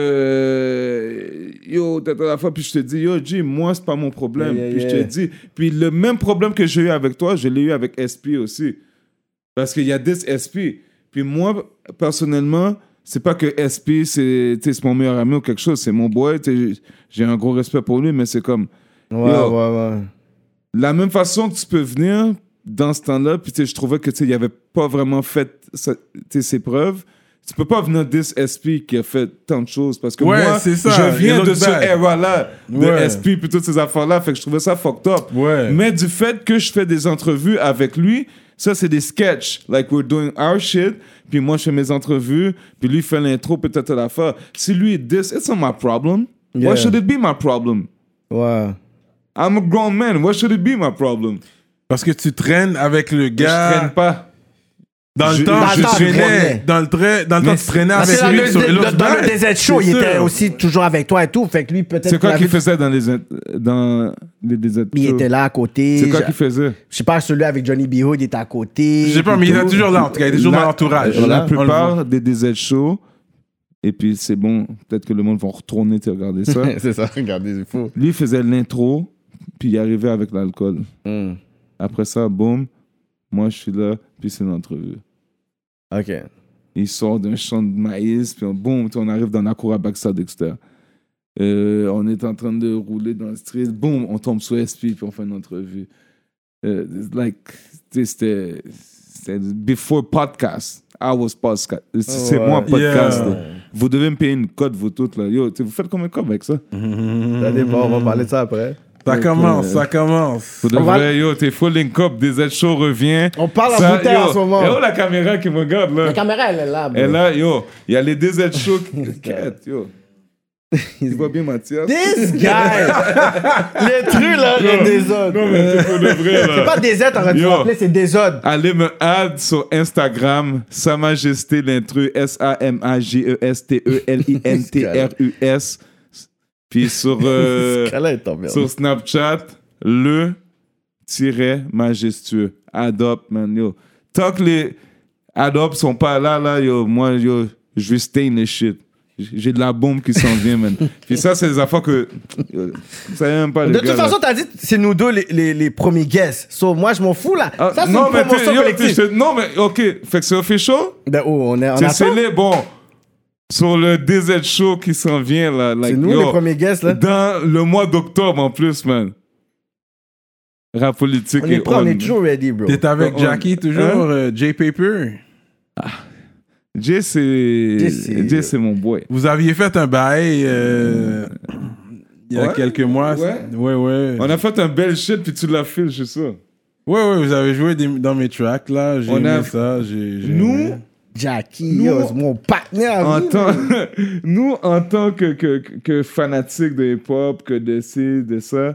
yo, t'as la fois, puis je te dis yo, G, moi c'est pas mon problème. Yeah, yeah, puis je yeah. te dis, puis le même problème que j'ai eu avec toi, je l'ai eu avec SP aussi. Parce qu'il y a des SP. Puis moi, personnellement, c'est pas que SP, c'est mon meilleur ami ou quelque chose, c'est mon boy, j'ai un gros respect pour lui, mais c'est comme, Ouais, yo, ouais. la même façon que tu peux venir dans ce temps-là, puis je trouvais que il avait pas vraiment fait ses preuves. Tu peux pas venir dire SP qui a fait tant de choses parce que Ouais, moi, c'est ça. je viens Il de look ce bad. era-là de Ouais. SP puis toutes ces affaires-là, fait que je trouvais ça fucked up. Ouais. Mais du fait que je fais des entrevues avec lui, ça c'est des sketchs, like we're doing our shit, puis moi je fais mes entrevues, puis lui fait l'intro peut-être à la fin. Si lui this, it's not my problem. Yeah. Why should it be my problem? Ouais. I'm a grown man. Why should it be my problem? Parce que tu traînes avec le Je gars. traîne pas. Dans le Je- temps, dans le je temps, tu traînais. traînais. Dans le temps, tu traînais Parce avec que dans lui le, sur l'autre dans le band. DZ Show, C'est il sûr. était aussi toujours avec toi et tout. Fait que lui, peut-être. C'est quoi qu'il qu'il avait- faisait dans les DZ Il shows? était là à côté. C'est quoi Je- qu'il faisait? Je sais pas, celui avec Johnny B. Hood, il était à côté. Je sais pas, mais il est toujours là, en tout cas. Il est toujours dans l'entourage. La On le voit. plupart des DZ shows, et puis c'est bon, peut-être que le monde va retourner te regarder ça. C'est ça, regardez, c'est fou. Lui, il faisait l'intro, puis il arrivait avec l'alcool. Après ça, boum, moi je suis là, puis c'est l'entrevue. Ok. Il sort d'un champ de maïs, puis boum, on arrive dans la cour à Baxter Dexter. On est en train de rouler dans le street, boum, on tombe sur SP, puis on fait une entrevue. C'était before podcast. I was podcast. C'est Ouais. moi podcast. Yeah. là. Vous devez me payer une cote, vous toutes. Là. Yo, vous faites combien de cotes avec ça? Ça dépend, on va parler de ça après. Ça commence, ça commence. Vous On va- devrez, yo, t'es full link up, des show revient. On parle Ça, en bouteille yo, en ce moment. Yo, la caméra qui me regarde, là. La caméra, elle est là, bro. Et là, yo, il y a les DZ shows qui... Yo. Tu vois bien Mathias? This guy! L'intrus, là, le désordre. Non, mais c'est pour de vrai, là. C'est pas désordre, t'aurais dû Yo. m'appeler, c'est désordre. Allez me add sur Instagram, Sa Majesté l'intrus, SAMAGESTELINTRUS. Puis sur Snapchat, le-majestueux. Adopt, man, yo. Tant que les Adopt sont pas là, yo, moi, yo, je vais stain les shit. J'ai de la bombe qui s'en vient, man. Puis ça, c'est des affaires que... Vous savez même pas, les De gars, toute façon, t'as dit c'est nous deux les premiers guests. So, moi, je m'en fous, là. Ah, Ça, c'est non, une mais promotion collective. non, mais OK. Fait que c'est official. Ben, oh, on est en C'est attente. scellé, bon. Sur le DZ Show qui s'en vient, là. Like, C'est nous yo, les premiers guests, là. dans le mois d'octobre, en plus, man. Rap politique On est et prêt, on est toujours ready, bro. T'es avec Jackie toujours, J Paper. Jay, c'est mon boy. Vous aviez fait un bail il y a Ouais, quelques mois. ouais. Ouais. On a fait un bel shit, puis tu l'as fait, je sais ça. Ouais, vous avez joué dans mes tracks, là. J'ai On aimé a- ça. Nous, Jackie, yo, c'est mon partenaire. nous, en tant que fanatiques de hip-hop, que de ci, de ça,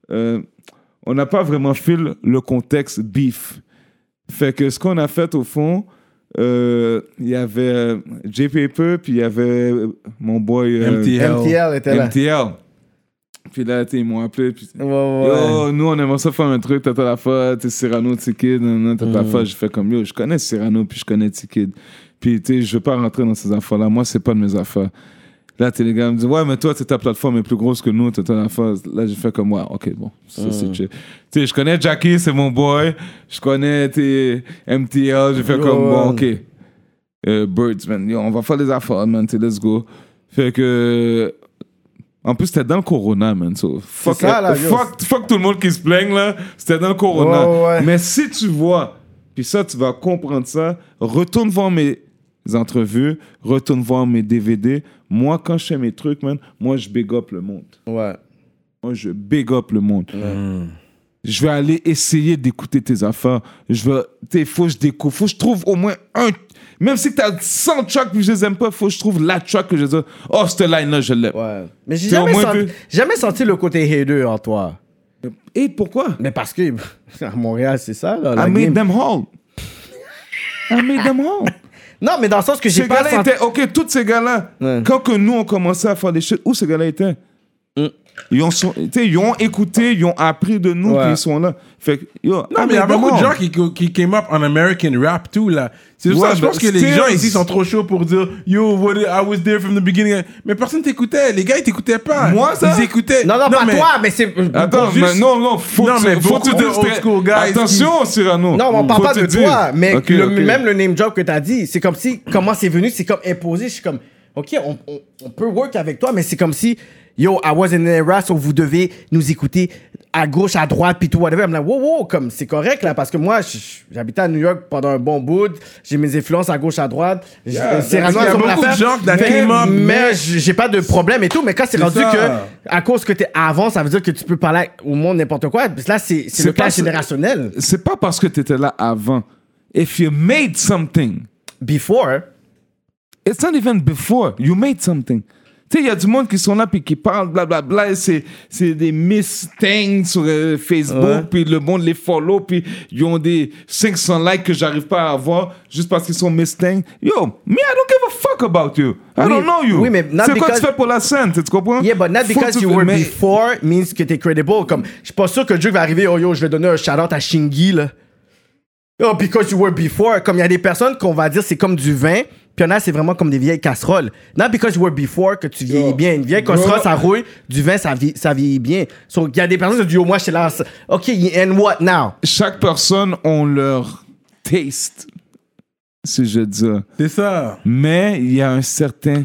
on n'a pas vraiment fait le contexte beef. Fait que ce qu'on a fait, au fond, il y avait J Paper, puis il y avait mon boy MTL. MTL était là. MTL. Puis là, ils m'ont appelé. Puis, Ouais. yo, nous, on aimerait ça faire un truc, t'as la fois, t'es Cyrano, T-Kid, t'as la fois. J'ai fait comme, yo, je connais Cyrano, puis je connais T-Kid. Puis, tu sais, je veux pas rentrer dans ces affaires-là. Moi, c'est pas de mes affaires. Là, les gars me disent, ouais, mais toi, ta plateforme est plus grosse que nous, t'as la fois. Là, j'ai fait comme, ouais, ok, bon, ça, c'est chill. Tu sais, je connais Jackie, c'est mon boy. Je connais MTL. J'ai fait comme, bon, ok. Birds, man, yo, on va faire des affaires, man, let's go. Fait que. En plus, c'était dans le Corona, man. So, fuck, ça, là, fuck tout le monde qui se plaigne, là. C'était dans le Corona. Ouais. Mais si tu vois, puis ça, tu vas comprendre ça, retourne voir mes entrevues, retourne voir mes DVD. Moi, quand je fais mes trucs, man, moi, je big up le monde. Ouais. Moi, je big up le monde. Je vais aller essayer d'écouter tes affaires. Faut que je découvre. Faut que je trouve au moins un... Même si t'as 100 tracks que je les aime pas, faut que je trouve la track que je dis, oh, cette line-là, je l'aime. Ouais. Mais j'ai C'est au moins jamais senti le côté hater en toi. Et pourquoi? Mais parce que à Montréal, c'est ça, là. La I made game. them all. I made them all. Non, mais dans le sens que j'ai Ces pas gars-là senti... étaient... OK, tous ces gars-là, Ouais. quand que nous, on commençait à faire des shit, où ces gars-là étaient? Ils ont écouté, ils ont appris de nous, Ouais. puis ils sont là. Fait que, yo, Non, mais il y a beaucoup de gens qui came up en American rap, tout, là. C'est pour Ouais, ça, je pense que but les still- gens ici sont trop chauds pour dire « Yo, I was there from the beginning ». Mais personne t'écoutait. Les gars, ils t'écoutaient pas. Moi, ça? Ils écoutaient. Non, pas mais- toi, mais c'est... Attends, juste- mais non, faut Non, que mais tu- faut que tu beaucoup de dises old très- school guys Attention, Cyrano. Non, on parle Faut pas que de tu toi, dises. mais Ok, le- ok. même le name drop que t'as dit, c'est comme si, comment c'est venu, c'est comme imposé. Je suis comme, OK, on peut work avec toi, mais c'est comme si, yo, I was in an era, so vous devez nous écouter à gauche, à droite, puis tout, whatever. I'm like, wow, comme, c'est correct, là, parce que moi, j'habitais à New York pendant un bon bout, j'ai mes influences à gauche, à droite. Cyrano, il y a sur mon beaucoup de affaire. gens qui Fait- came up, mais j'ai pas de problème et tout, mais quand c'est rendu ça. que, à cause que t'es avant, ça veut dire que tu peux parler au monde n'importe quoi. Puis là, c'est le pas cas ça. générationnel. C'est pas parce que t'étais là avant. If you made something, Before, it's not even before. You made something. Tu sais, il y a du monde qui sont là puis qui parlent, blablabla. C'est des Miss Things sur Facebook, Ouais. puis le monde les follow, puis ils ont des 500 likes que j'arrive pas à avoir juste parce qu'ils sont Miss Things. Yo, me, I don't give a fuck about you. I Oui, don't know you. oui, mais not c'est quoi because- tu fais pour la scène, tu comprends? yeah, but not Faut because que you tu- were mais- before means que t'es credible. Comme, je suis pas sûr que Dieu va arriver, oh yo, je vais donner un shout-out à Shingy, là. Oh, because you were before. Comme il y a des personnes qu'on va dire c'est comme du vin, puis il y en a c'est vraiment comme des vieilles casseroles. Not because you were before que tu vieillis bien. Une vieille casserole, ça rouille, du vin, ça vieillit bien. So, il y a des personnes qui disent, yo, moi, je suis là, OK, and what now? Chaque personne a leur taste, si je dis ça. C'est ça. Mais il y a un certain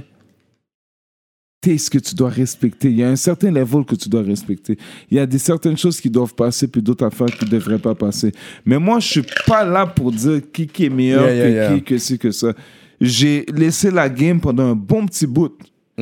taste que tu dois respecter. Il y a un certain level que tu dois respecter. Il y a certaines choses qui doivent passer puis d'autres affaires qui ne devraient pas passer. Mais moi, je suis pas là pour dire qui est meilleur, que ci, que ça. J'ai laissé la game pendant un bon petit bout.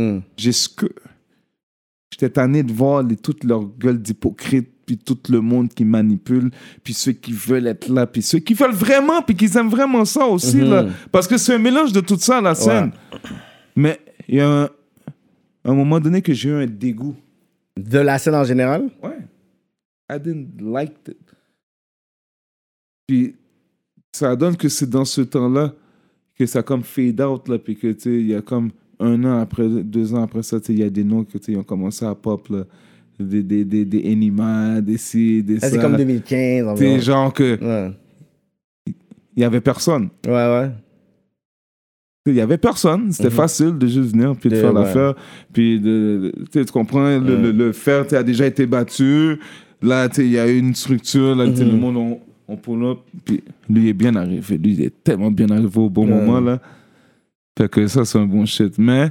J'étais tanné de voir toute leur gueule d'hypocrite, puis tout le monde qui manipule, puis ceux qui veulent être là, puis ceux qui veulent vraiment, puis qui aiment vraiment ça aussi, là. Parce que c'est un mélange de tout ça, la scène. Mais il y a à un moment donné que j'ai eu un dégoût. De la scène en général? Ouais. I didn't like it. Puis, ça donne que c'est dans ce temps-là que ça comme fade out, là, puis que, tu sais, il y a comme 1 an après, 2 ans après ça, tu sais, il y a des noms que, tu sais, ils ont commencé à pop, là. Des Enima, des ci, des ça. C'est comme 2015. Tu sais, genre que... Ouais. Il y avait personne. Ouais. Il y avait personne. C'était facile de juste venir puis de faire l'affaire. Puis, tu comprends, le fer a déjà été battu. Là, il y a une structure. Là, le monde, on pull up. Puis lui est bien arrivé. Lui, il est tellement bien arrivé au bon moment. Là. Fait que ça, c'est un bon shit. Mais,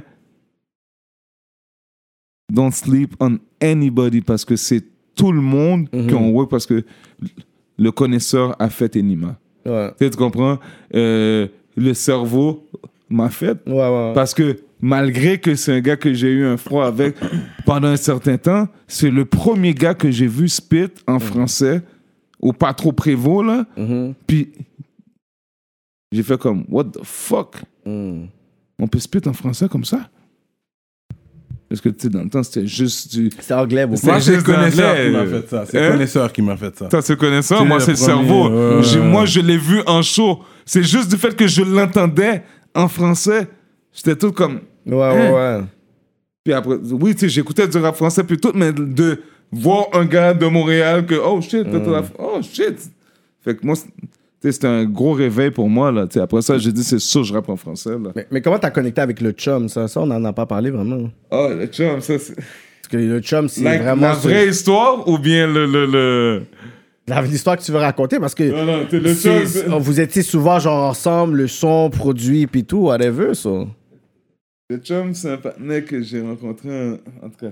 don't sleep on anybody parce que c'est tout le monde qui ont work parce que le connaisseur a fait Enima. Ouais. Tu comprends? Le cerveau m'a fait. Ouais. Parce que malgré que c'est un gars que j'ai eu un froid avec pendant un certain temps, c'est le premier gars que j'ai vu spit en français au Pas Trop Prévost, là. Puis j'ai fait comme, what the fuck? On peut spit en français comme ça? Parce que, tu sais, dans le temps, c'était juste du... C'est anglais, beaucoup. Moi, c'est le connaisseur anglais. qui m'a fait ça. C'est le connaisseur qui m'a fait ça. Ça, c'est connaisseur. Moi, c'est le premier, cerveau. Moi, je l'ai vu en show. C'est juste du fait que je l'entendais en français. J'étais tout comme... Ouais. Puis après, oui, tu sais, j'écoutais du rap français puis tout, mais de voir un gars de Montréal que, oh shit, oh shit. Fait que moi, c'était un gros réveil pour moi, là. T'sais, après ça, j'ai dit, c'est sûr, je rappe en français, là. Mais comment t'as connecté avec le chum, ça? Ça, on n'en a pas parlé vraiment. Oh, le chum, ça, c'est... Parce que le chum, c'est vraiment... La vraie histoire ou bien L'histoire que tu veux raconter, parce que... Non, t'es le chum. Vous étiez souvent, genre, ensemble, le son, produit, puis tout, whatever, ça. Le chum, c'est un partenaire que j'ai rencontré, en tout cas...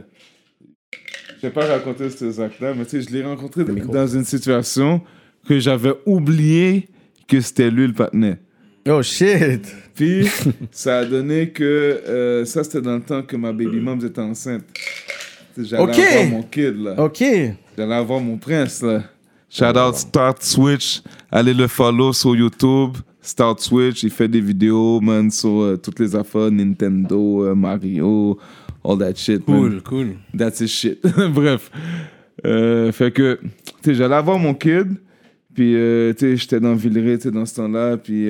Je vais pas raconter ces actes-là, mais tu sais, je l'ai rencontré dans une situation que j'avais oublié que c'était lui le partenaire. Oh, shit! Puis, ça a donné que... ça, c'était dans le temps que ma baby mom était enceinte. J'allais avoir mon kid, là. OK. J'allais avoir mon prince, là. Shout out Start Switch. Allez le follow sur YouTube. Start Switch, il fait des vidéos, man, sur toutes les affaires, Nintendo, Mario, all that shit, man. Cool. That's his shit. Bref. Fait que, tu sais, j'allais avoir mon kid, puis, tu sais, j'étais dans Villeray, tu sais, dans ce temps-là, puis,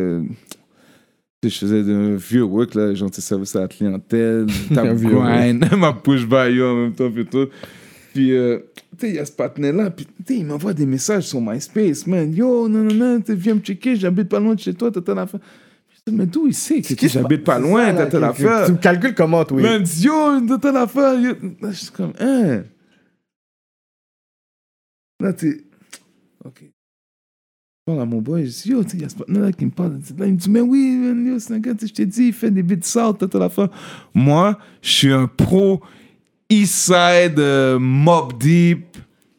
je faisais de vieux work, là, genre, tu sais, service à la clientèle, tap grind, ma push by you en même temps, puis tout. Puis, tu sais, il y a ce partenaire-là, puis, tu sais, il m'envoie des messages sur MySpace, man. Yo, non, tu viens me checker, j'habite pas loin de chez toi, t'as l'affaire. Mais d'où il sait que j'habite pas loin, t'as l'affaire. Tu me calcules comment, toi? Man, yo, t'as l'affaire. Je suis comme, hein. Là, tu OK. Je parle à mon boy, je dis, yo, tu sais, il y a ce partenaire-là qui me parle. Là, il me dit, mais oui, man, yo, c'est un gars, je t'ai dit, il fait des beats sales, t'as l'affaire. Moi, je suis un pro Eastside, Mobb Deep,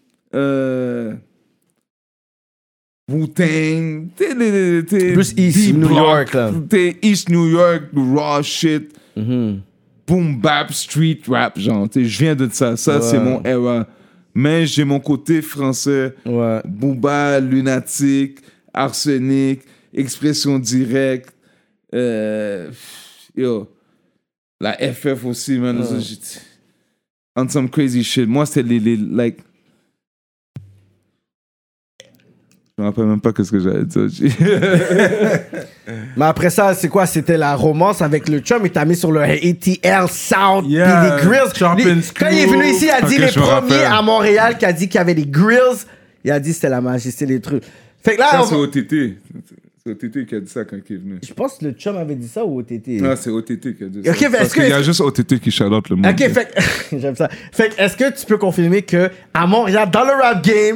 Wu-Tang, plus East New York, là. East New York, raw shit, boom bap, street rap, genre, je viens de ça, c'est mon era. Mais j'ai mon côté français, Booba, Lunatique, Arsenic, Expression Directe, yo, la FF aussi, man, on some crazy shit. Moi, c'est les like... Je me rappelle même pas ce que j'allais dire. Mais après ça, c'est quoi? C'était la romance avec le chum. Il t'a mis sur le ATL Sound. Puis les grills. Quand il est venu ici, il a dit les premiers à Montréal qui a dit qu'il y avait des grills. Il a dit c'était la magie, c'était les trucs. Fait que là, ça, c'est OTT. C'est OTT qui a dit ça quand il est venu. Je pense que le chum avait dit ça ou OTT? Ah, c'est OTT qui a dit ça. Okay, parce qu'il y a juste OTT qui shout-out le monde. OK, fait que... J'aime ça. Fait que est-ce que tu peux confirmer que à Montréal, dans le rap game...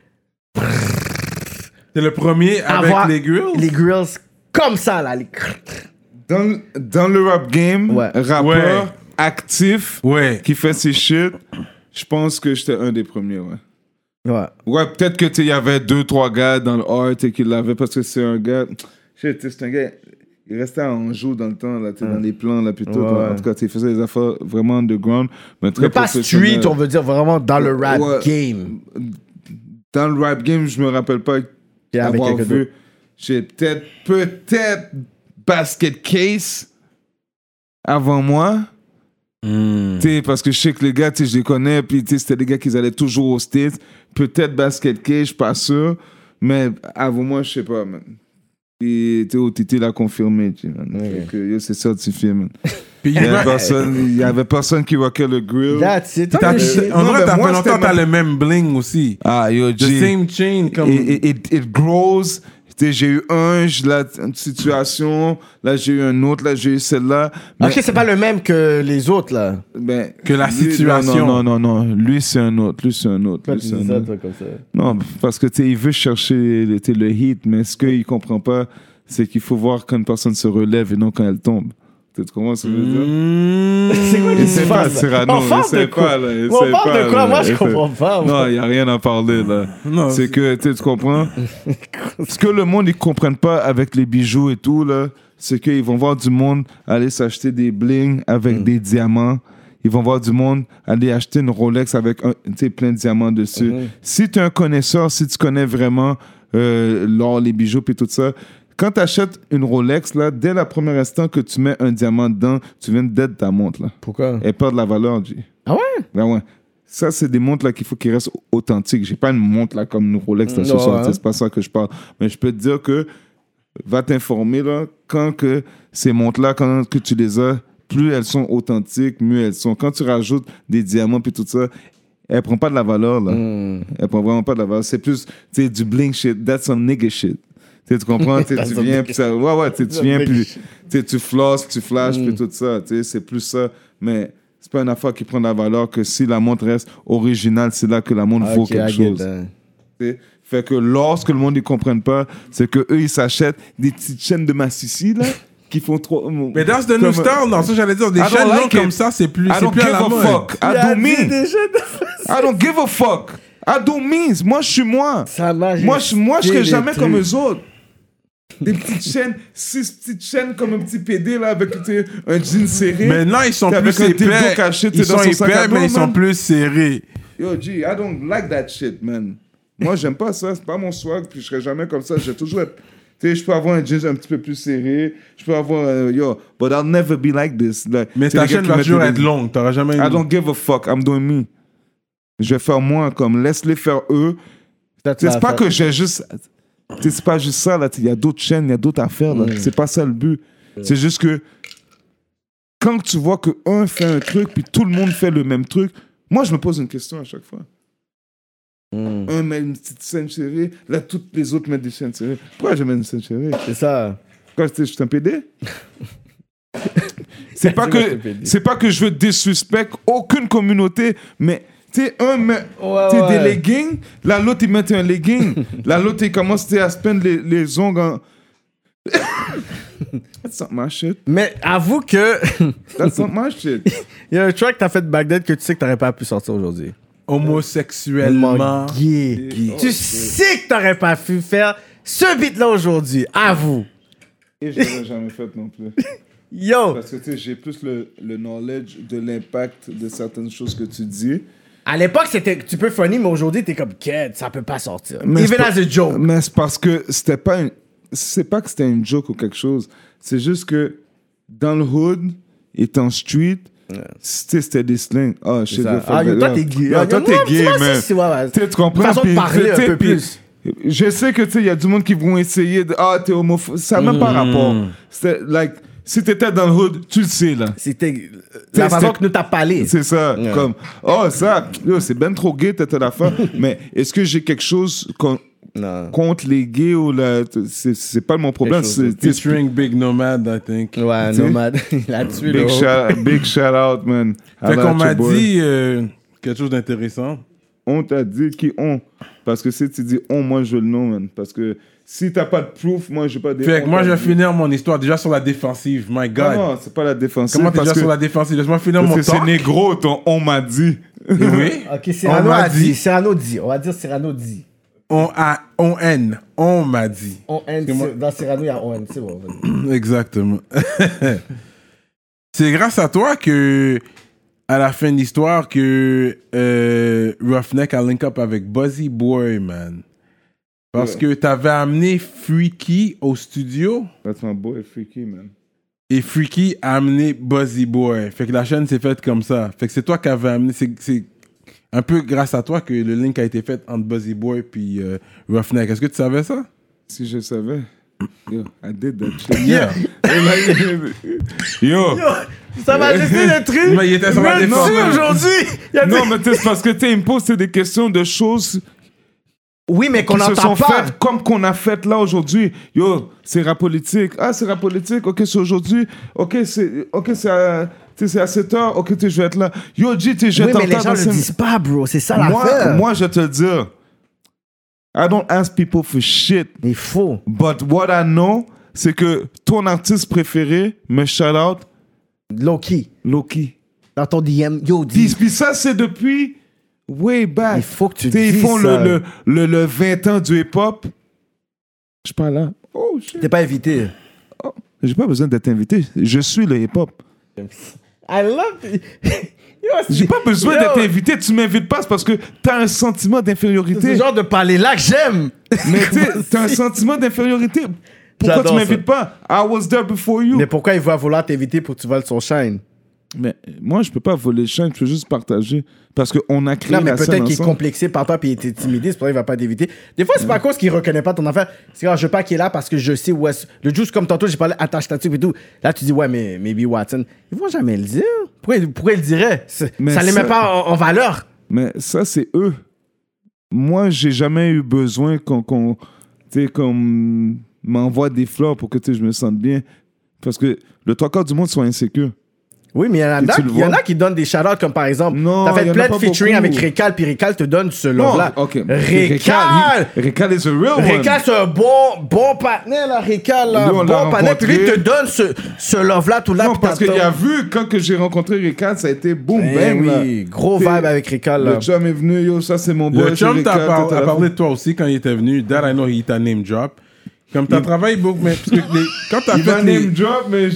C'est le premier avec les grills? Les grills comme ça, là. Dans le rap game, rappeur actif qui fait ses shit, je pense que j'étais un des premiers, Ouais, peut-être que il y avait 2-3 gars dans le art qui l'avaient parce que c'est un gars... C'est un gars... Il restait à Anjou dans le temps, là, dans les plans, là, puis tout. En tout cas, il faisait des affaires vraiment underground, mais très professionnelles. Mais pas street, on veut dire vraiment dans le rap game. Dans le rap game, je me rappelle pas avoir vu. J'ai peut-être Basket Case avant moi. Tu sais, parce que je sais que les gars, tu sais, je les connais, puis tu sais, c'était des gars qui allaient toujours aux States. Peut-être Basket Cage, je suis pas sûr. Mais avoue-moi, je sais pas, man. Puis, tu sais, OTT l'a confirmé, tu sais, man. Fait que, yo, c'est certifié, man. Puis Il y avait personne qui rockait le grill. That's it. On dirait que t'as moi, fait longtemps c'était t'as le même bling aussi. Ah, yo, The G. same chain comme... It grows. Tu sais, j'ai eu une situation, là j'ai eu un autre, là j'ai eu celle-là. Mais, Ok, c'est pas le même que les autres, là. ben, Que la lui, situation. Non. Lui, c'est un autre. Toi, tu dis ça, toi, comme ça. Non, parce que tu sais, il veut chercher le hit, mais ce qu'il comprend pas, c'est qu'il faut voir quand une personne se relève et non quand elle tombe. Tu comprends ce que je veux dire? C'est quoi Essaie qui se pas, passe? Cyrano, On parle de essaie quoi? pas, là. On parle de quoi? Moi, je comprends pas. Non, il n'y a rien à parler, là. Non, C'est que, tu comprends? Ce que le monde, ils ne comprennent pas avec les bijoux et tout, là, c'est qu'ils vont voir du monde aller s'acheter des blings avec des diamants. Ils vont voir du monde aller acheter une Rolex avec plein de diamants dessus. Si tu es un connaisseur, si tu connais vraiment l'or, les bijoux et tout ça, quand tu achètes une Rolex, là, dès le premier instant que tu mets un diamant dedans, tu viens de dead ta montre. Là. Pourquoi? Elle perd de la valeur, G. Ah ouais? Ben ouais. Ça, c'est des montres là qu'il faut qu'ils restent authentiques. J'ai pas une montre là comme une Rolex là, ce soir, c'est pas ça que je parle. Mais je peux te dire que va t'informer là, quand que ces montres là, quand que tu les as, plus elles sont authentiques, mieux elles sont. Quand tu rajoutes des diamants puis tout ça, elles prennent pas de la valeur là. Elles prennent vraiment pas de la valeur. C'est plus, tu sais, du bling shit. That's some nigga shit. Tu comprends? Tu viens, puis ça. Ouais, tu viens, puis tu flosses, tu flashes, puis tout ça. C'est plus ça. Mais c'est pas une affaire qui prend de la valeur que si la montre reste originale, c'est là que la montre vaut quelque chose. Fait que lorsque le monde ne comprenne pas, c'est qu'eux, ils s'achètent des petites chaînes de massissi, là, qui font trop. Mais dans ce new style, non, ça j'allais dire, des chaînes longues comme ça, c'est plus à la mode. I don't give a fuck. I don't mean. Moi, je suis moi. Moi, je serai jamais comme eux autres. Des petites chaînes, 6 petites chaînes comme un petit PD là, avec un jean serré. Maintenant, ils sont plus épais. Ils sont épais, mais ils sont plus serrés. Yo, G, I don't like that shit, man. Moi, j'aime pas ça. C'est pas mon swag, puis je serai jamais comme ça. J'ai toujours être... Tu sais, je peux avoir un jeans un petit peu plus serré. Je peux avoir... but I'll never be like this. Like, mais ta chaîne va toujours être longue. T'auras jamais... I don't give a fuck. I'm doing me. Je vais faire moi, comme laisse-les faire eux. C'est pas que j'ai juste... C'est pas juste ça, là. Il y a d'autres chaînes, il y a d'autres affaires, là. C'est pas ça le but. C'est juste que quand tu vois qu'un fait un truc, puis tout le monde fait le même truc, moi, je me pose une question à chaque fois. Un met une petite scène serrée, là, toutes les autres mettent des chaînes serrées. Pourquoi je mets une scène serrée? C'est ça. Pourquoi je suis un PD? C'est pas que je veux disrespect aucune communauté, mais... Tu sais, un met des leggings, là, l'autre, il met un legging. Là, l'autre, il commence à se peindre les ongles en... That's not my shit. Mais avoue que... That's not my shit. Il y a un track que t'as fait back then que tu sais que t'aurais pas pu sortir aujourd'hui. Homosexuellement gay. Tu sais que t'aurais pas pu faire ce beat-là aujourd'hui. Avoue. Et je l'aurais jamais fait non plus. Yo! Parce que, tu sais, j'ai plus le knowledge de l'impact de certaines choses que tu dis. À l'époque, c'était tu peux funny, mais aujourd'hui, t'es comme quête, ça peut pas sortir. Mais Even as a joke. Mais c'est parce que c'était pas c'est pas que c'était une joke ou quelque chose. C'est juste que dans le hood, étant street, c'était des slings. Oh, je sais toi, t'es gay. Toi, t'es gay, man. Tu comprends? Façon de parler un peu plus. Je sais que, tu sais, il y a du monde qui vont essayer de... Ah, t'es homophobe. Ça n'a même pas rapport. C'est, like... Si t'étais dans le hood, tu le sais, là. C'était la façon que nous t'as parlé. C'est ça. Yeah. Comme, oh, ça, c'est ben trop gay, t'étais la fin. Mais est-ce que j'ai quelque chose contre les gays ou la... C'est pas mon problème. Featuring Big Nomad, I think. Ouais, Nomad. Il a tué Big shout out, man. Fait qu'on m'a dit quelque chose d'intéressant. On t'a dit qui on. Parce que si tu dis on, moi je le nom, man. Parce que si t'as pas de proof, moi j'ai pas de... Fait que moi je vais finir mon histoire déjà sur la défensive. My God. Non, c'est pas la défensive. Comment t'es déjà sur la défensive? Laisse-moi finir mon talk. Parce que c'est négro, ton on m'a dit. Oui. Ok, Cyrano a dit. Cyrano dit. On va dire Cyrano dit. On-N. On m'a dit. On-N. Dans Cyrano, il y a on-N. C'est bon. Exactement. C'est grâce à toi que... à la fin de l'histoire que Roughneck a link up avec Buzzy Boy, man. Parce que t'avais amené Freaky au studio. That's my boy, Freaky, man. Et Freaky a amené Buzzy Boy. Fait que la chaîne s'est faite comme ça. Fait que c'est toi qui avais amené. C'est un peu grâce à toi que le link a été fait entre Buzzy Boy puis Roughneck. Est-ce que tu savais ça? Si je savais. Yo, I did that shit. Yeah. Yo. Ça m'a laissé le truc. Mais il était sur la défense. Aujourd'hui. Non, mais c'est parce que il me pose des questions de choses Oui, mais qu'on qui se n'entend sont pas. faites comme qu'on a fait là aujourd'hui. Yo, c'est rap politique. Ah, c'est rap politique. Ok, c'est aujourd'hui. Ok, c'est à 7h. Ok, je vais être là. Yo, G, je Oui, vais mais les gens le disent pas, bro. C'est ça l'affaire. Moi, je te le dis. I don't ask people for shit. Il faut. But what I know, c'est que ton artiste préféré me shout out Low-key. Loki. Dans ton DM. Yo, dis. Puis ça, c'est depuis way back. Il faut que tu T'sais, dises ils font ça. le 20 ans du hip-hop. Je suis pas là. Oh, shit. T'es pas invité. Oh, j'ai pas besoin d'être invité. Je suis le hip-hop. I love... J'ai pas besoin d'être invité. Tu m'invites pas, c'est parce que t'as un sentiment C'est d'infériorité. ce genre de parler-là que j'aime. Mais tu sais, t'as un sentiment d'infériorité. Pourquoi J'adore tu m'invites ça. pas? I was there before you. Mais pourquoi il va vouloir t'inviter pour que tu voles son shine? Mais moi, je peux pas voler le chaîne, je peux juste partager. Parce qu'on a créé Non, mais la scène peut-être qu'il est ensemble. complexé par toi puis il est intimidé, c'est pour ça qu'il va pas t'inviter. Des fois, c'est pas à cause qu'il reconnaît pas ton affaire. C'est quand je veux pas qu'il est là parce que je sais où est le juice comme tantôt, j'ai parlé attache ta et tout. Là, tu dis, ouais, mais maybe Watson. Ils vont jamais le dire. Pourquoi ils le diraient? Mais Ça les met pas en valeur. Mais ça, c'est eux. Moi, j'ai jamais eu besoin qu'on m'envoie des fleurs pour que je me sente bien. Parce que le trois quarts du monde sont insécures. Oui, mais il y en a qui donnent des shout-outs comme par exemple, Non, t'as il y fait en a plein de pas featuring beaucoup. avec Récal, puis Récal te donne ce love-là. ok. Récal! Récal is a real one. Récal, c'est un bon partenaire, là, Récal, là. Lui, on l'a Bon partenaire, puis lui, il te donne ce love-là, tout là. Non, puis parce qu'il t'attends. a vu, quand que j'ai rencontré Récal, ça a été boom, Eh bang, là. oui, gros T'sais, vibe avec Récal, là. Le chum est venu, yo, ça c'est mon boy. Le chum c'est a Récal, parlé de toi aussi quand il était venu. That I know he t'a name drop. Comme t'as travaillé beaucoup, mais parce que quand t'as Il va fait les... name drop, mais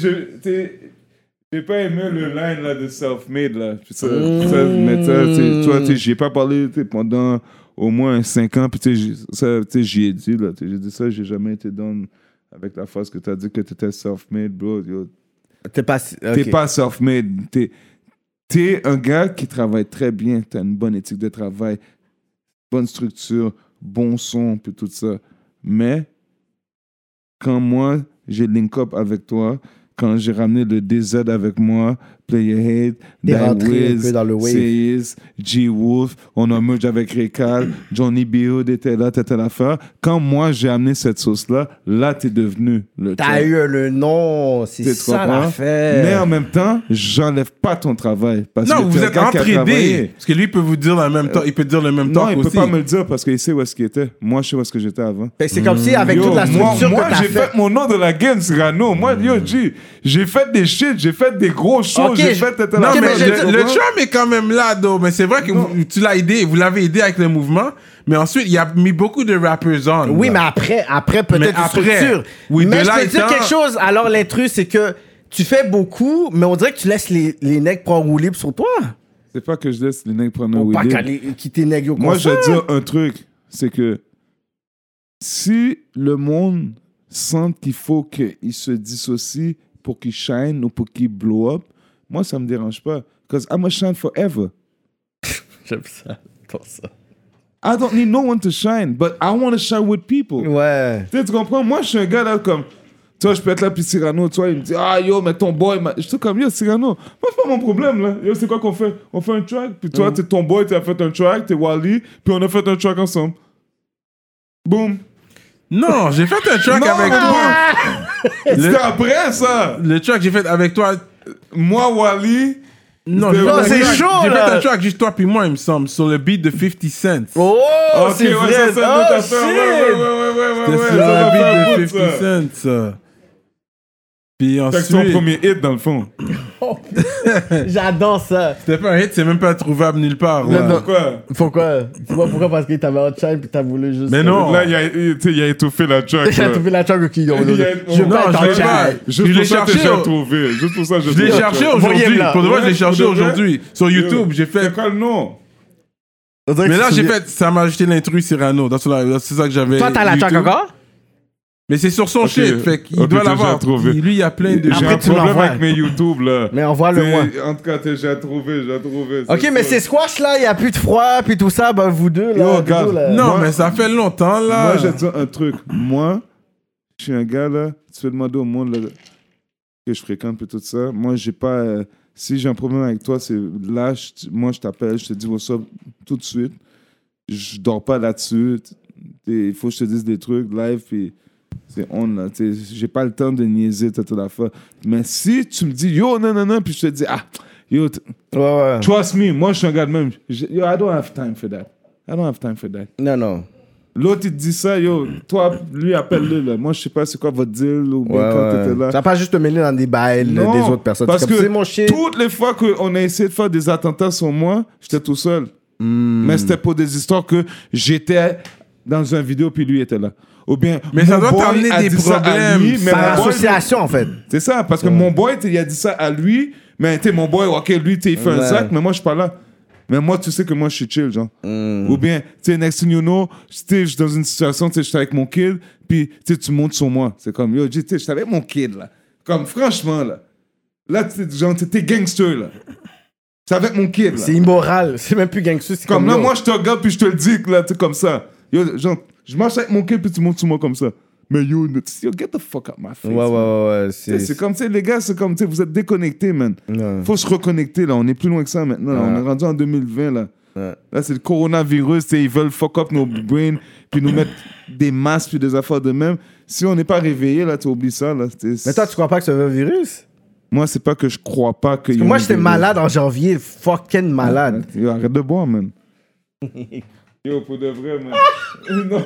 j'ai pas aimé le line là de self-made là. Puis ça, mais toi, j'y ai pas parlé pendant au moins 5 ans. Puis j'y ai dit là. J'ai dit ça, j'ai jamais été down avec la phrase que t'as dit que t'étais self-made, bro. Yo. T'es pas... T'es pas self-made. T'es un gars qui travaille très bien. T'as une bonne éthique de travail, bonne structure, bon son, puis tout ça. Mais quand moi, j'ai link up avec toi, quand j'ai ramené le DZ avec moi, Playerhead, T'es rentré un Wiz, peu dans le wave. Seiz, G-Wolf, on a merge avec Récal, Johnny B.O.D. était là, t'étais l'affaire. Quand moi, j'ai amené cette sauce-là, là, t'es devenu le T'as top. eu le nom, c'est Tu ça comprends? l'affaire. Mais en même temps, j'enlève pas ton travail. Parce que Non, vous t'es un êtes gars qui a entraidés. travaillé. Parce que lui, il peut vous dire le même temps. Il peut dire le même Non, temps il aussi. peut pas me le dire parce qu'il sait où est-ce qu'il était. Moi, je sais où est-ce que j'étais avant. Fait que c'est comme si avec Yo, toute la structure moi que t'as j'ai fait... fait mon nom de la game, Cyrano. Moi, yo, G, j'ai fait des shit, j'ai fait des gros shows, Ok, j'ai fait... Non, Ok, mais mais le chum est quand même là, though. Mais c'est vrai que tu l'as aidé, vous l'avez aidé avec le mouvement. Mais ensuite, il a mis beaucoup de rappers on. Oui, là. mais après Mais peut-être une après, structure. oui, mais de je là peux te dire étant- quelque chose. Alors, l'intrus, c'est que tu fais beaucoup, mais on dirait que tu laisses les nègres prendre roue libre sur toi. C'est pas que je laisse les nègres prendre un Ou pas Willy. quitter nègres au Moi, je concert. vais dire un truc, c'est que si le monde sent qu'il faut qu'il se dissocie pour qu'il shine ou pour qu'il blow up, moi, ça me dérange pas. Because I'm a shine forever. J'aime ça. Pour ça. I don't need no one to shine, but I want to shine with people. Ouais. Tu sais, tu comprends? Moi, je suis un gars là comme... Tu vois, je peux être là, puis Cyrano, tu vois, il me dit, ah, yo, mais ton boy... Je suis comme, yo, Cyrano, moi, c'est pas mon problème, là. Yo, c'est quoi qu'on fait? On fait un track, puis toi, t'es ton boy, t'as fait un track, t'es Wally, puis on a fait un track ensemble. Boom. Non, j'ai fait un track Non, avec non. toi. C'était après, ça. Le track que j'ai fait avec toi. Moi, Wally... Non, C'était- j'ai fait un c'est track- chaud, J'ai là. fait un track juste toi puis moi, il me semble, sur le beat de 50 Cent. Oh, Ok, c'est ouais, vrai. ça, c'est une autre Oh, affaire. shit. Ouais, C'était sur ça va le faire un beat bout, de 50 Cent, ça. Puis Fait que c'est ton ensuite, premier hit, dans le fond. J'adore ça. c'était pas un hit, c'est même pas trouvable nulle part. là. Non. Pourquoi? Pourquoi? Dis-moi pourquoi, parce qu'il t'avait un shine puis t'as voulu juste... Mais non. Là, il a étouffé la track. J'ai là. trouvé la track qui... Il y a- Je veux Non, pas je être l'ai en pas. shine. Juste Je l'ai pour ça que cherché, j'ai oh. trouvé. Juste pour ça, Je l'ai cherché Voyez-le aujourd'hui. là. Pour de vrai, je l'ai cherché Pour de vrai? aujourd'hui. Sur YouTube, j'ai fait. C'est quoi le nom? On dirait que Mais là, tu j'ai souviens- fait. Ça m'a ajouté l'intrus Cyrano. C'est ça que j'avais. Toi, t'as la track YouTube. encore? Mais c'est sur son Ok. shit, fait qu'il Ok, doit t'as l'avoir. déjà trouvé. Lui, il y a plein de... J'ai Après, un tu problème l'envoies. avec mes YouTube, là. Mais envoie-le moi. En tout cas, j'ai trouvé. Ok, mais c'est squash là, il n'y a plus de froid, puis tout ça, ben vous deux là. Yo, Dodo, regarde. là. Non, Moi- mais ça fait longtemps, là. Moi, je vais te dire un truc. Moi, je suis un gars, là, tu peux demander au monde là, que je fréquente puis tout ça. Moi, j'ai pas... si j'ai un problème avec toi, c'est là, moi, je t'appelle, je te dis what's up tout de suite. Je dors pas là-dessus. Il faut que je te dise des trucs live, puis c'est on, là. J'ai pas le temps de niaiser toute la fois. Mais si tu me dis, yo, non, puis je te dis, yo, Ouais. trust me, moi, je suis un gars de même. Yo, I don't have time for that. Non. L'autre, il te dit ça, yo, toi, lui, appelle-le, là. Moi, je sais pas c'est quoi votre deal, ou bien Ouais, quand ouais. t'étais là. Tu vas pas juste te mêler dans des bails Non, des autres personnes. parce C'est comme, que c'est mon shit. toutes les fois qu'on a essayé de faire des attentats sur moi, j'étais tout seul. Mais c'était pour des histoires que j'étais dans une vidéo, puis lui était là. Ou bien, Mais ça mon doit boy t'amener a des dit ça à problèmes. lui, mais Par mon boy, association, en fait. c'est ça, parce que mon boy, il a dit ça à lui, mais t'es mon boy, ok, lui, il fait un Ouais. sac, mais moi, je suis pas là. Mais moi, tu sais que moi, je suis chill, genre. Ou bien, tu sais, next thing you know, je suis dans une situation, tu sais, je suis avec mon kid, puis tu montes sur moi. C'est comme, yo, tu sais, je suis avec mon kid, là. Comme, franchement, là. Là, genre, t'es gangster, là. C'est avec mon kid, là. C'est immoral. C'est même plus gangster. C'est Comme là, yo. moi, je te regarde, puis je te le dis, là, tu sais, comme ça. Yo, genre, je marche avec mon kid, puis tu montes sur moi comme ça. Mais yo, get the fuck out my face. man. Ouais. Tu sais, c'est comme, tu sais, les gars, c'est comme, tu sais, vous êtes déconnectés, man. Ouais. Faut se reconnecter, là. On est plus loin que ça maintenant. là. On est rendu en 2020, là. Ouais. Là, c'est le coronavirus. Tu sais, ils veulent fuck up nos brains, puis nous mettre des masques, puis des affaires de même. Si on n'est pas réveillé, là, tu oublies ça, là. Mais toi, tu crois pas que c'est un virus? Moi, c'est pas que je crois pas que. Moi, j'étais malade en janvier. Fucking malade. Yo, arrête de boire, man. Yo, pour de vrai, man. Non.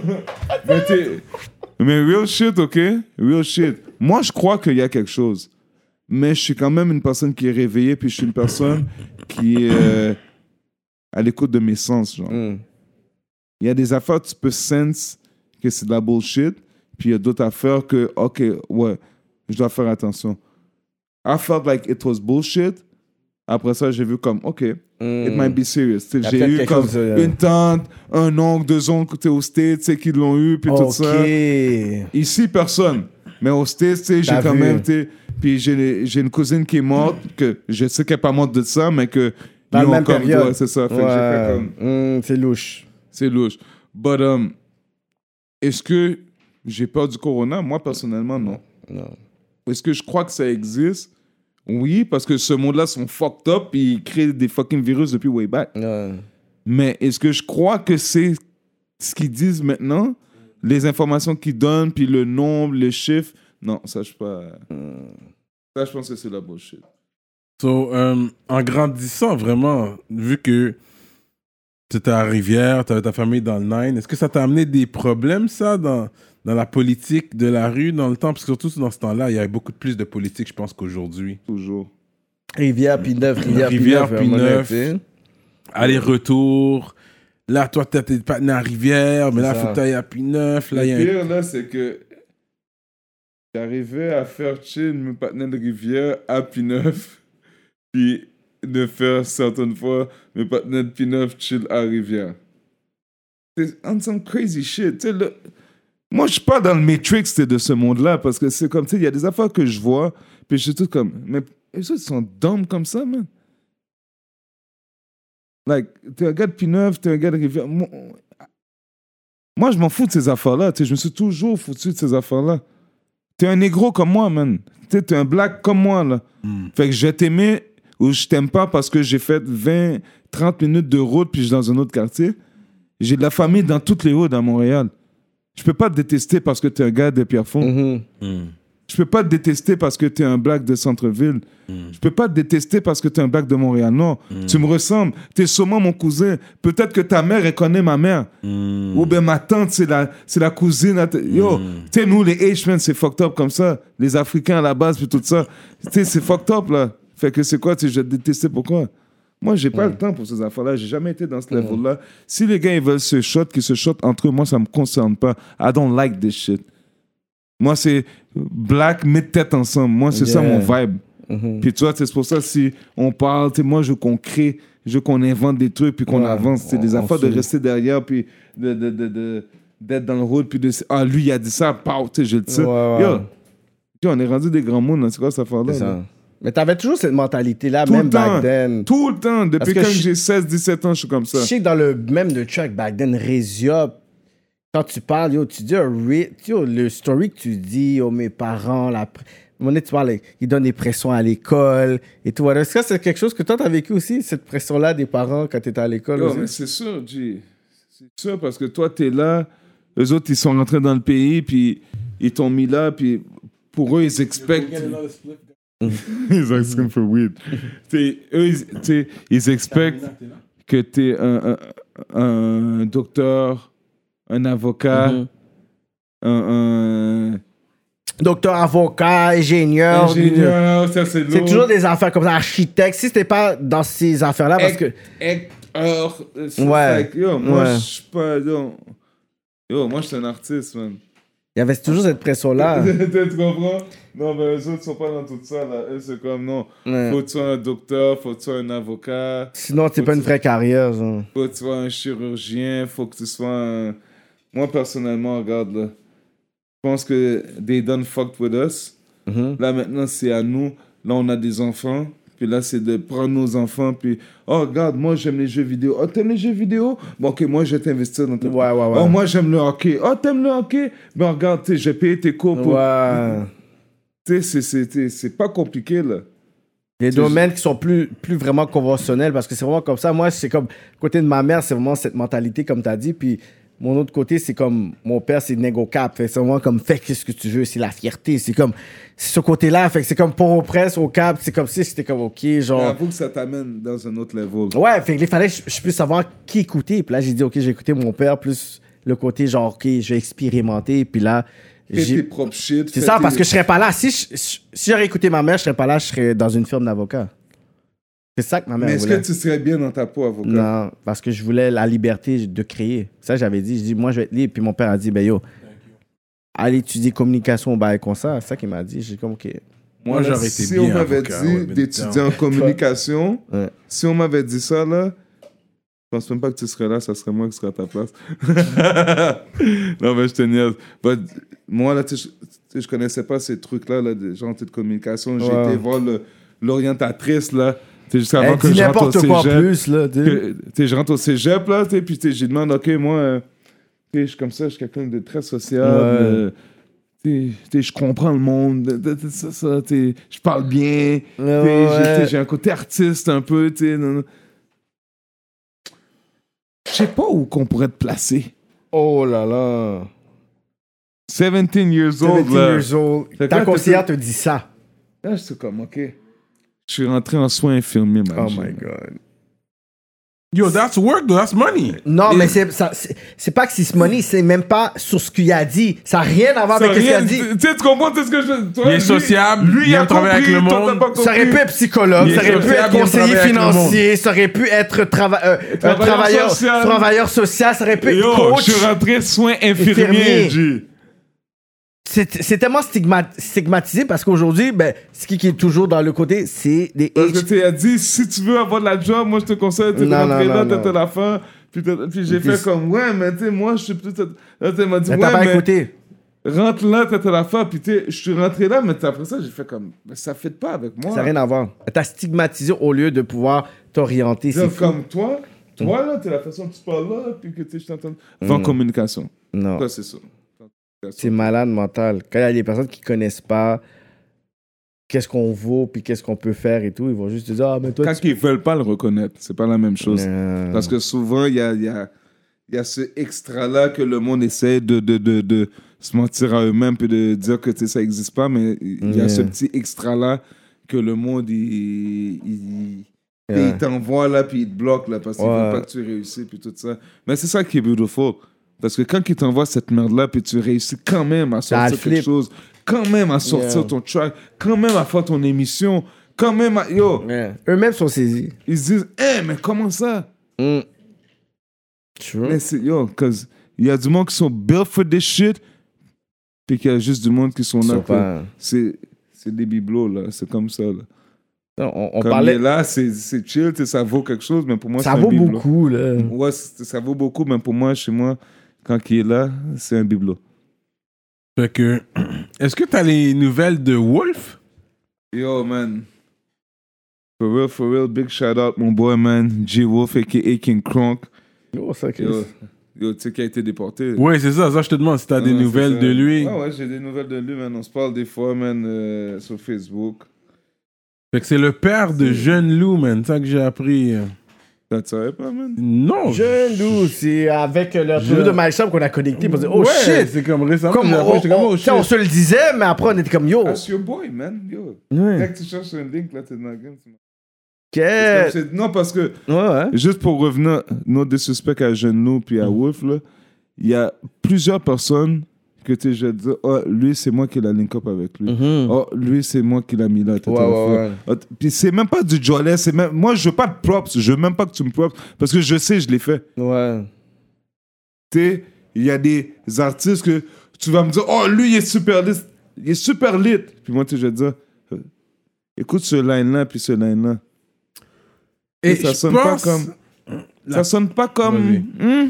Mais real shit, OK? Real shit. Moi, je crois qu'il y a quelque chose. Mais je suis quand même une personne qui est réveillée, puis je suis une personne qui est à l'écoute de mes sens, genre. Il y a des affaires, tu peux sense que c'est de la bullshit, puis il y a d'autres affaires que, OK, ouais, je dois faire attention. I felt like it was bullshit. Après ça, j'ai vu comme, OK, it might be serious. Tu sais, Y a j'ai peut-être eu quelque comme chose, une tante, un oncle, deux oncles au States, tu sais, qui l'ont eu, puis tout ça. Ok. Ici, personne. Mais au States, tu sais, j'ai T'as quand vu. même, tu sais, puis j'ai une cousine qui est morte, que je sais qu'elle n'est pas morte de ça, mais que... Dans ils la ont même comme- période. ouais, c'est ça. Fait que j'ai fait comme... C'est louche. C'est louche. But, est-ce que j'ai peur du corona? Moi, personnellement, non. Est-ce que je crois que ça existe? Oui, parce que ce monde-là sont fucked up et ils créent des fucking virus depuis way back. Mais est-ce que je crois que c'est ce qu'ils disent maintenant? Les informations qu'ils donnent, puis le nombre, les chiffres? Non, ça, je sais pas. Ça, je pense que c'est la bullshit. So, en grandissant, vraiment, vu que tu étais à Rivière, tu avais ta famille dans le Nine, est-ce que ça t'a amené des problèmes, ça, dans la politique de la rue, dans le temps? Parce que surtout dans ce temps-là, il y avait beaucoup plus de politique, je pense, qu'aujourd'hui. Toujours. Rivière, puis neuf. Rivière, puis neuf. tu sais. Aller-retour. Là, toi, t'es pas né à Rivière, mais là, C'est faut ça. que t'ailles à P9. Là, il y Le a un... pire, là, c'est que j'arrivais à faire chill mes partenaires de Rivière à P9, puis de faire certaines fois mes partenaires de P9 chill à Rivière. C'est on some crazy shit. Tu sais, moi, je suis pas dans le Matrix de ce monde-là, parce que c'est comme, tu sais, il y a des affaires que je vois, puis je suis tout comme, mais les autres sont dumb comme ça, man. Like, t'es un gars de P9, t'es un gars de Rivière. Moi, je m'en fous de ces affaires-là. Tu sais, je me suis toujours foutu de ces affaires-là. T'es un négro comme moi, man. Tu sais, t'es un black comme moi, là. Fait que je vais t'aimer ou je t'aime pas parce que j'ai fait 20, 30 minutes de route puis je suis dans un autre quartier. J'ai de la famille dans toutes les hauts à Montréal. Je peux pas te détester parce que t'es un gars de Pierrefonds. Je peux pas te détester parce que t'es un black de centre-ville. Je peux pas te détester parce que t'es un black de Montréal. Tu me ressembles. T'es sûrement mon cousin. Peut-être que ta mère, elle connaît ma mère. Ou bien ma tante, c'est la cousine. Yo, tu sais, nous, les H-men, c'est fucked up comme ça. Les Africains à la base, puis tout ça. Tu sais, c'est fucked up, là. Fait que c'est quoi, tu sais, je vais te détester, pourquoi? Moi, j'ai pas le temps pour ces affaires-là. J'ai jamais été dans ce level-là. Si les gars, ils veulent se shot, qu'ils se shot entre eux, moi, ça me concerne pas. I don't like this shit. Moi, c'est black, mets tête ensemble. Moi, c'est ça mon vibe. Puis tu vois, c'est pour ça, si on parle, moi, je veux qu'on crée, je veux qu'on invente des trucs, puis qu'on avance. C'est des affaires de rester derrière, puis de d'être dans le rôle, puis lui, il a dit ça, pow, tu sais, je le sais. Ouais. Yo, on est rendu des grands mondes, là. C'est quoi cette affaire-là? C'est ça. Là? Mais t'avais toujours cette mentalité-là, Tout même le temps. back then. Tout le temps. Depuis que quand je- j'ai 16-17 ans, je suis comme ça. Je sais que dans le même de track back then, Rezia, quand tu parles, yo, tu dis le story que tu dis, mes parents, à un moment donné, tu parles, ils donnent des pressions à l'école et tout. Est-ce que c'est quelque chose que toi, t'as vécu aussi, cette pression-là des parents quand t'étais à l'école Yo, aussi? mais c'est sûr, G. C'est sûr, parce que toi, t'es là, eux autres, ils sont rentrés dans le pays, puis ils t'ont mis là, puis pour eux, ils expectent... Ils asking for weed. Ils expectent que t'es un docteur, un avocat, un Docteur, avocat, ingénieur. ingénieur, ça c'est C'est lourd. toujours des affaires comme ça, architecte. Si c'était pas dans ces affaires-là, parce que... Ouais. Yo, moi, Ouais. je suis pas... Yo, moi, je suis un artiste, man. Il y avait toujours cette pression-là. Tu comprends? Non, mais eux autres sont pas dans tout ça, là. Eux, c'est comme, non, Ouais. faut que tu sois un docteur, faut que tu sois un avocat, Sinon, c'est pas une vraie carrière, genre. faut que tu sois un chirurgien, faut que tu sois un... Moi, personnellement, regarde, là, je pense que they done fucked with us. Là, maintenant, c'est à nous. Là, on a des enfants. Puis là, c'est de prendre nos enfants. Puis, oh, regarde, moi, j'aime les jeux vidéo. Oh, t'aimes les jeux vidéo? Bon, ok, moi, je vais t'investir dans ton... Ouais. Oh, moi, j'aime le hockey. Oh, t'aimes le hockey? Ben, regarde, tu sais, j'ai payé tes cours pour... Ouais. Tu sais, c'est pas compliqué, là. Des domaines qui sont plus vraiment conventionnels parce que c'est vraiment comme ça. Moi, c'est comme, côté de ma mère, c'est vraiment cette mentalité, comme tu as dit. Puis mon autre côté, c'est comme, mon père, c'est négo cap. Fait que c'est vraiment comme, fais ce que tu veux, c'est la fierté. C'est comme, c'est ce côté-là. Fait que c'est comme pour au presse, au cap, c'est comme si c'était comme, ok, genre. J'avoue que ça t'amène dans un autre level. Ouais, fait qu'il fallait que je puisse savoir qui écouter. Puis là, j'ai dit, ok, j'ai écouté mon père, plus le côté, genre, ok, je vais expérimenter. Puis là, Fais tes propres shit. c'est ça, parce que je serais pas là. Si j'aurais écouté ma mère, je serais pas là, je serais dans une firme d'avocat. C'est ça que ma mère Mais est-ce voulait. que tu serais bien dans ta peau, avocat? Non, parce que je voulais la liberté de créer. Ça, j'avais dit. Je dis, moi, je vais être libre. Puis mon père a dit, ben yo, allez étudier communication, bah, comme ça. C'est ça qu'il m'a dit. J'ai dit, comme, ok. Moi, Là, j'aurais été si bien on m'avait avocat, dit ouais, mais d'étudier en communication, Ouais. si on m'avait dit ça, là, je pense même pas que tu serais là, ça serait moi qui serais à ta place. Non, mais je te niaise. But, moi, là, tu sais, je connaissais pas ces trucs-là, là, de genre de communication. J'ai Ouais. été voir l'orientatrice, là. Tu sais, juste avant Elle que dit je rentre au n'importe quoi en cégep. plus, là. tu sais. Tu sais, je rentre au cégep, là, tu sais, puis tu sais, j'ai demandé, OK, moi, tu sais, je suis comme ça, je suis quelqu'un de très sociable. Tu sais, je comprends le monde, ça, tu sais, je parle bien, tu sais, Ouais. j'ai un côté artiste un peu, tu sais. Non. Je sais pas où qu'on pourrait te placer. Oh là là. 17 years old, 17 là. years old. Fait que Ta là, conseillère te dit ça. Là, je suis comme, OK. Je suis rentré en soins infirmiers, man. Oh my God. Yo, that's work, though. That's money. Non, mais c'est pas que c'est money, c'est même pas sur ce qu'il a dit. Ça n'a rien à voir avec ce qu'il a dit. Tu sais, tu comprends tout ce que je... Toi, Il est sociable, lui, il il a aime travailler avec compris, le toi, monde. t'as pas compris. Ça aurait pu être psychologue, Il est ça aurait pu sociable, être il aime conseiller travailler avec le financier, ça aurait pu être travailleur social, ça aurait pu être Yo, coach. je suis rentré soins infirmiers, Infirmier. G. C'est tellement stigmatisé parce qu'aujourd'hui, ben, ce qui est toujours dans le côté, c'est des Parce que H. tu as dit, si tu veux avoir de la job, moi je te conseille de Non, rentrer non, là, non, t'as la fin. Puis j'ai fait comme, ouais, mais tu sais, moi je suis plus. Là, tu m'as dit, Mais ouais, t'as pas mais écouté. rentre là, t'as la fin. Puis tu sais, je suis rentré là, mais après ça, j'ai fait comme, mais ça fait pas avec moi. Ça n'a rien à voir. T'as stigmatisé au lieu de pouvoir t'orienter. C'est Genre, fou. comme toi là, t'es la façon que tu parles là, puis que tu sais, je t'entends. Va en communication. Non. Toi, c'est ça. C'est malade mental. Quand il y a des personnes qui connaissent pas qu'est-ce qu'on vaut puis qu'est-ce qu'on peut faire et tout, ils vont juste te dire, ah, mais toi, Quand ils veulent pas le reconnaître, c'est pas la même chose. Non. Parce que souvent, il y a ce extra-là que le monde essaie de se mentir à eux-mêmes puis de dire que tu sais, ça n'existe pas, mais il y a ce petit extra-là que le monde, il t'envoie là puis il te bloque là parce qu'il veut pas que tu réussisses puis tout ça. Mais c'est ça qui est beautiful. Parce que quand il t'envoie cette merde-là puis tu réussis quand même à sortir quelque chose, quand même à sortir ton track, quand même à faire ton émission, quand même à... Yo, eux-mêmes sont saisis. ils se disent, mais comment ça? True. Mais c'est, cause il y a du monde qui sont built for this shit, puis qu'il y a juste du monde qui sont là. C'est des bibelots, là. C'est comme ça, là. On Comme parlait. il est là, c'est chill, ça vaut quelque chose, mais pour moi, Ça c'est un vaut bibelot. beaucoup, là. Ouais, ça vaut beaucoup, mais pour moi, chez moi, quand il est là, c'est un bibelot. Fait que, est-ce que t'as les nouvelles de Wolf? Yo, man. For real, big shout out, mon boy, man. G Wolf, a.k.a. King Kronk. Oh, ça, Yo, tu sais qui a été déporté. Ouais, c'est ça. Ça, je te demande si t'as des nouvelles de lui. Ouais, j'ai des nouvelles de lui, man. On se parle des fois, man, sur Facebook. Fait que c'est le père de Jeune Loup, man. C'est ça que j'ai appris. Ça te savais pas, man? Non. Jeune Loup, c'est avec l'interview de Mysham qu'on a connecté pour dire oh ouais, shit. c'est comme récemment. Comme, oh shit. on se le disait, mais après on était comme yo. That's your boy, man. Yo. Ouais. Quand tu cherches un link, là, t'es dans la game. Que... Non, parce que, Ouais. juste pour revenir, no disrespect à Jeune Loup puis à Wolf, là, il y a plusieurs personnes que tu je dis, oh, lui, c'est moi qui l'a link up avec lui. Oh, lui, c'est moi qui l'a mis là. Ouais. Puis c'est même pas du Jolet, c'est même... Moi, je veux pas de props, je veux même pas que tu me props, parce que je sais, je l'ai fait. Ouais. Tu sais, il y a des artistes que tu vas me dire, oh, lui, il est super lit. Il est super lit. Puis moi, tu sais, je vais te dire, écoute ce line-là, puis ce line-là. Et ça sonne pas comme... Ça sonne pas comme...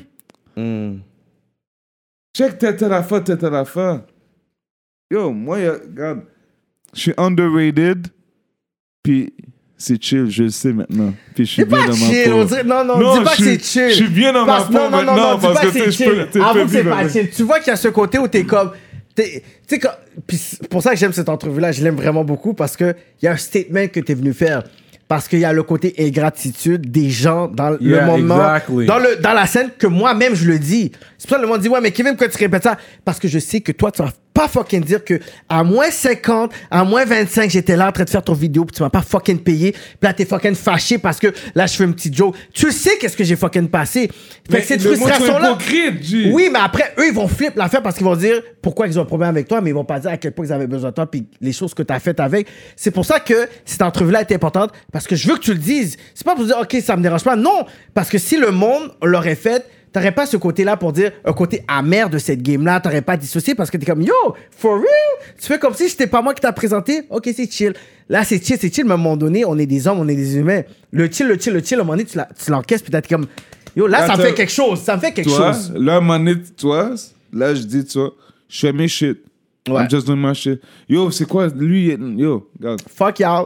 Check telle affaire. Yo, moi, regarde, je suis underrated, puis c'est chill, je le sais maintenant. Puis je suis bien dans chill, ma peau. Non, dis pas que c'est chill. Je suis bien dans ma peau maintenant, parce que c'est chill. Avoue que c'est pas chill. Tu vois qu'il y a ce côté où t'es comme... Tu sais, puis c'est pour ça que j'aime cette entrevue-là, je l'aime vraiment beaucoup, parce qu'il y a un statement que t'es venu faire. Parce qu'il y a le côté ingratitude des gens dans le moment, dans la scène, que moi-même je le dis. C'est pour ça que le monde dit, ouais, mais Kevin, pourquoi tu répètes ça? Parce que je sais que toi, tu vas pas fucking dire que à moins 50, à moins 25, j'étais là en train de faire ton vidéo, puis tu m'as pas fucking payé. Puis là, t'es fucking fâché parce que là, je fais une petite joke. Tu sais qu'est-ce que j'ai fucking passé. Fait que cette frustration-là. Oui, mais après, eux, ils vont flipper l'affaire parce qu'ils vont dire pourquoi ils ont un problème avec toi, mais ils vont pas dire à quel point ils avaient besoin de toi, puis les choses que t'as faites avec. C'est pour ça que cette entrevue-là est importante, parce que je veux que tu le dises. C'est pas pour dire, OK, ça me dérange pas. Non, parce que si le monde l'aurait fait, t'aurais pas ce côté-là pour dire un côté amer de cette game-là. T'aurais pas dissocié parce que t'es comme, yo, for real? Tu fais comme si c'était pas moi qui t'a présenté. OK, c'est chill. Là, c'est chill, mais à un moment donné, on est des hommes, on est des humains. Le chill, à un moment donné, tu l'encaisses, puis t'es comme, yo, là, ça me fait quelque chose. Ça me fait quelque chose. Là, à un moment donné, toi, là, je dis, tu vois, je fais mes shit. Ouais. I'm just doing my shit. Yo, c'est quoi? Lui, yo, regarde. Fuck y'all.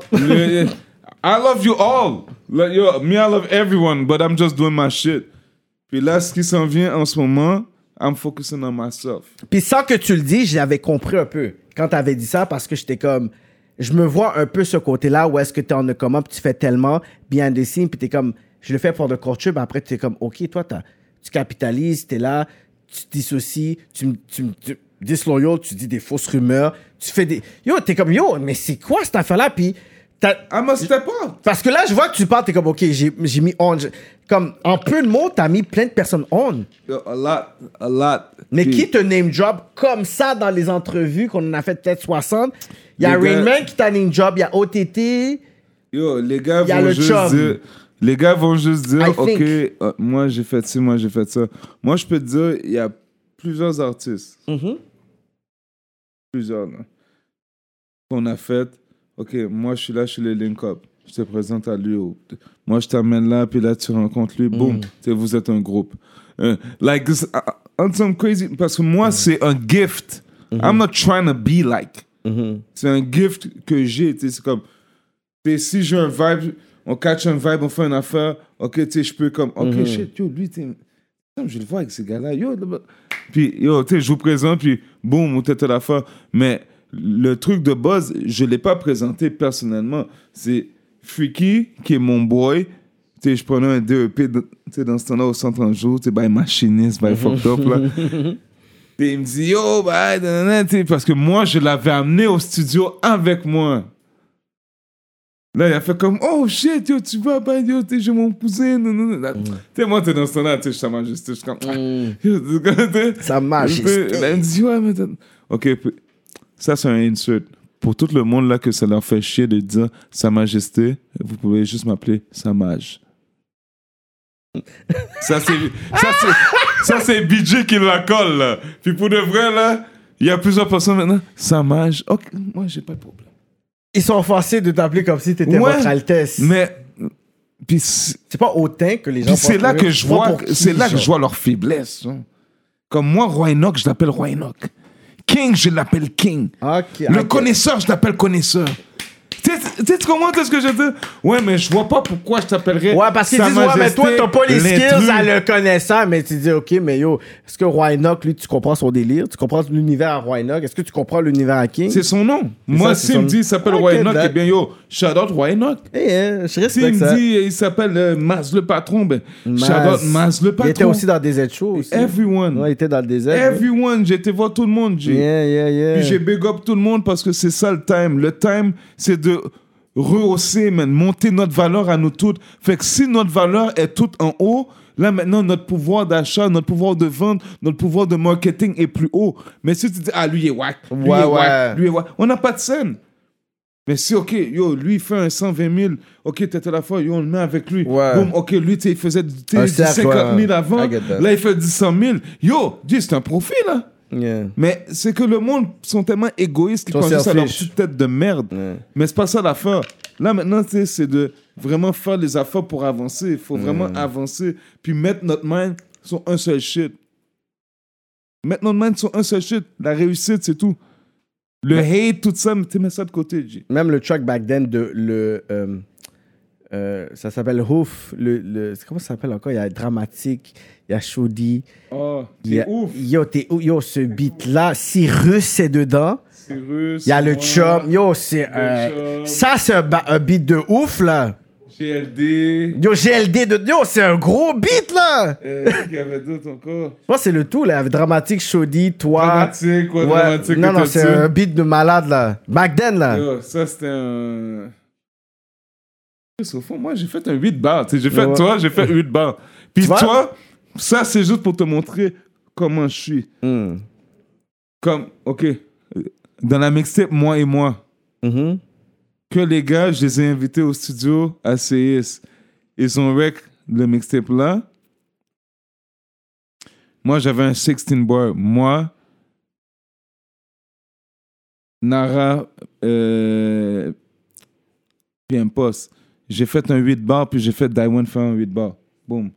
I love you all. Like, yo, me, I love everyone, but I'm just doing my shit. Puis là, ce qui s'en vient en ce moment, I'm focusing on myself. Puis sans que tu le dises, j'avais compris un peu quand t'avais dit ça, parce que j'étais comme... Je me vois un peu ce côté-là où est-ce que t'es en comment, puis tu fais tellement bien des signes, puis t'es comme... Je le fais pour de culture, mais après, t'es comme... OK, toi, tu capitalises, t'es là, tu te dissocies, tu disloyal, tu dis des fausses rumeurs, tu fais des... Yo, t'es comme... Yo, mais c'est quoi cette affaire-là? Puis... I'm a step up. Parce que là, je vois que tu parles, t'es comme, OK, j'ai mis on. Comme, en peu de mots, t'as mis plein de personnes on. A lot. Mais qui te name drop comme ça dans les entrevues qu'on en a fait peut-être 60? Il y a Rainman qui t'a name drop, il y a OTT. Yo, les gars vont juste dire... Les gars vont juste dire, OK, moi j'ai fait ci, moi j'ai fait ça. Moi, je peux te dire, il y a plusieurs artistes. Plusieurs, là. Qu'on a fait... OK, moi, je suis là, je suis le link-up. Je te présente à lui. Moi, je t'amène là, puis là, tu rencontres lui. Boum, vous êtes un groupe. Like this, on some crazy... Parce que moi, c'est un gift. I'm not trying to be like. C'est un gift que j'ai. C'est comme... Si j'ai un vibe, on catch un vibe, on fait une affaire, OK, tu sais, je peux comme... OK, shit, yo, lui, je le vois avec ces gars-là. Yo, puis, yo, tu sais, je vous présente, puis boum, on tête à l'affaire. Mais... Le truc de buzz, je ne l'ai pas présenté personnellement. C'est Freaky, qui est mon boy. Tu sais, je prenais un DEP dans ce temps-là au 130 jours, tu sais, by machiniste, by fucked up, là. Et il me dit, yo, parce que moi, je l'avais amené au studio avec moi. Là, il a fait comme, oh shit, yo, tu vas, yo, j'ai mon cousin. Tu sais, moi, t'es dans ce temps-là, tu sais, Sa Majesté, je suis comme, Sa Majesté. Là, il me dit, ouais, mais OK, ça, c'est un insert. Pour tout le monde là que ça leur fait chier de dire Sa Majesté, vous pouvez juste m'appeler Sa Mage. Ça, c'est BJ qui la colle, là. Puis pour de vrai, là, il y a plusieurs personnes maintenant. Sa Mage. OK, moi, j'ai pas de problème. Ils sont forcés de t'appeler comme si t'étais votre Altesse. Mais... Puis c'est pas autant que les gens... Puis c'est là que je vois leur faiblesse. Hein. Comme moi, Roi Enoch, je l'appelle Roi Enoch. King, je l'appelle King. Le connaisseur, je l'appelle connaisseur. Tu comprends ce que je dis? Ouais, mais je vois pas pourquoi je t'appellerais. Ouais, parce qu'ils disent, ouais, mais toi, t'as pas les skills à le connaissant. Mais tu dis, ok, mais yo, est-ce que Roi Enoch, lui, tu comprends son délire? Tu comprends l'univers à Roi Enoch? Est-ce que tu comprends l'univers à King? C'est son nom. Moi, s'il me dit, il s'appelle Roi Enoch, eh bien, yo, shout out Roi Enoch. Je respecte S'il ça. me dit, il s'appelle Maz le patron, ben, shout out Maz le patron. Il était aussi dans Desert Show aussi. Everyone. Ouais, il était dans le désert. Everyone. J'ai été voir tout le monde, G. Yeah. Puis j'ai big up tout le monde parce que c'est ça le time. Le time, c'est de rehausser, man, monter notre valeur à nous toutes. Fait que si notre valeur est toute en haut, là maintenant notre pouvoir d'achat, notre pouvoir de vente, notre pouvoir de marketing est plus haut. Mais si tu dis, ah, lui est wack, lui est wack, lui est wack, on n'a pas de scène. Mais si, ok, yo, lui il fait un 120 000, ok, t'étais la fois, yo, on le met avec lui. Boum, ok, lui, il faisait du 50 000 avant, là il fait du 100 000. Yo, dis, c'est un profit, là. Yeah. Mais c'est que le monde sont tellement égoïstes qu'ils pensent juste à leur petite tête de merde. Mais c'est pas ça l'affaire. Là maintenant, c'est de vraiment faire les affaires pour avancer. Il faut vraiment avancer. Puis mettre notre mind sur un seul shit. Mettre notre mind sur un seul shit. La réussite, c'est tout. Le hate, tout ça, tu mets ça de côté, G. Même le track back then de ça s'appelle Hoof. Comment ça s'appelle encore? Il y a Dramatique, il y a Shoddy. Oh, t'es ouf. Yo, ce beat-là, Cyrus est dedans. Cyrus. Il y a le chum. Yo, c'est ça, c'est un beat de ouf, là. GLD. Yo, GLD. Yo, c'est un gros beat, là. Qu'il y avait d'autres encore? Moi, c'est le tout, là. Avec Dramatique, Shoddy, toi. Dramatique, quoi, Dramatique. Non, c'est un beat de malade, là. Back then, là. Yo, ça, c'était un... Au fond, moi, j'ai fait un 8 bars. J'ai fait toi, j'ai fait 8 bars. Puis toi, ça, c'est juste pour te montrer comment je suis. Comme, OK, dans la mixtape, moi et moi, que les gars, je les ai invités au studio à CIS. Ils ont rec le mixtape là. Moi, j'avais un 16 bar. Moi, Nara, puis un poste. J'ai fait un 8 bar, puis j'ai fait Daiwan faire un 8 bar. Boom.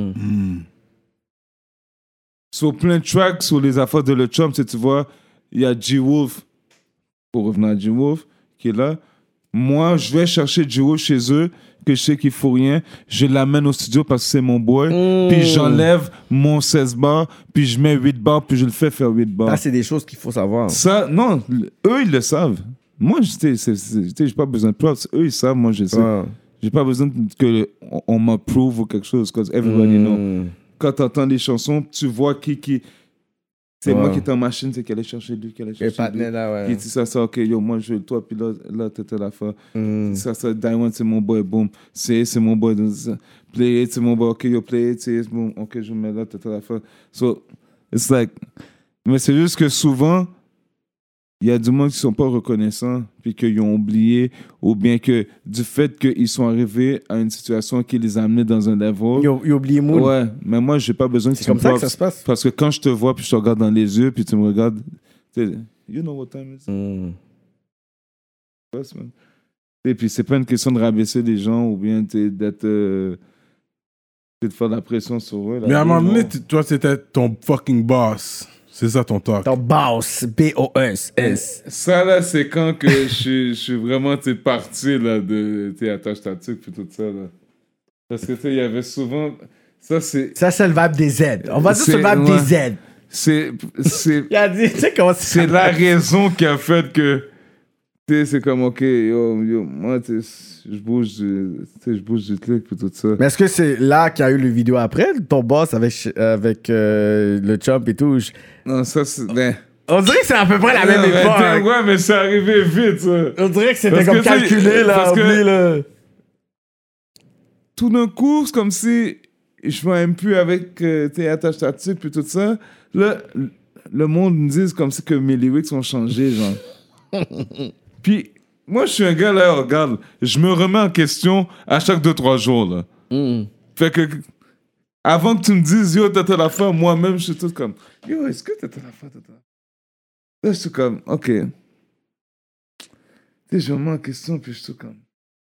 Sur plein de tracks, sur les affaires de Le Chum, tu vois, il y a G-Wolf, pour revenir à G-Wolf, qui est là. Moi, je vais chercher G-Wolf chez eux, que je sais qu'il faut rien. Je l'amène au studio parce que c'est mon boy. Puis j'enlève mon 16 bars, puis je mets 8 bars, puis je le fais faire 8 bars. Ah, c'est des choses qu'il faut savoir. Ça, non, eux, ils le savent. Moi, j'ai pas besoin de props. Eux, ils savent, moi, je sais. J'ai pas besoin qu'on m'approuve ou quelque chose, parce que everybody know. Quand t'entends les chansons, tu vois qui... C'est moi qui étais en machine, c'est qu'elle allait chercher lui, qu'elle allait chercher lui. Là, Qui dit ça, ok, yo, moi, je veux toi, puis là t'étais la fin. Ça, Diamond, c'est mon boy, boom. C'est mon boy. Play it, c'est mon boy, ok, yo, play it, c'est boom. Ok, je me mets là, t'étais la fin. So, it's like... Mais c'est juste que souvent... Il y a du monde qui ne sont pas reconnaissants, puis qu'ils ont oublié, ou bien que du fait qu'ils sont arrivés à une situation qui les a amenés dans un level. Ils ont oublié Moon. Ouais, mais moi, je n'ai pas besoin que tu me props. C'est comme ça que ça se passe. Parce que quand je te vois, puis je te regarde dans les yeux, puis tu me regardes, you know what time it is. Et puis, c'est pas une question de rabaisser les gens, ou bien d'être... de faire de la pression sur eux. Là, mais à un moment donné, toi, c'était ton fucking boss. C'est ça ton talk. Ton boss, B-O-S-S. Ça, là, c'est quand que je suis vraiment parti là, de attache statique puis tout ça. Là. Parce que il y avait souvent. Ça, c'est le vibe des Z. On va dire c'est le vibe des Z. Il a dit, tu sais comment c'est la raison qui a fait que. C'est comme, ok, yo, moi, je bouge du truc et tout ça. Mais est-ce que c'est là qu'il y a eu le vidéo après, ton boss avec le chump et tout? Non, ça, c'est... Ben... On dirait que c'est à peu près la même époque. Ouais, mais c'est arrivé vite, ça. On dirait que c'était comme calculé, là, oublie, là. Tout d'un coup, c'est comme si je ne m'aime plus avec attache statique puis tout ça. Là, le monde me dit comme si que mes lyrics ont changé, genre. Puis, moi, je suis un gars, là, regarde, je me remets en question à chaque 2-3 jours, là. Fait que, avant que tu me dises, yo, t'étais la fin, moi-même, je suis tout comme, yo, est-ce que t'étais la fin, Là, je suis comme, ok. Tu sais, je me remets en question, puis je suis tout comme,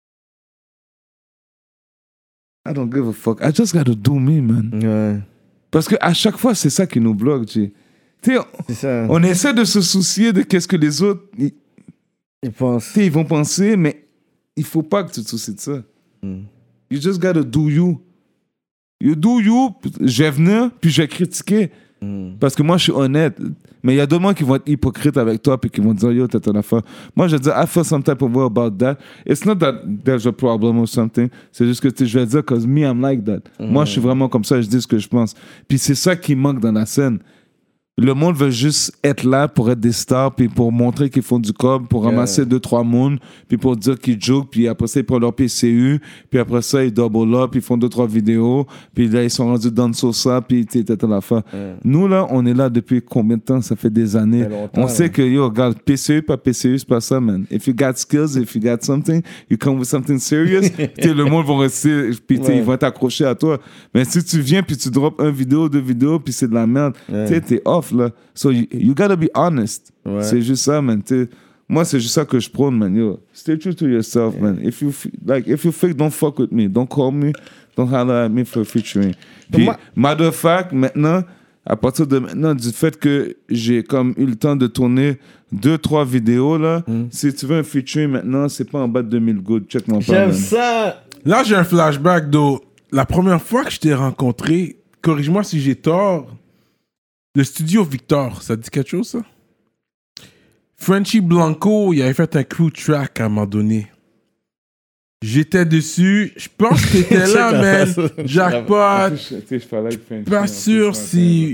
I don't give a fuck. I just gotta do me, man. Ouais. Parce qu'à chaque fois, c'est ça qui nous bloque, G. C'est ça. On essaie de se soucier de qu'est-ce que les autres Ils pensent. ils vont penser, mais il faut pas que tu te soucies de ça. You just gotta do you. You do you, je vais venir, puis je vais critiquer. Parce que moi, je suis honnête. Mais il y a d'autres gens qui vont être hypocrites avec toi, puis qui vont dire, yo, t'as ton affaire. Moi, je vais dire, I feel some type of way about that. It's not that there's a problem or something. C'est juste que je vais dire, because me, I'm like that. Moi, je suis vraiment comme ça, je dis ce que je pense. Puis c'est ça qui manque dans la scène. Le monde veut juste être là pour être des stars, puis pour montrer qu'ils font du cob, pour ramasser 2-3 mondes, puis pour dire qu'ils jouent, puis après ça, ils prennent leur PCU, puis après ça, ils double up, puis ils font 2-3 vidéos, puis là, ils sont rendus dans le Sosa, puis tu sais, la fin. Nous, là, on est là depuis combien de temps? Ça fait des années. On sait que, yo, regarde, PCU, pas PCU, c'est pas ça, man. If you got skills, if you got something, you come with something serious, le monde va rester, puis ils vont être accrochés à toi. Mais si tu viens, puis tu drops 1 vidéo, 2 vidéos, puis c'est de la merde, tu sais, t'es off. Là. So you gotta be honest. C'est juste ça, man. Moi, c'est juste ça que je prône, man. Yo, stay true to yourself, man. If you fake, don't fuck with me. Don't call me. Don't holler at me for featuring. Puis, matter of fact, maintenant, à partir de maintenant, du fait que j'ai comme eu le temps de tourner 2-3 vidéos, là, si tu veux un featuring maintenant, c'est pas en bas de 2000 good. Check-moi pas, J'aime man. ça. Là, j'ai un flashback, d'où la première fois que je t'ai rencontré, corrige-moi si j'ai tort, le studio Victor, ça te dit quelque chose, ça? Frenchy Blanco, il avait fait un crew track à un moment donné. J'étais dessus, je pense que t'étais là, man. Jackpot. Je suis pas sûr si...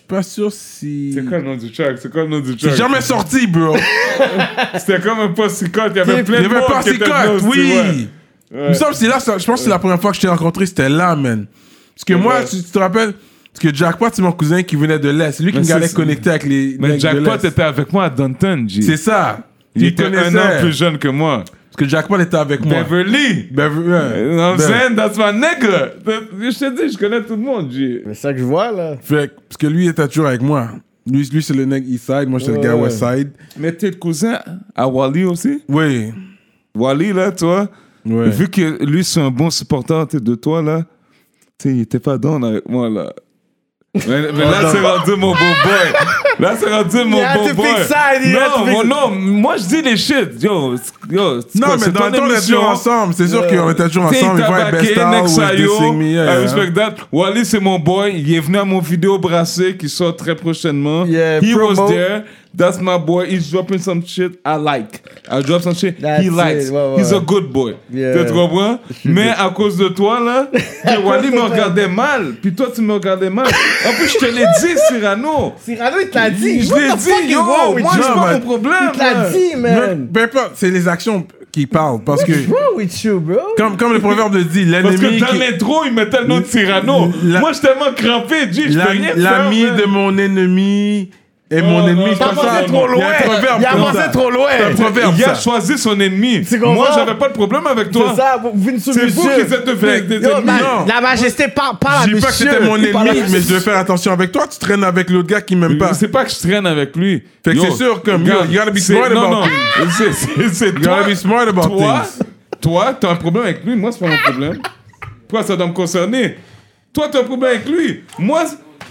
C'est quoi le nom du track? C'est jamais sorti, bro. C'était comme un post-cicote. Il y avait plein Il y de avait monde pas qui était Cicotte, dedans, oui. ouais. Il me semble que c'est là, je pense que c'est la première fois que je t'ai rencontré, c'était là, man. Parce que moi, tu te rappelles, parce que Jackpot, c'est mon cousin qui venait de l'Est. C'est lui qui me allait connecter avec les Mais mecs de Jackpot l'Est. était avec moi à Downton, G. C'est ça. Il était un an plus jeune que moi. Parce que Jackpot était avec moi. Beverly. You know what I'm saying? That's my nigga. Je te dis, je connais tout le monde, G. C'est ça que je vois, là. Parce que lui, il était toujours avec moi. Lui c'est le nègre Eastside, moi, c'est le gars Westside. Mais t'es le cousin à Wally aussi? Oui. Wally, là, toi, vu que lui, c'est un bon supporter de toi, là, tu sais, il était pas down avec moi, là. Mais là, c'est rendu mon beau boy. Là, c'est rendu mon beau boy. Non, moi, je dis les shit. Yo, non, mais dans le temps, on était toujours ensemble. C'est sûr qu'on était toujours ensemble. Il va être best out ou Dissing Me. I respect that. Wally, c'est mon boy. Il est venu à mon vidéo brassé qui sort très prochainement. He was there. That's my boy. He's dropping some shit I like. I drop some shit he likes. He's a good boy. Tu comprends? Mais à cause de toi, là, Wally me regardait mal. Puis toi, tu me regardais mal. En plus, je te l'ai dit, Cyrano. Cyrano, il te l'a dit. Je l'ai dit, yo. Moi, c'est pas mon problème. Il te l'a dit, man. Peu importe, c'est les actions qui parlent. Parce que. What's wrong with you, bro? Comme le proverbe le dit, l'ennemi. Parce que dans l'intro, il mettait le nom de Cyrano. Moi, je suis tellement crampé, G. Je peux rien faire. L'ami de mon ennemi. Et mon ennemi, c'est pas ça. Trop loin. Il a avancé trop loin. Il a choisi son ennemi. Moi, j'avais pas de problème avec toi. C'est ça, vous venez c'est vous qui êtes des ennemis. La majesté parle à monsieur. Je dis pas que c'était mon ennemi, mais je vais faire attention avec toi. Tu traînes avec l'autre gars qui m'aime pas. C'est pas que je traîne avec lui. Fait que c'est sûr, comme, you gotta be smart about things. C'est You gotta be smart about things. Toi, t'as un problème avec lui. Moi, c'est pas mon problème. Pourquoi ça doit me concerner? Toi, t'as un problème avec lui. Moi...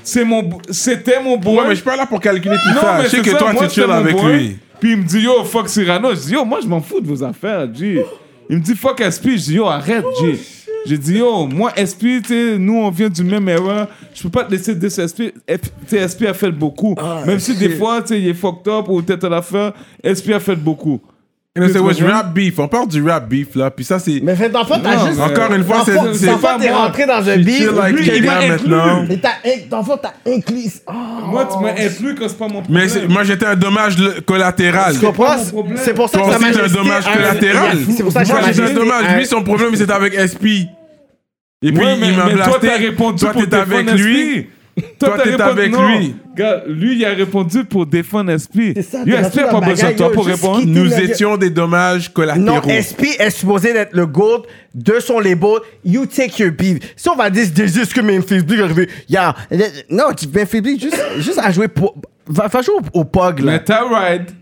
C'était mon boy. Ouais, mais je suis pas là pour calculer tout ça. Je sais que toi, tu chill avec lui. Puis il me dit, yo, fuck Cyrano. Je dis, yo, moi, je m'en fous de vos affaires, G. Il me dit, fuck SP. Je dis, yo, arrête, G. J'ai dit, yo, moi, SP, nous, on vient du même erreur. Je peux pas te laisser dire SP. SP a fait beaucoup. Même si des fois, il est fucked up ou tête à l'affaire, SP a fait beaucoup. C'est rap beef. On parle du rap beef, là. Puis ça, c'est. Mais dans le fond, t'as juste. Encore une fois, c'est. T'es rentré dans un beef. Lui, il m'a maintenant. Mais dans le fond, t'as inclus. Moi, tu m'as inclus quand c'est pas mon problème. Mais moi, j'étais un dommage collatéral. Tu comprends? C'est pour ça que ça m'a un dommage collatéral. C'est pour ça que moi, j'étais un dommage. Lui, son problème, c'était avec SP. Et puis, il m'a blasté. Toi, t'as répondu pour défendre lui. Toi, t'es avec lui. Regarde, lui, il a répondu pour défendre SP. C'est ça, SP n'a pas besoin de toi pour répondre. Nous étions des dommages collatéraux. Non, SP est supposé être le GOAT de son label. You take your beef. Si on va dire, c'est juste que Memphis Bleek est arrivé. Non, Memphis Bleek, juste à jouer pour. Va jouer au POG, là. Mais t'as ride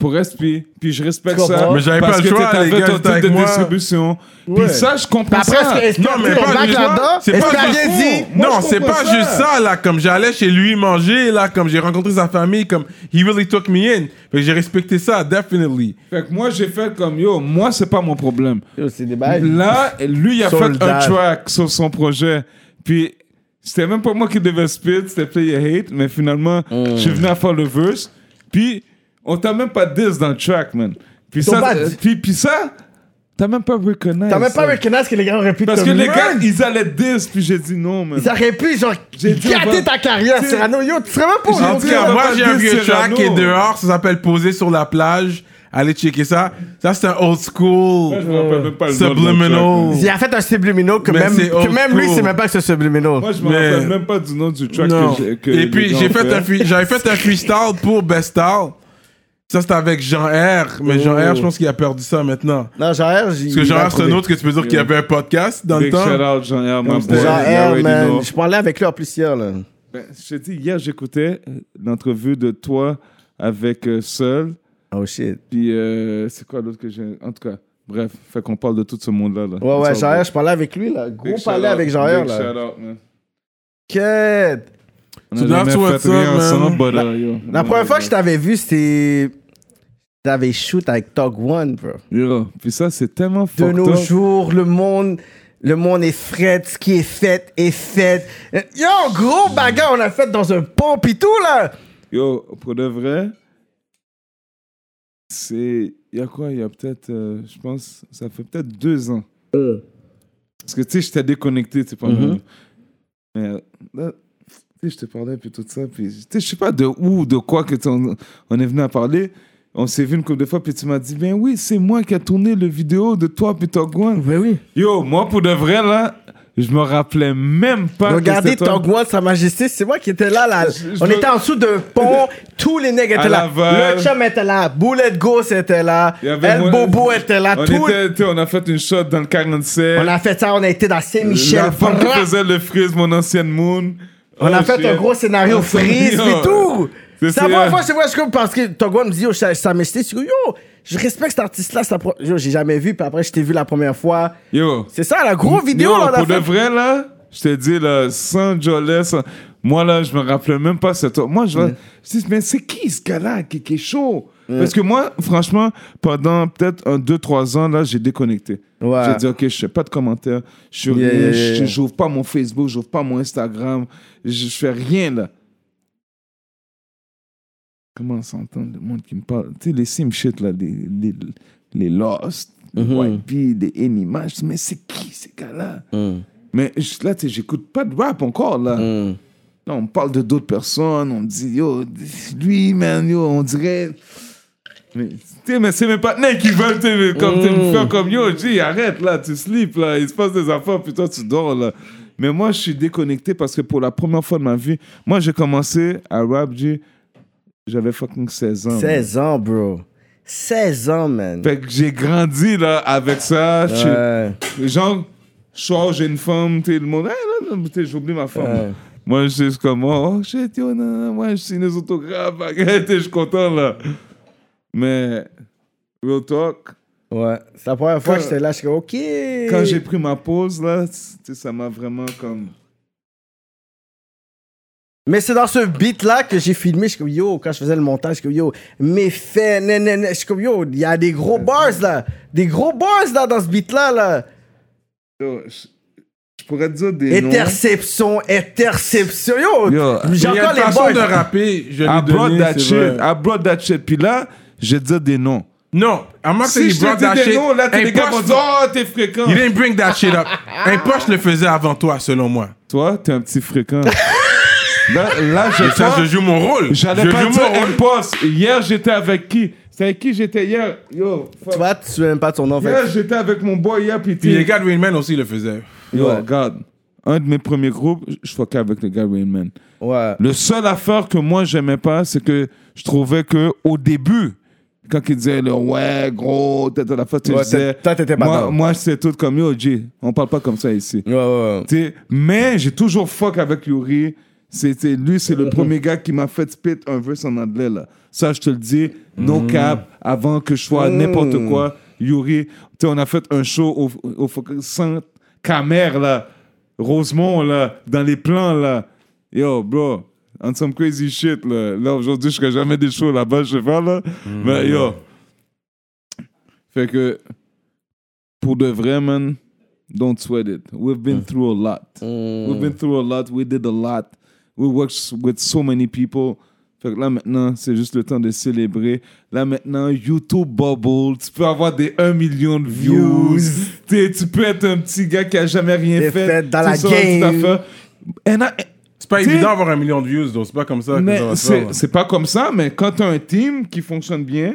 pour rester, puis je respecte Tu ça. comprends? Mais j'avais pas parce le que choix, t'avais les gars, ton j'étais titre de avec moi. distribution. Ouais. Puis ça, je comprends Après, ça. est-ce que Non, mais pas back juste là-dedans? c'est Est-ce pas qu'il a juste rien fou. dit? Moi, Non, je c'est comprends pas ça. juste ça, là. Comme j'allais chez lui manger, là, comme j'ai rencontré sa famille, comme he really took me in. Fait que j'ai respecté ça, definitely. Fait que moi, j'ai fait comme, yo, moi, c'est pas mon problème. Yo, c'est des bails. Là, lui, il a fait un Soldat. track sur son projet. Puis, c'était même pas moi qui devais spit, c'était Play Your Hate. Mais finalement, je suis venu à faire le verse. Puis, on t'a même pas diss dans le track, man. Puis Ils t'ont ça, pas dit. puis ça, t'as même pas recognize. T'as même pas ça. recognize que les gars auraient pu Parce te que les run. gars, ils allaient diss, puis j'ai dit non, man. Ils auraient pu, genre, J'ai dit, on gâter va- ta carrière, T'sais- Cyrano. Yo, tu serais même pas J'ai En aujourd'hui. tout cas, on moi, va j'ai un dire vieux track Cyrano. qui est dehors, ça s'appelle Poser sur la plage. Allez checker ça. Ça, c'est un old school. Je me rappelle même pas le nom de mon track, Subliminal. man. Il a fait un subliminal que Mais même, c'est que old même lui, school. c'est même pas que c'est subliminal. Moi, je me Mais- rappelle même pas du nom du track Non. que Et les puis, gars j'ai ont fait j'avais fait un freestyle pour Best Style. Ça, c'était avec Jean R. Mais Jean R, je pense qu'il a perdu ça maintenant. Non, genre, Parce que Jean R, c'est un autre que tu peux dire qu'il y avait un podcast dans le Big temps. shout out, Jean-R, my Comme boy. c'était- Jean You R, already man. know. Je parlais avec lui en plus hier, là. Ben, je te dis, hier, j'écoutais l'entrevue de toi avec Seul. Oh shit. Puis, c'est quoi l'autre que j'ai. En tout cas, bref, fait qu'on parle de tout ce monde-là. Là. Ouais, It's Jean all R, good. je parlais avec lui, là. Gros Big parler shout out, avec Jean R, big là. shout out, man. Quête. On So a that's jamais what's fait rien up, man. ensemble, but, yo. La première fois que je t'avais vu, c'était. T'avais shoot avec Tog One, bro. Yo, puis ça, c'est tellement De fucked nos up. jours, le monde est fret, ce qui est fait est fait. Yo, gros bagarre, on a fait dans un pont pis tout, là. Yo, pour de vrai, c'est. Il y a quoi? Il y a peut-être. Je pense. Ça fait peut-être 2 ans. Parce que, tu sais, j'étais déconnecté, tu sais, pendant. Mais là, tu sais, je te parlais, puis tout ça. Puis, tu sais, je sais pas de où, de quoi que on est venu à parler. On s'est vu une couple de fois, puis tu m'as dit, ben oui, c'est moi qui a tourné le vidéo de toi, puis Togwan. Ben oui. Yo, moi, pour de vrai, là, je me rappelais même pas. que Regardez c'était toi. Tog One, Sa Majesté, c'est moi qui étais là. Je On me- était en dessous d'un pont, tous les nègres étaient À là. Laval. Le chum était là, Bullet Ghost était là, Il y avait El moi- Bobo était là, On, tout. était, tu sais, on a fait une shot dans le 47. On a fait ça, on a été dans Saint-Michel. La femme qui Brrr. faisait le frise, mon ancienne moon. On a Oh, fait shit. un gros scénario Oh, freeze yo. et tout. C'est C'est la ça. première fois, c'est moi, je comme parce que Togwan me dit, yo, Sa Majesté, je dis, yo, je respecte cet artiste-là. Yo, j'ai jamais vu, puis après, je t'ai vu la première fois. Yo. C'est ça, la grosse vidéo, Yo, là, on a pour de fait. vrai, là, je te dis, là, sans Jolet, moi, là, je me rappelais même pas c'est toi. Moi, je dis, mais c'est qui ce gars-là qui est chaud? Parce que moi, franchement, pendant peut-être 2-3 ans, là, j'ai déconnecté. Ouais. J'ai dit, OK, je fais pas de commentaires, je Yeah, yeah, yeah. j'ouvre pas mon Facebook, j'ouvre pas mon Instagram, je fais rien, là. Comment s'entend le monde qui me parle? Tu sais, les sim shit, là, les Lost, les White Bee, les N-Images, mais c'est qui ces gars-là? Mais là, tu sais, j'écoute pas de rap encore, là. Là, on me parle de d'autres personnes, on me dit, yo, lui, man, yo, on dirait. Mais, tu sais, mais c'est mes partenaires qui veulent me faire comme, yo, G, arrête, là, tu sleep, là, il se passe des affaires, puis toi, tu dors, là. Mais moi, je suis déconnecté parce que pour la première fois de ma vie, moi, j'ai commencé à rap, G, j'avais fucking 16 ans. 16 ans, bro. 16 ans, man. Fait que j'ai grandi, là, avec ça. Ouais. Genre, soir, j'ai une femme, tu sais, le monde, hey, là, tu sais, j'oublie ma femme. Ouais. Moi, je suis comme, oh shit, yo, non, moi, je signe les autographes, je suis content, là. Mais, real talk, Ouais. C'est la première fois Quand- que j'étais là, je suis comme, OK. quand j'ai pris ma pause, là, tu sais, ça m'a vraiment comme. Mais c'est dans ce beat-là que j'ai filmé. Je suis comme, yo, quand je faisais le montage, je suis comme, yo, mes faits, je suis comme, yo, il y a des gros bars, là. Des gros bars, là, dans ce beat-là, là. Yo, je pourrais te dire des noms. Interception. Yo, Yo, Il j'ai y a encore une les façon de bars. rapper, je I l'ai brought donné, that c'est shit. vrai. I brought that shit. Puis là, je vais te dire des noms. Non, I'm not Si saying he je te brought that dis des shit. noms, là, t'es Un des gars poche- vont dire, oh, t'es fréquent. You didn't bring that shit up. Un poche le faisait avant toi, selon moi. Toi, t'es un petit fréquent. là, Et ça, je joue mon rôle. J'allais Je pas joue dire mon rôle. impost. Hier, j'étais avec qui? C'est avec qui j'étais hier? Yo, fuck. Tu vois, tu sais même pas ton nom, en Hier, fait. j'étais avec mon boy hier, puis Puis les gars de Rain Man aussi le faisaient. Yo, Ouais. regarde. Un de mes premiers groupes, je fuckais avec les gars Rain Man. Ouais. Le seul affaire que moi, j'aimais pas, c'est que je trouvais que au début, quand ils disaient, là, ouais, gros, t'étais la fois, tu Ouais, disais. toi, t'étais pas moi, down. moi, c'est tout comme yo, G. On parle pas comme ça ici. Ouais, ouais. Tu sais, mais j'ai toujours fuck avec Yuri. Lui, c'est le premier gars qui m'a fait spit un verse en anglais, là. Ça, je te le dis, no cap, avant que je sois n'importe quoi. Yuri, on a fait un show au Saint-Camer, là, Rosemont, là, dans les plans, là. Yo, bro, on some crazy shit, là. Là, aujourd'hui, je ferai jamais des shows là-bas, je sais pas, là. Mais yo. Fait que, pour de vrai, man, don't sweat it. We've been through a lot. We've been through a lot. We did a lot. We worked with so many people. Fait que là, maintenant, c'est juste le temps de célébrer. Là, maintenant, YouTube bubble. Tu peux avoir des 1 million de views. Tu peux être un petit gars qui a jamais rien fait. Dans la game. C'est pas évident d'avoir 1 million de views, donc c'est pas comme ça que ça va se faire. C'est pas comme ça, mais quand t'as un team qui fonctionne bien,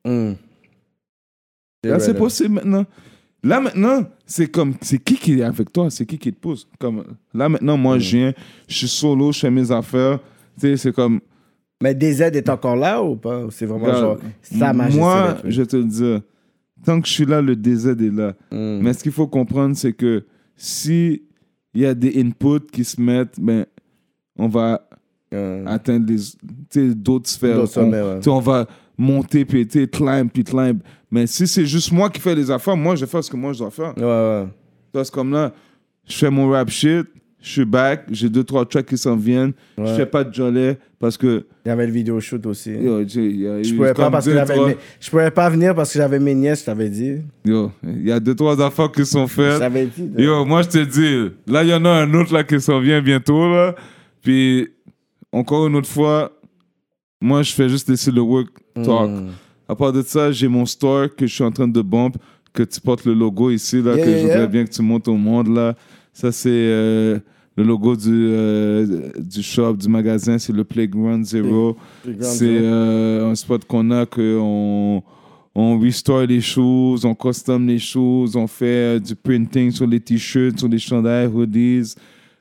là, c'est possible maintenant. Là, maintenant, c'est comme, c'est qui est avec toi? C'est qui te pousse? Comme, là, maintenant, moi, je suis solo, je fais mes affaires. Tu sais, c'est comme... Mais DZ est encore là ou pas? C'est vraiment genre sa majesté. Moi, je te le dis, tant que je suis là, le DZ est là. Mais ce qu'il faut comprendre, c'est que si il y a des inputs qui se mettent, ben, on va atteindre d'autres sphères. On va monter, puis climb. Mais si c'est juste moi qui fais les affaires, moi, je fais ce que moi, je dois faire. C'est comme là, je fais mon rap shit, je suis back, j'ai 2-3 tracks qui s'en viennent, je fais pas de jolet parce que... Il y avait le vidéo shoot aussi. Yo, je pouvais pas venir parce que j'avais mes nièces, je t'avais dit. Yo, il y a 2-3 affaires qui sont faites. Je t'avais dit. Yo, moi, je te dis, là, il y en a un autre là qui s'en vient bientôt, là. Puis, encore une autre fois, moi, je fais juste laisser le work talk. À part de ça, j'ai mon store que je suis en train de bump, que tu portes le logo ici, là, que je voudrais bien que tu montes au monde, là. Ça, c'est le logo du shop, du magasin, c'est le Playground Zero. C'est un spot qu'on a qu'on restore les choses, on custom les choses, on fait du printing sur les t-shirts, sur les chandails, hoodies.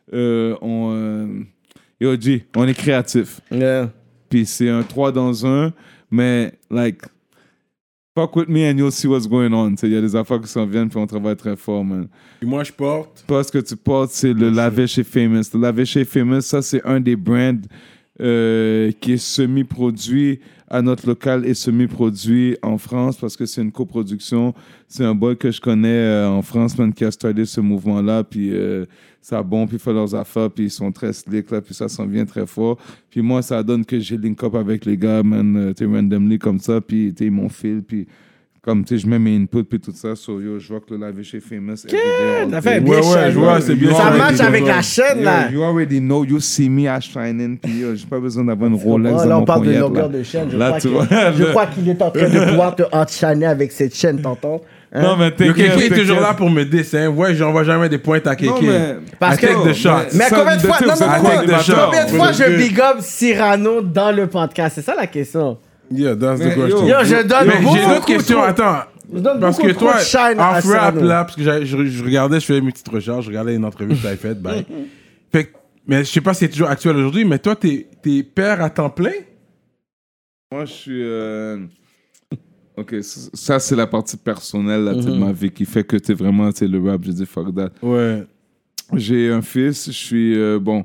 Yo, G, on est créatif. Puis c'est un 3 dans 1, mais, like, fuck with me and you'll see what's going on. Il y a des affaires qui s'en viennent, puis on travaille très fort, man. Et moi, je porte. Pas ce que tu portes, c'est le Lavish et Famous. Le Lavish et Famous, ça, c'est un des brands qui est semi-produit à notre local et semi-produit en France parce que c'est une coproduction. C'est un boy que je connais en France, man, qui a starté ce mouvement-là, puis ça bon, puis ils font leurs affaires, puis ils sont très slick, là, puis ça s'en vient très fort. Puis moi, ça donne que j'ai link up avec les gars, man, randomly comme ça, puis ils m'ont fil, puis comme, tu sais, je mets mes inputs, puis tout ça, so yo, je vois que le Lavish est famous. Ça fait bien je vois, c'est bien. Ça match avec la chaîne, là. You already know, you see me à shining, puis yo, j'ai pas besoin d'avoir une Rolex dans là, mon on parle de poignet, longueur là. de chaîne. Je crois qu'il est en train de pouvoir te enchaîner avec cette chaîne, t'entends? Hein? Non, mais Le Kéké est toujours là pour me dessin. Ouais, j'envoie jamais des pointes à Kéké. Parce que take the shot. Mais combien de fois, combien de fois je big up Cyrano dans le podcast? C'est ça la question. Yeah, that's the question. Yo, je donne Mais beaucoup j'ai d'autres questions, attends. Parce que toi, off-rap, là, parce que je regardais, je faisais mes petites recherches, je regardais une entrevue que tu avais faite, bye. Fait que, mais je sais pas si c'est toujours actuel aujourd'hui, mais toi, t'es père à temps plein? Moi, je suis... Ok, ça, c'est la partie personnelle là, de ma vie qui fait que t'es vraiment, le rap, je dis fuck that. Ouais. J'ai un fils, je suis... bon...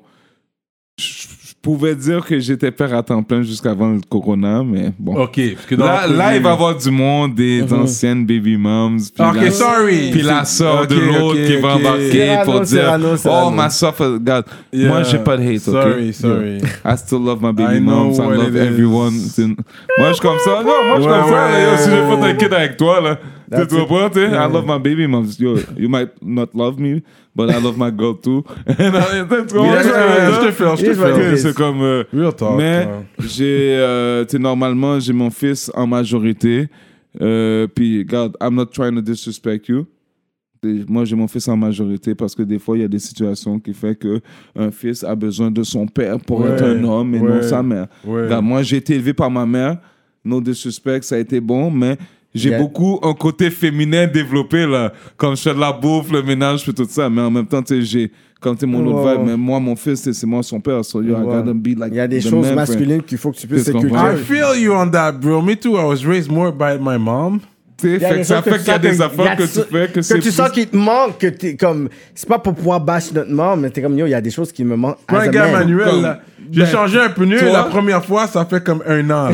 Je pouvais dire que j'étais père à temps plein jusqu'avant le corona, mais bon. Ok, parce que là, il va y avoir du monde, des anciennes baby moms. Ok, sorry. Puis la soeur de l'autre qui va embarquer pour dire oh, ma soeur, regarde. Yeah. Moi, j'ai pas de hate, sorry. I still love my baby moms, I love everyone. Moi, je suis comme ça. Non, moi, je suis comme ça. Yo, si je veux pas t'inquiéter avec toi, là. Tu comprends, tu sais? I love my baby moms. Yo, you might not love me, but I love my girl too. Je te fais. C'est comme... Real talk. Mais normalement, j'ai mon fils en majorité. Puis, regarde, I'm not trying to disrespect you. Moi, j'ai mon fils en majorité parce que des fois, il y a des situations qui font qu'un fils a besoin de son père pour être un homme et non sa mère. Regarde, moi, j'ai été élevé par ma mère. No disrespect, ça a été bon, mais... J'ai beaucoup un côté féminin développé, là. Comme je fais de la bouffe, le ménage, puis tout ça. Mais en même temps, tu sais, j'ai... Comme tu sais, mon autre vibe, mais moi, mon fils, c'est moi son père. So, I gotta be like il y a des choses masculines qu'il faut que tu puisses sécuriser. I feel you on that, bro. Me too. I was raised more by my mom. Ça fait qu'il y a des affaires que tu fais que c'est... Que tu sens qu'il te manque, que t'es comme... C'est pas pour pouvoir bâcher notre mort, mais t'es comme, yo, il y a des choses qui me manquent. Pour un gars manuel, là. J'ai changé un pneu la première fois, ça fait comme 1 an, là.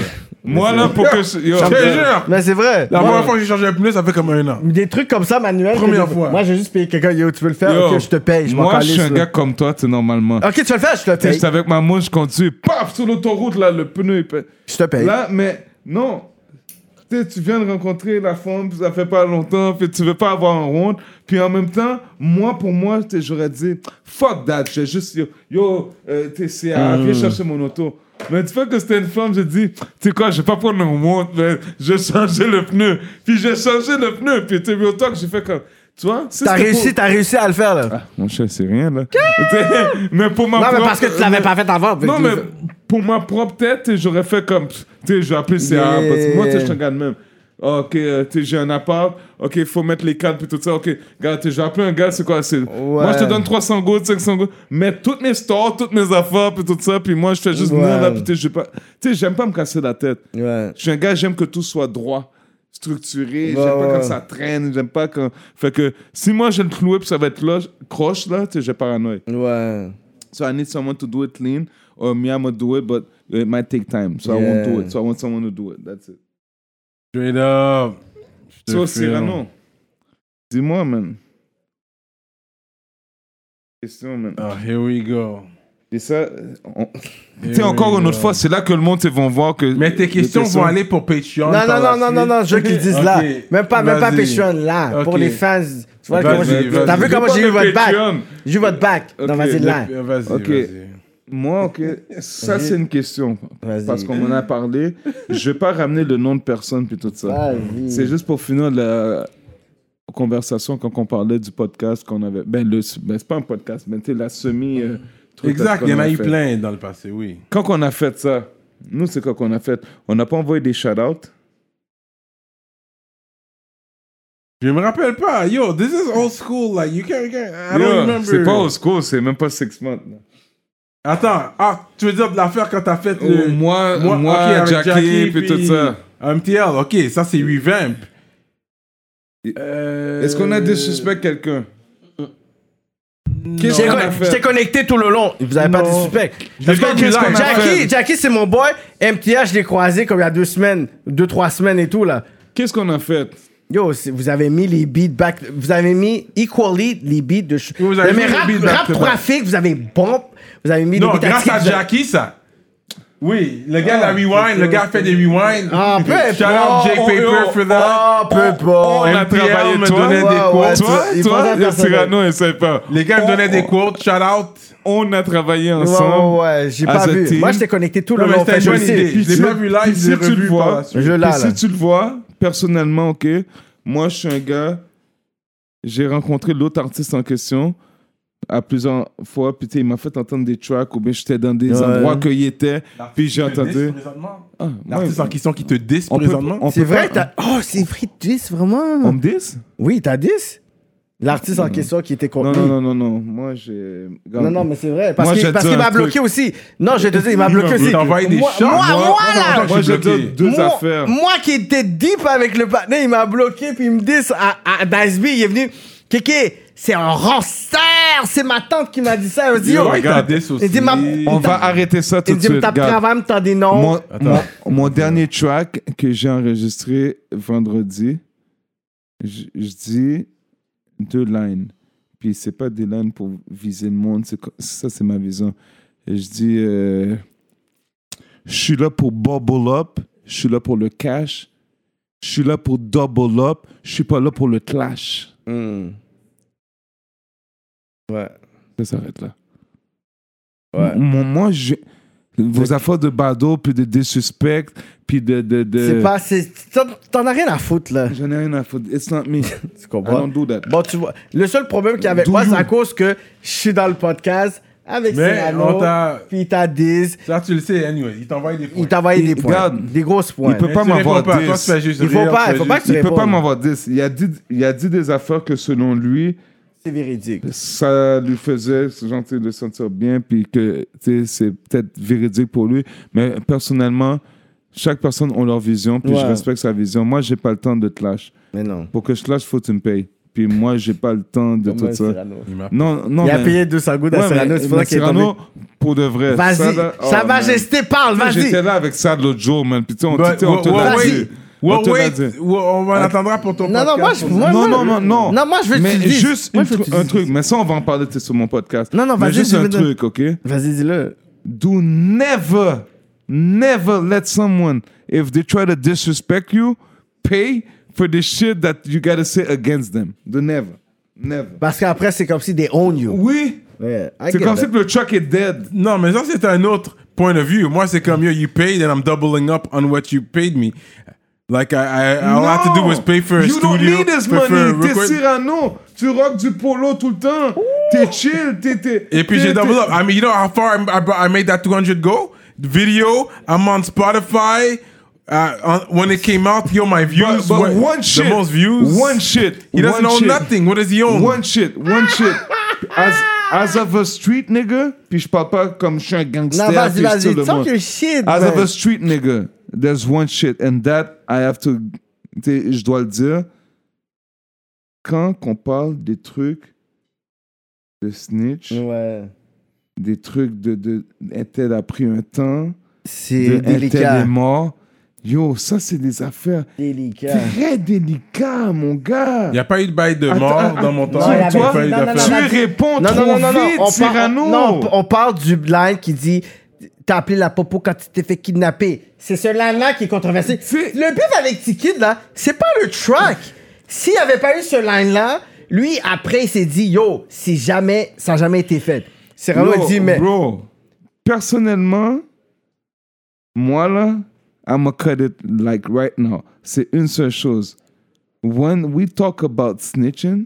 Moi, là, pour que... Yo, Je te jure. Mais c'est vrai. La Moi, première fois que j'ai changé un pneu, ça fait comme 1 an. des trucs comme ça, manuel. Première que- fois. Moi, j'ai juste payé quelqu'un. Yo, tu veux le faire? Yo, Ok, je te paye. Je m'en moi, je suis calisse, un là. gars comme toi, tu sais, normalement. Ok, tu veux le faire? Je te paye. J'étais avec ma mouche, je conduis, paf, sur l'autoroute, là, le pneu, il pète. Je te paye. Là, mais non. Tu sais, tu viens de rencontrer la femme, puis ça fait pas longtemps, puis tu veux pas avoir un ronde. Puis en même temps, pour moi, tu sais, j'aurais dit, fuck that, j'ai juste, tu sais, viens chercher mon auto. Mais tu vois que c'était une femme, j'ai dit, tu sais quoi, je vais pas prendre un ronde, mais je vais changer le pneu. Puis j'ai changé le pneu, puis tu sais, au temps que j'ai fait comme, tu vois, T'as réussi à le faire, là. Ah, mon cher, c'est rien, là. Mais pour ma Non, mais propre- parce que tu l'avais pas fait avant. Non, mais pour ma propre tête, j'aurais fait comme. Tu sais, j'ai appelé CA. Yeah. Parce que moi, tu sais, je te regarde même. Ok, tu sais, j'ai un appart. Ok, il faut mettre les cadres puis tout ça. Ok, regarde, tu sais, j'ai appelé un gars, c'est quoi? Moi, je te donne 300 gouttes, 500 gouttes. Mets toutes mes stores, toutes mes affaires puis tout ça. Puis moi, je fais juste venir là. Puis tu sais, j'aime pas me casser la tête. Ouais. Je suis un gars, j'aime que tout soit droit, structuré. J'aime pas quand ça traîne. J'aime pas quand. Fait que si moi, je le clouer puis ça va être là, croche là, tu sais, j'ai paranoïe. Ouais. So I need someone to do it clean, or me, I'm gonna do it, but it might take time. So I won't do it. So I want someone to do it. That's it. Straight up. Je te So file. Cyrano, dis-moi, man. Question, man. Ah, here we go. Et ça, tu sais, Here encore we une autre go. fois, c'est là que le monde ils vont voir que. Mais tes questions vont aller pour Patreon. Non, je veux qu'ils disent là. Ok. Même pas Vas-y. Patreon, là. Ok. Pour les fans. Tu vois Vas-y, comment j'ai... vas-y. T'as vu comment j'ai eu votre bac? Patreon. J'ai eu votre bac. Non, Ok, vas-y, là. Vas-y, Ok. vas-y. Moi, ok, ça c'est une question. Vas-y. Parce qu'on m'en a parlé. Je vais pas ramener le nom de personne puis tout ça. Vas-y. C'est juste pour finir la conversation quand on parlait du podcast qu'on avait. Ben, c'est pas un podcast, mais tu sais, la semi. truc Exact, qu'on il y en a a eu fait. plein dans le passé, oui. Quand on a fait ça, nous, c'est quoi qu'on a fait? On n'a pas envoyé des shout-outs. Je me rappelle pas. Yo, this is old school. Like, you can't I don't Yo, remember. c'est pas au school, c'est même pas 6 months. là. Attends, tu veux dire de l'affaire quand t'as fait Oh, le... moi, ok, avec Jackie, puis tout ça. MTL, ok, ça c'est revamp. Est-ce qu'on a disrespect quelqu'un? Qu'est-ce J'ai qu'on a fait? J'étais connecté tout le long. Vous avez pas de suspect. Parce pas que vu live. Jackie, c'est mon boy. MTA, je l'ai croisé comme il y a 2 semaines, 2-3 semaines et tout, là. Qu'est-ce qu'on a fait? Yo, vous avez mis les beats back. Vous avez mis equally les beats de. Vous avez mais mis les rap, beats back rap to back. trafic, vous avez bomb. Vous avez mis Non, les beats grâce à Attic, vous avez- Jackie, ça. Oui, le gars la rewind, le gars fait des rewinds. Ah, peu Shout out importe. Jake Paper for that. Ah, peu On importe. a MTL travaillé, me toi. donnait des Ouais, quotes. ouais, Toi, il pensait à Cyrano, il sait pas. Les gars me donnaient des quotes, shout out. On a travaillé Ouais, ensemble. ouais, j'ai as pas a vu. team. Moi, j'étais connecté tout le Non, mais long. c'était une Fait que bonne je idée. sais. Je l'ai pas vu live, Puis je l'ai si tu revu le par vois, la suite. Je puis l'ai, là. si tu le vois, personnellement, ok, moi, je suis un gars, j'ai rencontré l'autre artiste en question à plusieurs fois, puis tu sais, il m'a fait entendre des tracks, ou bien j'étais dans des Ouais. endroits qu'il était, puis j'ai entendu. Ah, L'artiste en question qui te diss On peut- présentement. on C'est peut vrai, pas- t'as. Oh, c'est vrai, 10, vraiment. On me dit? Oui, t'as 10. L'artiste en question qui était Non, contenu. non. Moi, j'ai. Non, mais c'est vrai. Parce Moi, qu'il je vais te parce dire qu'il m'a un bloqué truc. aussi. Non, je vais te dire, il m'a bloqué aussi. Il t'a envoyé des Moi, shots. moi, là. Moi, je vais te dire deux Moi- affaires. Moi qui étais deep avec le partenaire, il m'a bloqué, puis il me dit à Dasby, il est venu, Kéké, c'est un roster, c'est ma tante qui m'a dit ça. Elle m'a dit, Yo, yo, regarde this aussi. il dit, On va arrêter ça tout il de dit, suite. t'as regarde. travaillé, t'as des noms. Mon dernier track que j'ai enregistré vendredi, je dis 2 lines. Puis c'est pas des lines pour viser le monde, ça c'est ma vision. Et je dis, je suis là pour bubble up, je suis là pour le cash, je suis là pour double up, je suis pas là pour le clash. Ouais. Ça s'arrête là. Ouais. Moi, vos affaires de bado, puis de disrespect, puis de... C'est pas, t'en as rien à foutre, là. J'en ai rien à foutre. It's not me. Tu I comprends? don't do that. Bon, tu vois, le seul problème qu'il y a avec moi, c'est à cause que je suis dans le podcast avec Mais Cyrano, on t'a... puis t'as Diz, Ça, tu le sais, anyway. Il t'envoie des points. il t'a envoyé des points. Regarde, Des grosses points. il peut Mais pas tu m'avoir réponds pas. 10. Toi, tu fais juste Il faut rire, pas tu fais que juste- tu Il peut pas répondes. m'avoir 10. Il a dit des affaires que selon lui, C'est véridique. ça lui faisait gentil de se sentir bien, puis que tu sais, c'est peut-être véridique pour lui. Mais personnellement, chaque personne a leur vision, puis je Ouais. respecte sa vision. Moi, j'ai pas le temps de clash. Mais non. Pour que je clash, faut que tu me payes. Puis moi, j'ai pas le temps de tout ça. Non, Il a payé 200 gouttes à Cyrano, c'est pour ça qu'il est tombé. Cyrano, pour de vrai. Vas-y, Sa Majesté parle, vas-y. J'étais là avec ça l'autre jour, man. Puis tu sais, on te l'a dit. On va attendra pour ton podcast. Non, moi, je veux que tu le dises. Juste un truc. Mais ça, on va en parler sur mon podcast. Non, vas-y. Juste un truc, OK? Vas-y, dis-le. Do never let someone, if they try to disrespect you, pay for the shit that you gotta say against them. Do never. Parce qu'après, c'est comme si they own you. Oui. Yeah, C'est comme si le truck est dead. Non, mais ça, c'est un autre point of view. Moi, c'est comme, you paid and I'm doubling up on what you paid me. Like, all I have to do was pay for a studio. You don't need this for money. T'es Cyrano. Tu rock du polo tout le temps. T'es chill. Et puis, j'ai double up. I mean, you know how far I made that 200 go? The video, I'm on Spotify. When it came out, my views but were one shit, the most views. One shit. He doesn't own nothing. What does he own? One shit. As of a street nigga, puis je parle pas comme je suis un gangster. Non, vas-y, talk your shit, As man. of a street nigga, there's one shit, and that I have to, je dois le dire, quand on parle des trucs de snitch, des trucs de Intel a pris un temps, c'est délicat. Intel est mort. Yo, ça, c'est des affaires très délicates, mon gars. Il n'y a pas eu de bail de mort dans mon temps. Tu réponds trop vite, Cyrano. Non, on parle du line qui dit « T'as appelé la popo quand tu t'es fait kidnapper ». C'est ce line-là qui est controversé. Le beef avec T-Kid, là, c'est pas le track. S'il n'y avait pas eu ce line-là, lui, après, il s'est dit « Yo, ça n'a jamais été fait ». Cyrano a dit « Mais... » Bro, personnellement, moi, là, I'ma cut it like right now. C'est une seule chose. When we talk about snitching,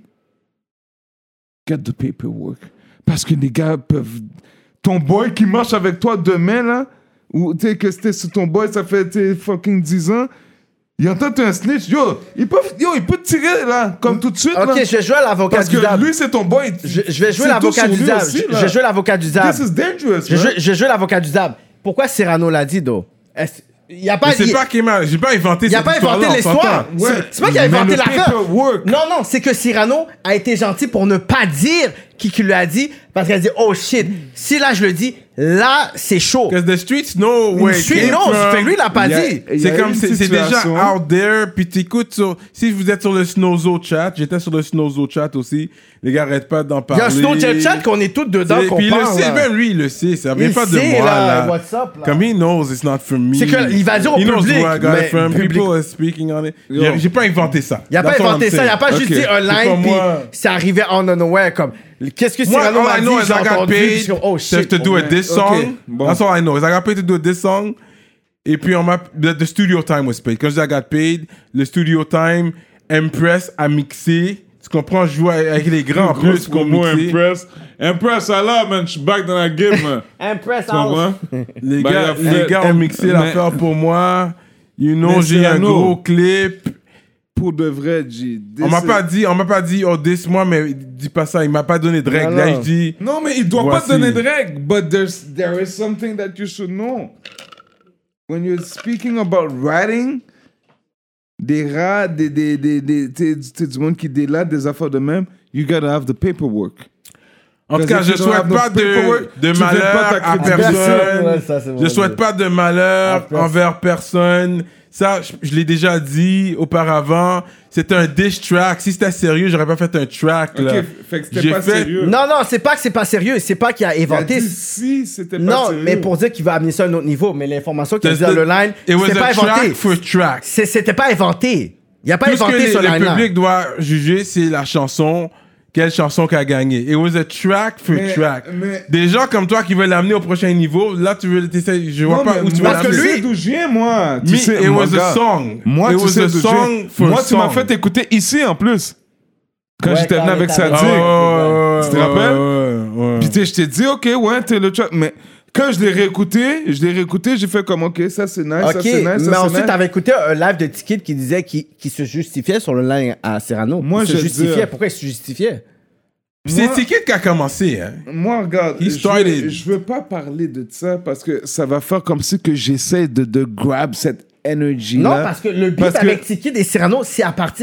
get the paperwork. Parce que les gars peuvent... Ton boy qui marche avec toi demain, là, ou tu sais que c'était sur ton boy, ça fait fucking 10 ans, il entend un snitch, il peut te tirer, là, comme tout de suite. Ok, là. je vais jouer à l'avocat du diable. Parce que lui, c'est ton boy. Je vais jouer l'avocat du diable. Je vais jouer l'avocat du diable. This is dangerous, je vais jouer l'avocat du diable. Pourquoi Cyrano l'a dit, Do? Il a pas c'est pas qu'il m'a... J'ai pas inventé cette histoire. Il a pas inventé l'histoire. C'est pas qu'il a inventé l'affaire. Non, c'est que Cyrano a été gentil pour ne pas dire qui lui a dit, parce qu'elle a dit « Oh shit, si là je le dis, là c'est chaud. » Because the streets know where it came from. Fait que lui il l'a pas dit. C'est comme, c'est déjà out there, puis t'écoutes sur... Si vous êtes sur le Snowzo chat, j'étais sur le Snowzo chat aussi, les gars arrêtent pas d'en parler. Il y a un Snowzo chat qu'on est tous dedans, qu'on parle. Puis il le sait, même lui il le sait, ça vient pas de moi là. What's up, là. Comme he knows it's not from me. C'est qu'il va dire au public. He knows where I got it from, public. people are speaking on it. J'ai pas inventé ça. Il a pas inventé ça, il a pas juste dit un line, puis c'est arrivé on nowhere, comme... Qu'est-ce que Cyrano m'a dit? J'ai entendu, oh shit. To do a diss song. That's all I know. Is I got paid to do a diss song. Et puis the studio time was paid. Quand je dis I got paid, le studio time, Empress a mixé. Tu comprends? Je joue avec les grands en plus qu'on mixé. Empress, Allah, man. Je suis back dans la game, man. Empress, les gars ont mixé l'affaire pour moi. You know, j'ai un gros clip. Pour de vrai, G. On m'a pas dit, oh, this moi, mais dis pas ça. Il m'a pas donné de règles. Là, je dis. Non, mais il doit pas te donner de règles. But there is something that you should know. When you're speaking about writing, des rats, du monde qui délate des affaires de même, you gotta have the paperwork. En tout cas, je souhaite pas de malheur à personne. Je souhaite pas de malheur envers personne. Ça, je l'ai déjà dit auparavant. C'était un diss track. Si c'était sérieux, j'aurais pas fait un track. Là. Ok, fait que c'était pas sérieux. Non, c'est pas que c'est pas sérieux. C'est pas qu'il a inventé. Si, c'était pas sérieux. Non, mais pour dire qu'il va amener ça à un autre niveau. Mais l'information qu'il a dit dans le line, c'était pas inventé. C'était pas inventé. Il a pas inventé ce line-là. Le public doit juger, c'est la chanson. Quelle chanson qui a gagné? It was a track for track. Des gens comme toi qui veulent l'amener au prochain niveau, là, tu veux t'essayer. Je vois pas où tu veux l'amener. Parce que lui, d'où je viens, moi. Tu sais, it was a song. Moi, it was a song for moi, song. tu m'as fait écouter ici, en plus. Quand j'étais venu avec Sadik. Tu te rappelles? Puis tu sais, je t'ai dit, OK, ouais, t'es le track. Mais quand je l'ai réécouté, j'ai fait comme, OK, ça c'est nice, ça c'est nice. Mais ensuite, t'avais écouté un live de T-Kid qui disait qu'il se justifiait sur le live à Cyrano. Moi, il se justifiait. Pourquoi il se justifiait? C'est T-Kid qui a commencé. Hein. Moi, regarde, je veux pas parler de ça parce que ça va faire comme si que j'essaie de grab cette énergie-là. Non, parce que le beat avec T-Kid et Cyrano, c'est à partir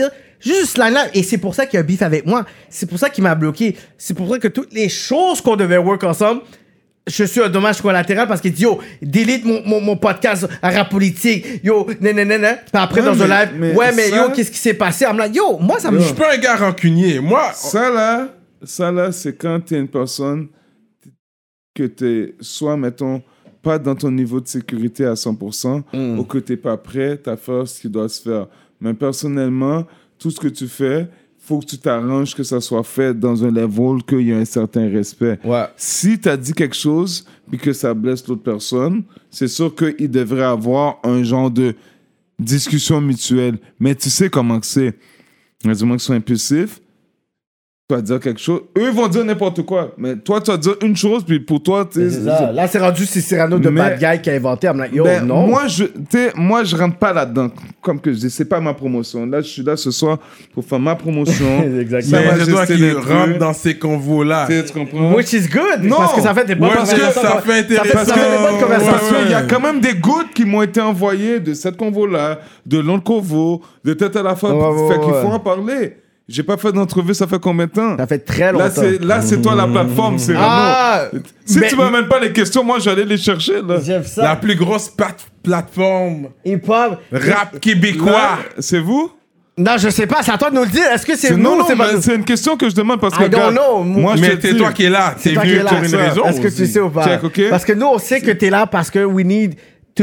Juste line-up. Et c'est pour ça qu'il y a un beef avec moi. C'est pour ça qu'il m'a bloqué. C'est pour ça que toutes les choses qu'on devait work ensemble, je suis un dommage collatéral parce qu'il dit, yo, delete mon podcast à rap politique. Yo, nanana. Puis après, dans un live, mais yo, qu'est-ce qui s'est passé? I'm like, yo, moi, ça me... Je suis pas un gars rancunier. Moi... Ça, là, c'est quand t'es une personne que t'es soit, mettons, pas dans ton niveau de sécurité à 100% ou que t'es pas prêt à faire ce qui doit se faire. Mais personnellement, tout ce que tu fais, faut que tu t'arranges que ça soit fait dans un level qu'il y a un certain respect. Ouais. Si tu as dit quelque chose et que ça blesse l'autre personne, c'est sûr qu'il devrait avoir un genre de discussion mutuelle. Mais tu sais comment que c'est. Il y a des gens qui sont impulsifs. Tu vas dire quelque chose. Eux vont dire n'importe quoi. Mais toi, tu vas dire une chose, puis pour toi, tu sais... C'est ça. Là, c'est rendu c'est Cyrano de Bad Guy qui a inventé. I'm like, yo, non. Moi, je rentre pas là-dedans. Comme que je dis, c'est pas ma promotion. Là, je suis là ce soir pour faire ma promotion. Exactement. Mais c'est toi qui rentre dans ces convos-là. Tu comprends? Which is good. Non. Parce que ça fait des bonnes conversations. Ça fait intéressant. Ça fait des bonnes conversations. Parce qu'il y a quand même des gouttes qui m'ont été envoyées de cette convo-là, de l'autre convo, de tête à la fois. Fait qu'il faut en parler. J'ai pas fait d'entrevue, ça fait combien de temps? Ça fait très longtemps. Là, c'est toi la plateforme, c'est Si tu m'amènes pas les questions, moi, j'allais les chercher, là. J'aime ça. La plus grosse plateforme Hip-hop. rap québécois. Là, c'est vous? Non, je sais pas, c'est à toi de nous le dire. Est-ce que c'est nous Non, ou c'est pas nous? c'est une question que je demande parce que, I don't know. moi, Mais c'est toi qui es là. T'es toi qui venu es là. pour une raison. Est-ce que tu aussi. sais ou pas? Check, ok. Parce que nous, on sait que t'es là parce que we need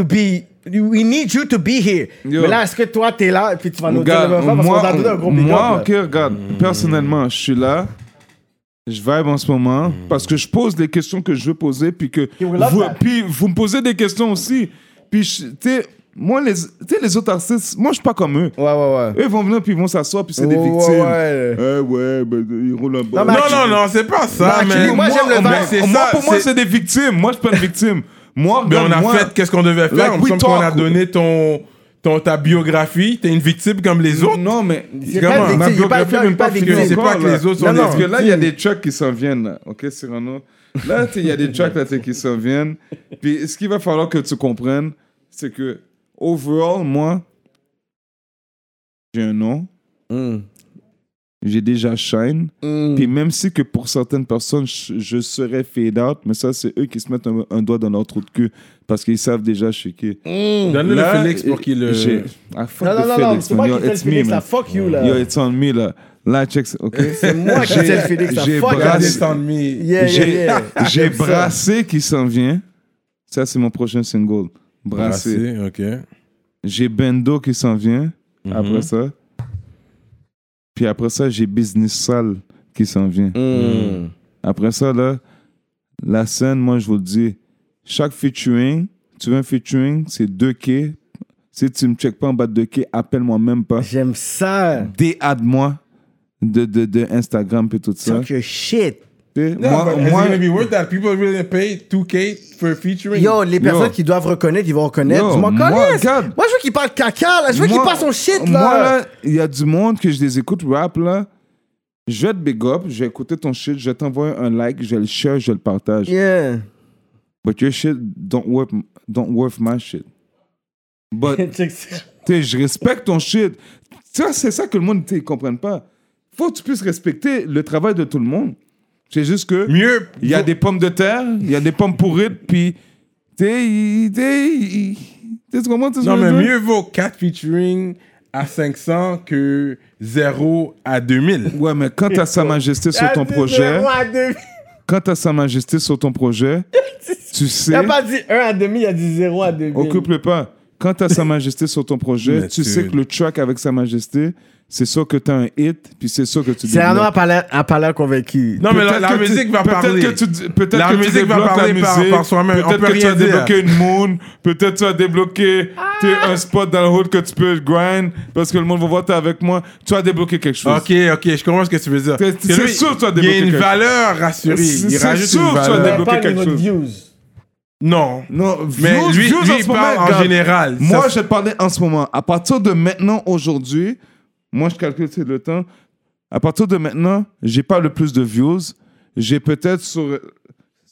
you to be here. Yo. Mais là, est-ce que toi, t'es là et puis tu vas nous dire Regarde, le même parce qu'on a donné un gros big moi, up, ok, regarde, personnellement, je suis là, je vibe en ce moment, parce que je pose les questions que je veux poser, puis que vous me posez des questions aussi. Puis, tu sais, moi, les autres artistes, moi, je suis pas comme eux. Ouais. Eux, ils vont venir, puis ils vont s'asseoir, puis c'est des victimes. Ils roulent un bas. Non, c'est pas ça, mais moi, j'aime le vibe. Pour moi, c'est des victimes. Moi, je suis pas une victime. Moi, Mais on a moi, fait qu'est-ce qu'on devait faire. like Il me we semble qu'on a talk. donné ta biographie. T'es une victime comme les autres. Non, mais C'est pas Comment? une ma victime, biographie il est même pas pas figure victime. C'est pas encore, que là. les autres sont Non, des parce que là, il y a victimes. des tracks qui s'en viennent, là. OK, Cyrano? Là, il y a des tracks là, qui s'en viennent. Puis ce qu'il va falloir que tu comprennes, c'est que, overall, moi, j'ai un nom. J'ai déjà shine. Puis même si que pour certaines personnes, je serais fade out, mais ça, c'est eux qui se mettent un doigt dans leur trou de cul parce qu'ils savent déjà je suis qui. Donne-le le Là, Félix pour qu'il le... Fuck Non, the non, Félix, c'est man. moi Yo, qui fais le it's me, Félix, là. man. Fuck you, là. Yo, it's on me, là. Là, check, OK? C'est moi qui fais le Félix, là. j'ai Fuck brassé- you. Descend de me. Yeah. J'ai J'aime ça. Brassé qui s'en vient. Ça, c'est mon prochain single. Brassé. Ok. J'ai Bendo qui s'en vient. Après ça. Puis après ça, j'ai Business Sale qui s'en vient. Après ça, là, la scène, moi, je vous le dis, chaque featuring, tu veux un featuring, c'est 2K. Si tu me checkes pas en bas de 2K, appelle-moi même pas. J'aime ça. Déad-moi de Instagram et tout ça. Talk your shit. Tu sais, No, but is it moi, gonna be worth that? People really pay 2K for featuring? Yo, les personnes qui doivent reconnaître, ils vont reconnaître. Yo, Je m'en moi, connais. regarde. Moi, je veux qu'ils parlent caca, là. Je veux qu'ils parlent son shit, là. Moi, là, il y a du monde que je les écoute rap, là. Je vais te big up, je vais écouter ton shit, je vais t'envoyer un like, je vais le share, je le partage. Yeah. But your shit don't worth my shit. But, tu sais, je respecte ton shit. Tu vois, c'est ça que le monde, ils comprennent pas. Faut que tu puisses respecter le travail de tout le monde. C'est juste que... Mieux. Il y a des pommes de terre, il y a des pommes pourrites, puis... Tu comprends tout ça? Non, mais mieux vaut 4 featuring à 500 que 0 à 2000. Ouais, mais quand t'as Sa Majesté sur ton projet... Quand t'as Sa Majesté sur ton projet, tu sais... Il a pas dit 1 à demi, il a dit 0 à 2000. Occupe-le pas. Quand t'as Sa Majesté sur ton projet, Mais tu sais que le track avec Sa Majesté, c'est sûr que t'as un hit, puis c'est sûr que tu Cyrano développes. a pas l'air convaincu. Non, mais la Peut-être que musique va parler. Peut-être La que tu musique va débloques parler la par musique, soi-même. On peut-être peut que tu rien as dire. débloqué une moon, peut-être tu as débloqué un spot dans le hood que tu peux grind, parce que le monde va voir t'es avec moi, tu as débloqué quelque chose. Ok, je comprends ce que tu veux dire. C'est Parce que lui, sûr que tu as il y a débloqué une quelque chose. valeur rassurée. Il C'est rajoute sûr une que tu as valeur. débloqué Pas quelque niveau de chose. views. Non. Non, Mais views, lui, views lui en il ce moment, parle en regarde. général. Moi, Ça, je vais te parler en ce moment. À partir de maintenant, aujourd'hui, moi, je calcule c'est le temps. À partir de maintenant, j'ai pas le plus de views. J'ai peut-être sur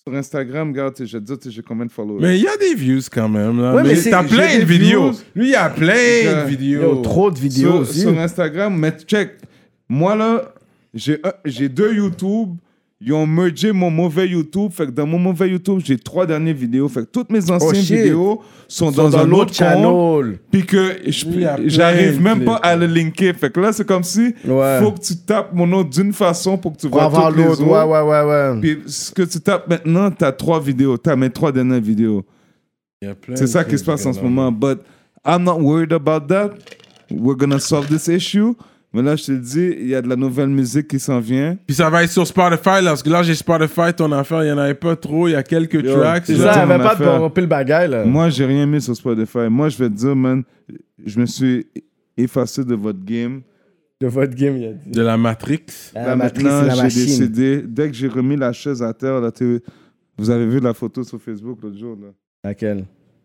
Sur Instagram, regarde, je vais te dire, j'ai combien de followers. Mais il y a des views quand même. Là. Ouais, mais t'as j'ai plein des de vidéos. views. Lui, il y a plein Yo, de vidéos. Yo, trop de vidéos aussi. Sur Instagram, mais check. Moi, là, j'ai 2 YouTube. Ils ont mergé mon mauvais YouTube. Fait que dans mon mauvais YouTube, j'ai 3 dernières vidéos. Fait que toutes mes anciennes shit. vidéos sont dans un autre compte. channel. Puis que Il y a plein j'arrive de même clips. pas à le linker. Fait que là, c'est comme si Ouais. faut que tu tapes mon nom d'une façon pour que tu Pour vois avoir toutes les l'autre. autres. Ouais. Puis ce que tu tapes maintenant, t'as 3 vidéos. T'as mes 3 dernières vidéos. Il y a plein C'est de ça qui clips se passe en ce là. moment. But I'm not worried about that. We're gonna solve this issue. Mais là, je te le dis, il y a de la nouvelle musique qui s'en vient. Puis ça va être sur Spotify, là, parce que là, j'ai Spotify, ton affaire, il n'y en avait pas trop, il y a quelques Yo, tracks. C'est là. ça, il mon avait pas de affaire. romper le bagaille, là. Moi, j'ai rien mis sur Spotify. Moi, je vais te dire, man, je me suis effacé de votre game. De votre game, il a dit. De la Matrix. La matrice, c'est la j'ai machine. décidé, dès que j'ai remis la chaise à terre, là, vous avez vu la photo sur Facebook l'autre jour, là. Laquelle?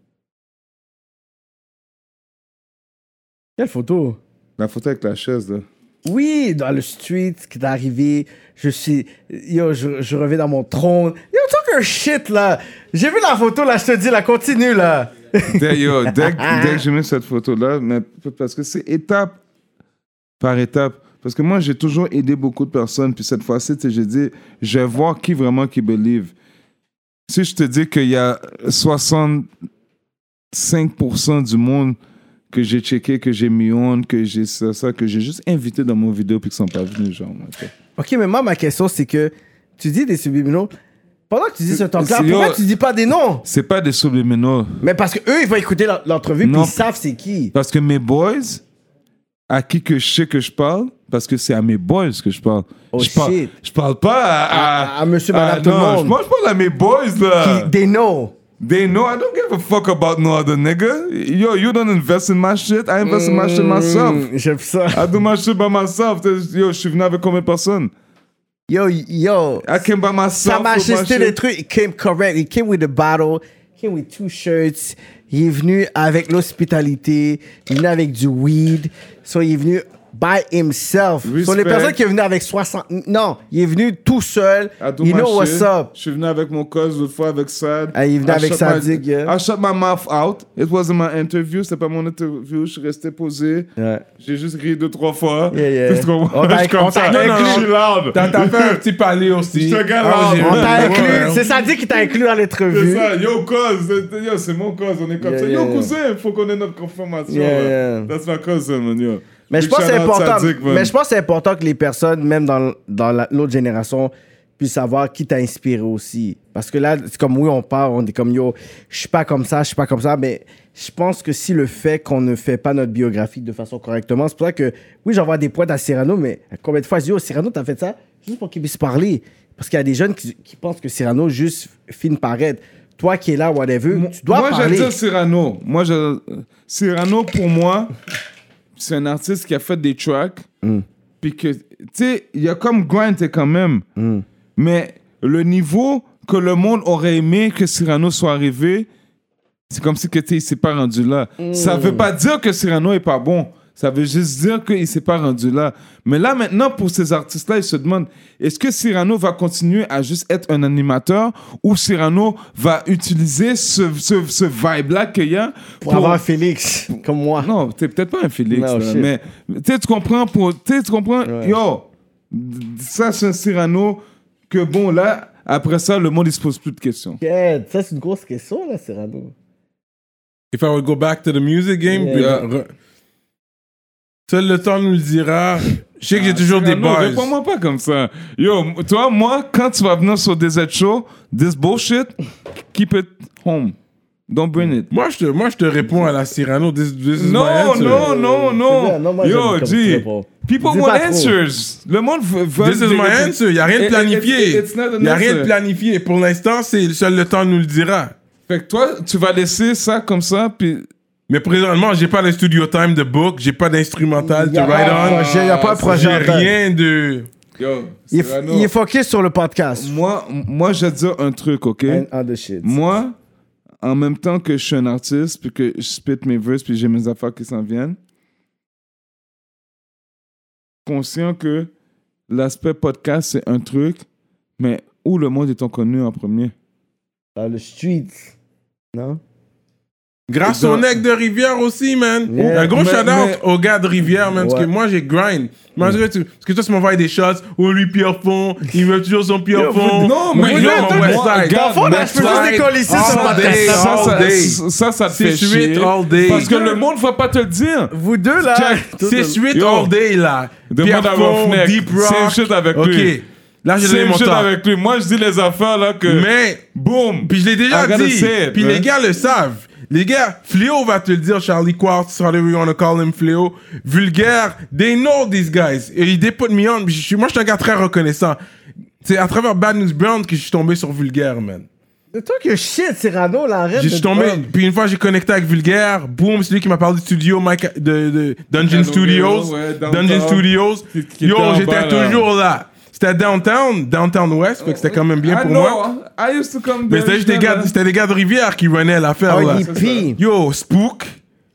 Quelle photo? La photo avec la chaise, là. Oui, dans le street, ce qui est arrivé, je reviens dans mon trône. Yo, talk your shit, là. J'ai vu la photo, là, je te dis, là, continue, là. Dès que j'ai mis cette photo-là, mais parce que c'est étape par étape. Parce que moi, j'ai toujours aidé beaucoup de personnes, puis cette fois-ci, tu sais, j'ai dit, je vais voir qui vraiment qui believe. Si je te dis qu'il y a 65% du monde que j'ai checké, que j'ai mis on, que j'ai ça, que j'ai juste invité dans mon vidéo, puis qui sont pas venus, genre. Okay. OK, mais moi, ma question, c'est que tu dis des subliminaux. Pendant que tu dis ce talk-là, C'est- pourquoi yo- tu dis pas des noms? C'est pas des subliminaux. Mais parce que eux, ils vont écouter l'entrevue, puis Non. ils savent c'est qui. Parce que mes boys, à qui que je sais que je parle, parce que c'est à mes boys que je parle. Oh, je parle, shit. je parle pas À monsieur, madame, tout le non, monde. moi, je parle à mes boys, là. They know. They know I don't give a fuck about no other nigga. Yo, you don't invest in my shit. I invest in my shit myself. J'aime ça. I do my shit by myself. Yo, je suis venu avec combien de personnes? Yo, I came by myself. Sa with my Majesté, shit. le truc, il came correct. Il came with the bottle. Il came with 2 shirts. Il est venu avec l'hospitalité. Il est venu avec du weed. So, il est venu by himself. Respect. So, les personnes qui sont venues avec 60... Non, il est venu tout seul. I do You my know what's shit. up. Je suis venu avec mon cause l'autre fois avec Sad. Ah, il est venu I avec shut Sadik, my- yeah. I shut my mouth out. It wasn't my interview. C'était pas mon interview. Je suis resté posé. Ouais. J'ai juste ri 2-3 fois. Yeah. Tu comprends? On t'a- Je suis comme on t'a ça. inclus. Je suis loud. T'as fait un petit palais aussi. Je suis un gars Ah, loud. j'ai On vu. t'a Ouais, inclus. ouais. C'est Sadik qui t'a inclus dans C'est l'entrevue. ça. Yo, cause. Yo, c'est mon cause. On est comme Yeah, ça. yeah, Yo, yeah. cousin, faut qu'on ait notre confirmation. Yeah, là. yeah. That's my cousin, man. Yo. Mais je Big pense que c'est shout out important. Sadik, man. Mais je pense que c'est important que les personnes, même dans l'autre génération, puissent savoir qui t'a inspiré aussi. Parce que là, c'est comme oui, on parle, on dit comme yo, je suis pas comme ça, mais je pense que si le fait qu'on ne fait pas notre biographie de façon correctement, c'est pour ça que oui, j'envoie des points à Cyrano, mais combien de fois je dis yo, Cyrano, t'as fait ça juste pour qu'il puisse parler. Parce qu'il y a des jeunes qui pensent que Cyrano juste finit par être. Toi qui es là, whatever, tu dois Moi, parler. j'adore Cyrano. Cyrano, pour moi, c'est un artiste qui a fait des tracks. Puis que, tu sais, il y a comme Grind quand même. Mais le niveau que le monde aurait aimé que Cyrano soit arrivé, c'est comme si que, tu sais, il s'est pas rendu là. Ça veut pas dire que Cyrano est pas bon. Ça veut juste dire qu'il s'est pas rendu là. Mais là, maintenant, pour ces artistes-là, ils se demandent, est-ce que Cyrano va continuer à juste être un animateur ou Cyrano va utiliser ce vibe-là qu'il y a pour avoir un Félix, comme moi. Non, t'es peut-être pas un Félix, Non, là, shit. mais tu sais, tu comprends, Ouais. yo, ça c'est un Cyrano que bon, là, après ça, le monde il se pose plus de questions. Yeah, ça, c'est une grosse question, là, Cyrano. If I would go back to the music game, Yeah. puis seul le temps nous le dira. Je sais que j'ai toujours des Cyrano, bars. réponds-moi pas comme ça. Yo, toi, moi, quand tu vas venir sur des shows, this bullshit, keep it home. Don't bring it. Moi, je te réponds à la Cyrano. This is my Non, answer. non, non, C'est bien. Non, non. moi, j'aime Yo, comme tu G, réponds. people Dis want pas trop. answers. Le monde veut... This is my answer. Il n'y a rien de planifié. It's not an Il n'y a rien de answer. planifié. Pour l'instant, c'est seul le temps nous le dira. Fait que toi, tu vas laisser ça comme ça, puis... Mais présentement, j'ai pas de studio time de book, j'ai pas d'instrumental Il y to a write pas de on. projet, il y a pas de projet J'ai en tête. rien de. Yo, Il Cyrano, est focus sur le podcast. moi, je vais te dire un truc, OK? And other shit. Moi, en même temps que je suis un artiste, puis que je spit mes verses, puis j'ai mes affaires qui s'en viennent, conscient que l'aspect podcast, c'est un truc, mais où le monde est connu en premier? Dans le street. Non? Grâce au nec de Rivière aussi, man. Yeah. Un gros shout-out aux gars de Rivière, man. Parce Ouais. que moi, j'ai grind. Parce que toi, tu m'envoies des shots. Oh, lui, Pierrefonds. Il veut toujours son Pierrefonds. non, mais yo, yo, mon West moi, Side. regarde, Dans le fond, là, je peux juste décoller ici sur all ma day, tête. all day. ça te fait 6-8 chier. all day. Parce que le monde ne va pas te le dire. Vous deux, là. tout- 6-8 Yo. all day, là. Demande à Pierrefonds, Roughneck. Deep Rock. Same shit avec lui. OK. Là, j'ai donné Same mon shit temps. avec lui. Moi, je dis les affaires là que. Mais, Boom. puis je l'ai déjà I gotta dit. say it, Puis man. les gars le savent. Les gars, Fléau va te le dire, Charlie Quartz, whatever you want to call him, Fléau. Vulgaire, they know these guys. Et they put me on. Moi, je suis un gars très reconnaissant. C'est à travers Bad News Brown que je suis tombé sur Vulgaire, man. C'est toi que shit, Cyrano, là, arrête. Je suis tombé, puis une fois j'ai connecté avec Vulgaire, boom, c'est lui qui m'a parlé du studio, de Dungeon Cannon Studios. Vero, ouais, Downtown. Dungeon Studios. Qui était Yo, en j'étais bas, là. toujours là. C'était Downtown West, fait que c'était quand même bien I pour know. moi. I used to come Mais there. c'était des gars de Rivière qui venaient l'affaire, là. RDP. Yo, Spook.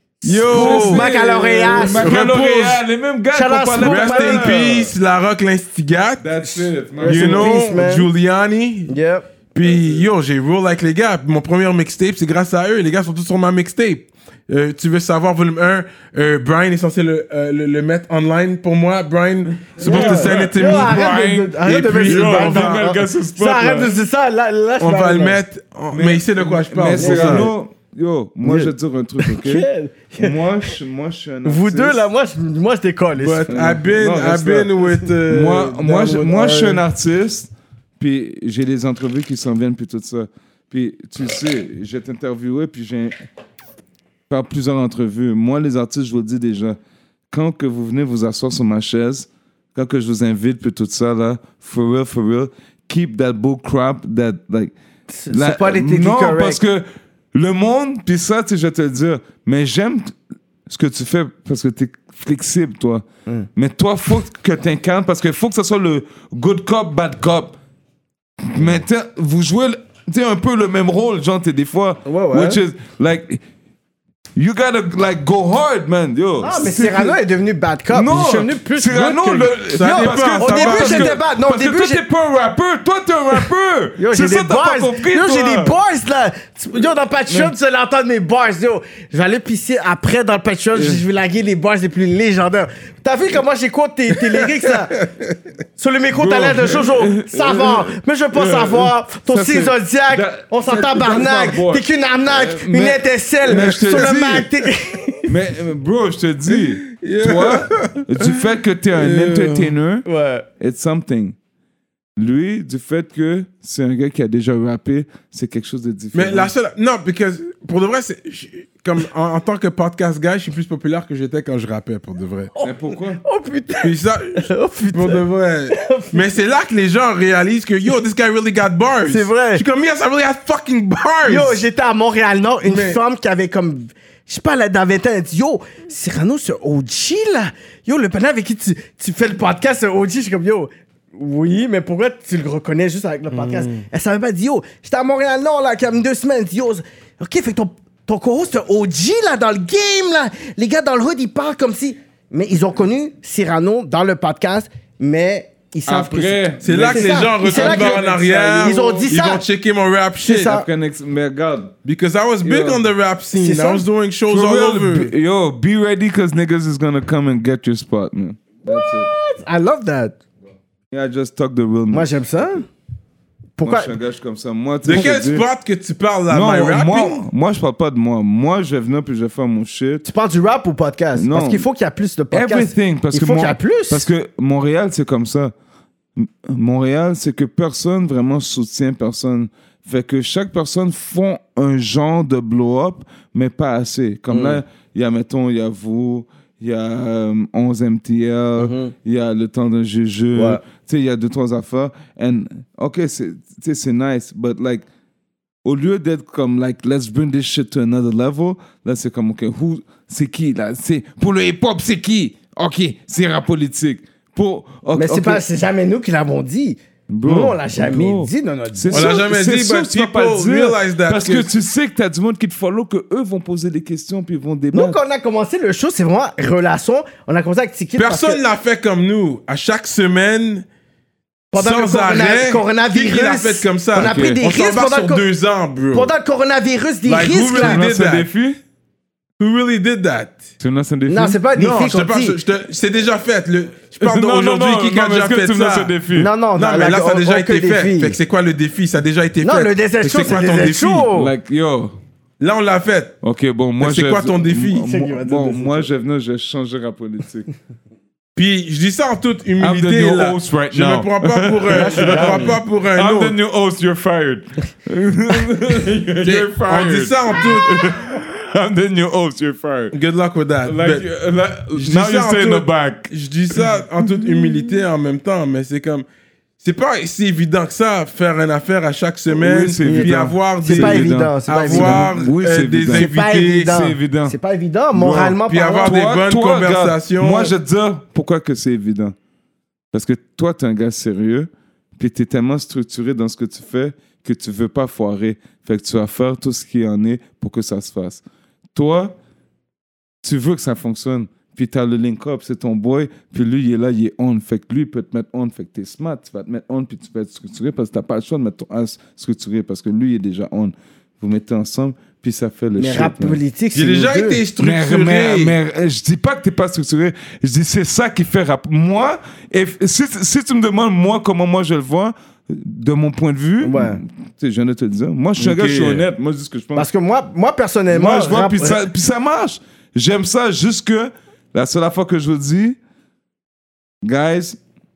Yo, Baccalauréat. Baccalauréat. Les mêmes gars Shout out qu'on parlait Smoke, Rest tout à in l'heure. peace, La Rock l'Instigate. That's it, man. You in know, peace, man. Giuliani. Yep. Puis yo, j'ai roll avec les gars. Puis mon premier mixtape, c'est grâce à eux. Les gars sont tous sur ma mixtape. Tu veux savoir, volume 1, Brian est censé le mettre online pour moi. Brian, supposed to send it to me. Arrête Et de puis, mettre on ça. va- le gars sur spot, Ça, arrête là. de dire ça. Là, je on parle va le de- mettre. Mais il sait de quoi je parle. Mais c'est ça. Cyrano, yo, moi je vais te dire un truc, ok? Quel- moi, je suis un Vous artiste. deux, là, moi, je décolle. But Non, I've been with. Moi, je suis un artiste, puis j'ai des entrevues qui s'en viennent, puis tout ça. Puis tu sais, j'ai été interviewé, puis j'ai fait plusieurs entrevues. Moi, les artistes, je vous le dis déjà, quand que vous venez vous asseoir sur ma chaise, quand que je vous invite, puis tout ça, là, for real, keep that bull crap, that, like... C'est pas les techniques Non, correctes. parce que le monde, puis ça, tu sais, je vais te le dire, mais j'aime ce que tu fais parce que t'es flexible, toi. Mais toi, faut que t'incarnes parce qu'il faut que ce soit le good cop, bad cop. Mais vous jouez, tu sais, un peu le même rôle, genre, t'es des fois. Ouais. Which is, like, you gotta, like, go hard, man, yo. Ah, mais Cyrano est devenu bad cop. Non, Je suis devenu plus Cyrano, good que... Ça Yo, dépend, parce que ça au va. début, Parce j'étais que- bad. Non, au Parce que début, toi, j'ai... t'es pas un rappeur. Toi, t'es un rappeur. Yo, C'est j'ai ça, des t'as bars. pas compris, Yo, toi. j'ai des bars, là. Yo, dans Patreon, tu vas entendre mes bars. Yo, je vais aller pisser après dans le Patreon. Je vais laguer les bars les plus légendaires. T'as vu comment j'écoute tes lyrics, là? Sur le micro, t'as l'air de Jojo. Savoir. Mais je veux pas savoir. Ton Ça, signe c'est- zodiac. that- On s'entend that's barnac. my boy. T'es qu'une arnaque. Une mais étincelle. je te Sur le dis. Mac. Mais, bro, je te dis, toi, du fait que t'es un entertainer, Ouais. it's something. Lui, du fait que c'est un gars qui a déjà rappé, c'est quelque chose de différent. Mais la seule. Non, parce que pour de vrai, comme en tant que podcast guy, je suis plus populaire que j'étais quand je rappais, pour de vrai. Mais pourquoi? Oh putain. Puis ça, Oh putain. pour de vrai. Mais c'est là que les gens réalisent que yo, this guy really got bars. C'est vrai. Je suis comme, yes, I really have fucking bars. Yo, j'étais à Montréal-Nord, une Mais- femme qui avait comme... Je sais pas, là, dans 20 ans, elle dit, yo, Cyrano, c'est OG, là. Yo, le panneau avec qui tu fais le podcast, c'est OG. Je suis comme, yo, oui, mais pourquoi tu le reconnais juste avec le podcast? Elle savait pas, elle dit, yo, j'étais à Montréal-Nord, là, comme 2 semaines. Elle dit, yo, OK, fait que ton co-host, c'est OG, là, dans le game, là. Les gars dans le hood, ils parlent comme si... Mais ils ont connu Cyrano dans le podcast, mais... Ils savent Après, que C'est là que c'est les ça. gens C'est là retournent que- en arrière. Ils ont dit Ils ça. vont checker mon rap shit. ça. mais regarde. Because I was big Yo. on the rap scene. C'est I ça. was doing shows For all real, over. yo, be ready because niggas is gonna come and get your spot, man. That's it. I love that. Yeah, I just talk the real Moi, man. j'aime ça. Moi, Pourquoi? je suis un gars, je suis comme ça. Moi, tu De sais, quel je te dis- spot que tu parles là, Non, my rapping? moi, je parle pas de moi. Moi, je vais venir puis je vais faire mon shit. Tu parles du rap ou podcast? Non. Parce qu'il faut qu'il y ait plus de podcasts. Everything. Parce Il que faut qu'il y ait plus. Parce que Montréal, c'est comme ça. Montréal, c'est que personne vraiment soutient personne. Fait que chaque personne font un genre de blow-up, mais pas assez. Comme là, il y a, mettons, il y a vous, il y a 11 MTL, il y a le temps d'un juge. Ouais. Tu sais, il y a 2-3 affaires. And, OK, c'est nice, but like, au lieu d'être comme, like, let's bring this shit to another level, là, c'est comme, OK, c'est qui, là? Pour le hip-hop, c'est qui? OK, c'est rap politique. Mais c'est jamais nous qui l'avons dit. Bro, Nous, on l'a jamais bro. dit dans notre C'est On l'a sûr- jamais c'est dit, sûr but que tu vas pas le people dire, realize that parce que- que tu sais que t'as du monde qui te follow, que eux vont poser des questions puis ils vont Nous, débattre. quand on a commencé le show, c'est vraiment relation. On a commencé avec Tiki. Personne l'a fait comme nous. À chaque semaine, Pendant sans arrêt. coronavirus. Qui l'a fait comme ça? On a pris des On risques s'en va sur pendant 2 ans, bro. Pendant le coronavirus, des Like, risques, who là. really Tu did lances un that? défi? Who really did that? Tu me lances un défi? Non, c'est pas un défi, Non, je te parle, Conti. c'est déjà fait. Je parle Non, d'aujourd'hui, non, qui non, a mais déjà est-ce que fait tu me lances ça? un défi? Non, Non, mais là, ça a déjà été fait. défi. Fait que c'est quoi le défi? Ça a déjà été Non, fait. le dessert Fait que chaud, c'est quoi c'est ton le défi? dessert chaud. Like, yo. Là, on l'a fait. Ok, bon, moi, c'est quoi ton défi? Moi, je venais, je changerai la politique. Puis, je dis ça en toute I'm the humilité. new Là. host right Je now. me prends pas pour un, je me prends pas pour un I'm the autre. new host, you're fired. You're On dit fired. ça en toute... I'm the new host, you're fired. Good luck with that. Like, But- je dis now ça you en stay in tout- the back. Je dis ça en toute humilité en même temps, mais c'est comme... C'est pas si évident que ça, faire une affaire à chaque semaine, Oui, c'est puis évident. avoir C'est des... pas évident. évident. C'est pas avoir évident. Oui, c'est des évident. C'est pas invités. évident. C'est évident. C'est pas évident, moralement Puis parlant. avoir des bonnes conversations. Regarde, moi, je vais te dire pourquoi que c'est évident. Parce que toi, tu es un gars sérieux, puis tu es tellement structuré dans ce que tu fais que tu veux pas foirer. Fait que tu vas faire tout ce qui en est pour que ça se fasse. Toi, tu veux que ça fonctionne. Puis tu as le link-up, c'est ton boy, puis lui, il est là, il est on. Fait que lui, il peut te mettre on. Fait que tu es smart, tu vas te mettre on, puis tu vas être structuré parce que tu n'as pas le choix de mettre ton ass structuré parce que lui, il est déjà on. Vous mettez ensemble, puis ça fait le Mais shit. rap man. politique, c'est J'ai déjà nous deux. été structuré. Mais je dis pas que t'es pas structuré. Je dis c'est ça qui fait rap. Moi, si tu me demandes moi comment moi je le vois, de mon point de vue, Ouais. tu sais, je viens de te le dire. Moi, je suis un Ok. gars, je suis honnête. Moi, je dis ce que je pense. Parce que moi personnellement, Moi, je vois, rap- puis ça marche. J'aime ça jusque la seule fois que je vous dis, guys,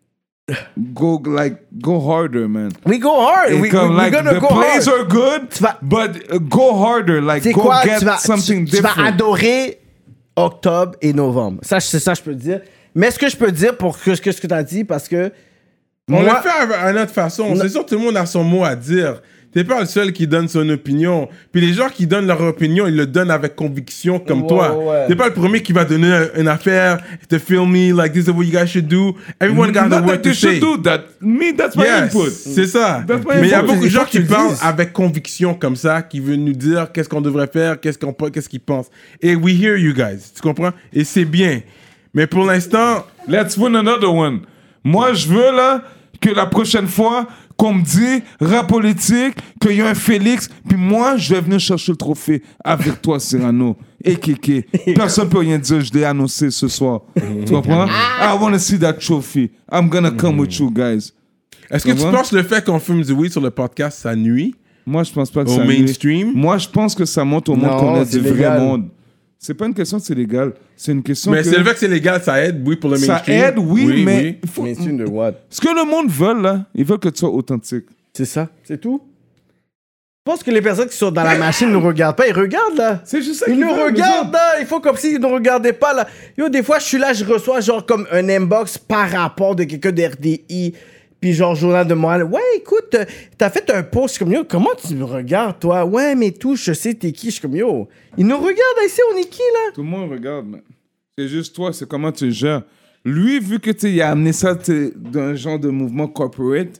go harder, man. we go hard. Et We comme, like, gonna the go plays hard. are good, Tu vas- but go harder. Like, Tu sais go quoi? get Tu vas, something tu vas different. adorer octobre et novembre. Ça, c'est ça que je peux te dire. Mais ce que je peux te dire pour ce que tu as dit, parce que On moi- le fait à notre façon. C'est sûr que tout le monde a son mot à dire. T'es pas le seul qui donne son opinion. Puis les gens qui donnent leur opinion, ils le donnent avec conviction comme Ouais, toi. ouais. T'es pas le premier qui va donner une affaire, to feel me, like this is what you guys should do. Everyone got the Not word that you to say. should do that. Me, that's my Yes, input. c'est ça. That's my Mais il y a input. beaucoup de Il faut gens que qui tu le parlent dises. avec conviction comme ça, qui veulent nous dire qu'est-ce qu'on devrait faire, qu'est-ce qu'ils pensent. Et we hear you guys, tu comprends? Et c'est bien. Mais pour l'instant, Let's win another one. Moi, je veux là que la prochaine fois qu'on me dit rap politique, qu'il y a un Félix, puis moi, je vais venir chercher le trophée avec toi, Cyrano. Et Kéké. Personne peut rien dire, je l'ai annoncé ce soir. Tu comprends? I want to see that trophy. I'm gonna come with you guys. est-ce que tu Comment? penses que le fait qu'on fume du weed sur le podcast, ça nuit Moi, je pense pas que au ça mainstream? nuit. Moi, je pense que ça montre au monde Non, qu'on est c'est du vrai légal. monde. C'est pas une question de c'est légal. C'est une question Mais que c'est le fait que c'est légal, ça aide, oui, pour le ça mainstream. aide, oui, mais il faut- mainstream de what? ce que le monde veut, là, ils veulent que tu sois authentique. C'est ça, c'est tout. Je pense que les personnes qui sont dans la machine ne nous regardent pas, ils regardent là. C'est juste ça Ils qu'ils nous veulent, regardent les là, il faut comme s'ils ne nous regardaient pas là. Yo, des fois, je suis là, je reçois genre comme un inbox par rapport de quelqu'un de RDI, puis genre Journal de Montréal. Ouais, écoute, t'as fait un post, je suis comme yo, comment tu me regardes toi? Ouais, mais tout, je sais t'es qui, je suis comme yo. Ils nous regardent ici, on est qui là? Tout le monde regarde, man. C'est juste toi, c'est comment tu gères. Lui, vu que tu as amené ça d'un genre de mouvement corporate,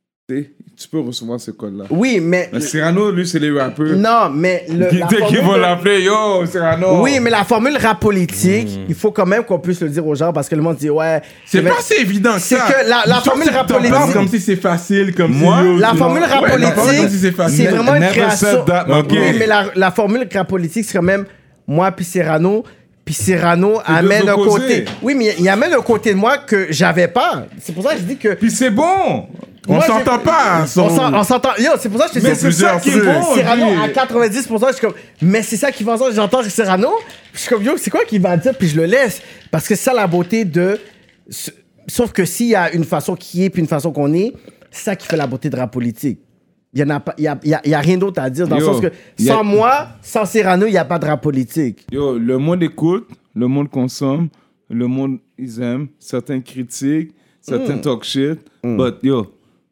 tu peux recevoir ce code-là. Oui, mais. Mais Cyrano, lui, c'est les rappeurs. Non, mais. Qui formule vont de- l'appeler, yo, Cyrano. Oui, mais la formule rap politique, il faut quand même qu'on puisse le dire aux gens parce que le monde dit ouais. C'est mais- pas si évident que C'est ça. que la Je formule pense que rap t'en parles politique- comme si c'est facile, comme Moi, si... yo, La tu- formule rap Ouais, t'en parles politique, comme si c'est facile. c'est vraiment une Never création. said that, my Ok. bro. Oui, mais la formule rap politique, c'est quand même moi puis Cyrano. Puis Cyrano amène deux un opposés. côté. Oui, mais il amène un côté de moi que j'avais pas. C'est pour ça que je dis que. Puis c'est bon. On Moi, s'entend j'ai- pas. On s'entend. Yo, c'est pour ça que je te Mais dis. c'est ça qui est bon. Cyrano lui. à 90%, je suis comme, mais c'est ça qui va en sorte. J'entends Cyrano, puis je suis comme, yo, c'est quoi qu'il va dire, puis je le laisse. Parce que c'est ça la beauté de. Sauf que s'il y a une façon qui est, puis une façon qu'on est, c'est ça qui fait la beauté de rap politique. Il y a rien d'autre à dire, dans le Yo, sens que il y a- sans moi, sans Cyrano, il n'y a pas de rap politique. Yo, le monde écoute, le monde consomme, le monde, ils aiment. Certains critiquent, certains talk shit. But yo,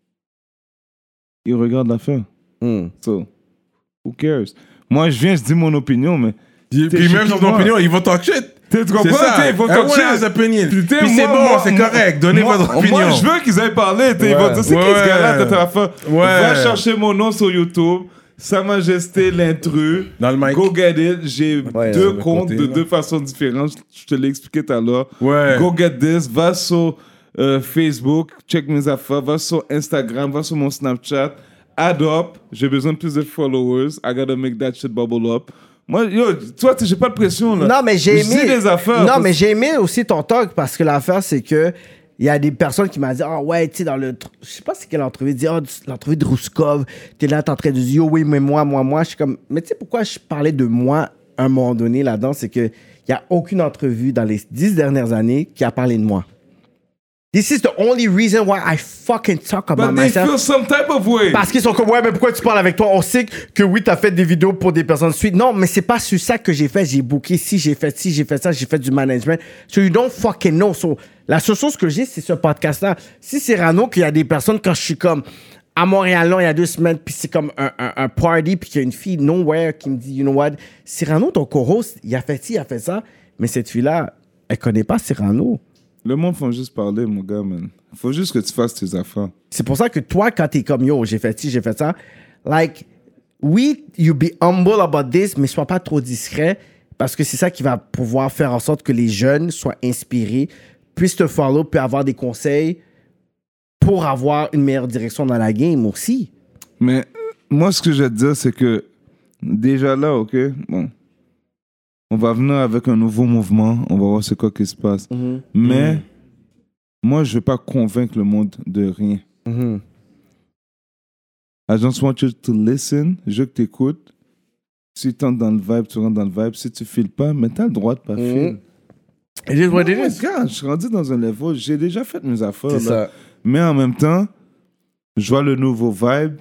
ils regardent l'affaire. So, who cares? Moi, je viens, je dis mon opinion, mais... Puis T'es même chez sur qui, ton moi? opinion, ils vont talk shit. Tu comprends? C'est ça. Ils vont talk Everyone has shit. opinion. Puis, Puis c'est bon, c'est correct. Donnez votre opinion. Moi, je veux qu'ils aillent parler. Ils vont dire, c'est qui Ouais. ce gars-là? T'as affaire. Ouais. Va chercher mon nom sur YouTube. Sa Majesté l'intrus. Dans le mic. Go get it. J'ai Ouais, deux de comptes côté, de là. deux façons différentes. Je te l'ai expliqué tout à l'heure. Ouais. Go get this. Va sur Facebook, check mes affaires, va sur Instagram, va sur mon Snapchat, add up, j'ai besoin de plus de followers, I gotta make that shit bubble up. Moi, yo, toi, j'ai pas de pression, là. Non, mais j'ai Je aimé. dis des affaires. Non, mais j'ai aimé aussi ton talk parce que l'affaire, c'est que il y a des personnes qui m'ont dit, ah ouais, tu sais, dans le. Je sais pas c'est quelle entrevue, ils disent, oh, l'entrevue de Rouskov, t'es là, t'es en train de dire, oh, oui, mais moi. Je suis comme, mais tu sais pourquoi je parlais de moi à un moment donné là-dedans, c'est que il y a aucune entrevue dans les 10 dernières années qui a parlé de moi. This is the only reason why I fucking talk about But they myself. feel some type of way. Parce qu'ils sont comme, ouais, mais pourquoi tu parles avec toi? On sait que oui, t'as fait des vidéos pour des personnes suite. Non, mais c'est pas sur ça que j'ai fait. J'ai booké ci, j'ai fait ci, j'ai fait ça, j'ai fait du management. So you don't fucking know. So, la seule chose que j'ai, c'est ce podcast-là. Si Cyrano, qu'il y a des personnes, quand je suis comme à Montréal, là, il y a 2 semaines, puis c'est comme un party, puis qu'il y a une fille nowhere qui me dit, you know what, Cyrano, ton co-host, il a fait ci, il a fait ça. Mais cette fille-là, elle connaît pas Cyrano. Le monde faut juste parler, mon gars, man. Faut juste que tu fasses tes affaires. C'est pour ça que toi, quand t'es comme yo, j'ai fait ci, j'ai fait ça, like, oui, you be humble about this, mais sois pas trop discret parce que c'est ça qui va pouvoir faire en sorte que les jeunes soient inspirés, puissent te follow, puis avoir des conseils pour avoir une meilleure direction dans la game aussi. Mais moi, ce que je vais te dire, c'est que déjà là, OK, bon, on va venir avec un nouveau mouvement, on va voir c'est quoi qui se passe. Mais moi, je ne vais pas convaincre le monde de rien. I just want you to listen, je veux que tu écoutes. Si tu entres dans le vibe, tu rentres dans le vibe. Si tu ne files pas, mais tu as le droit de pas filer. It is what it Moi, is. regarde, je suis rendu dans un level, j'ai déjà fait mes affaires. C'est là. ça. Mais en même temps, je vois le nouveau vibe.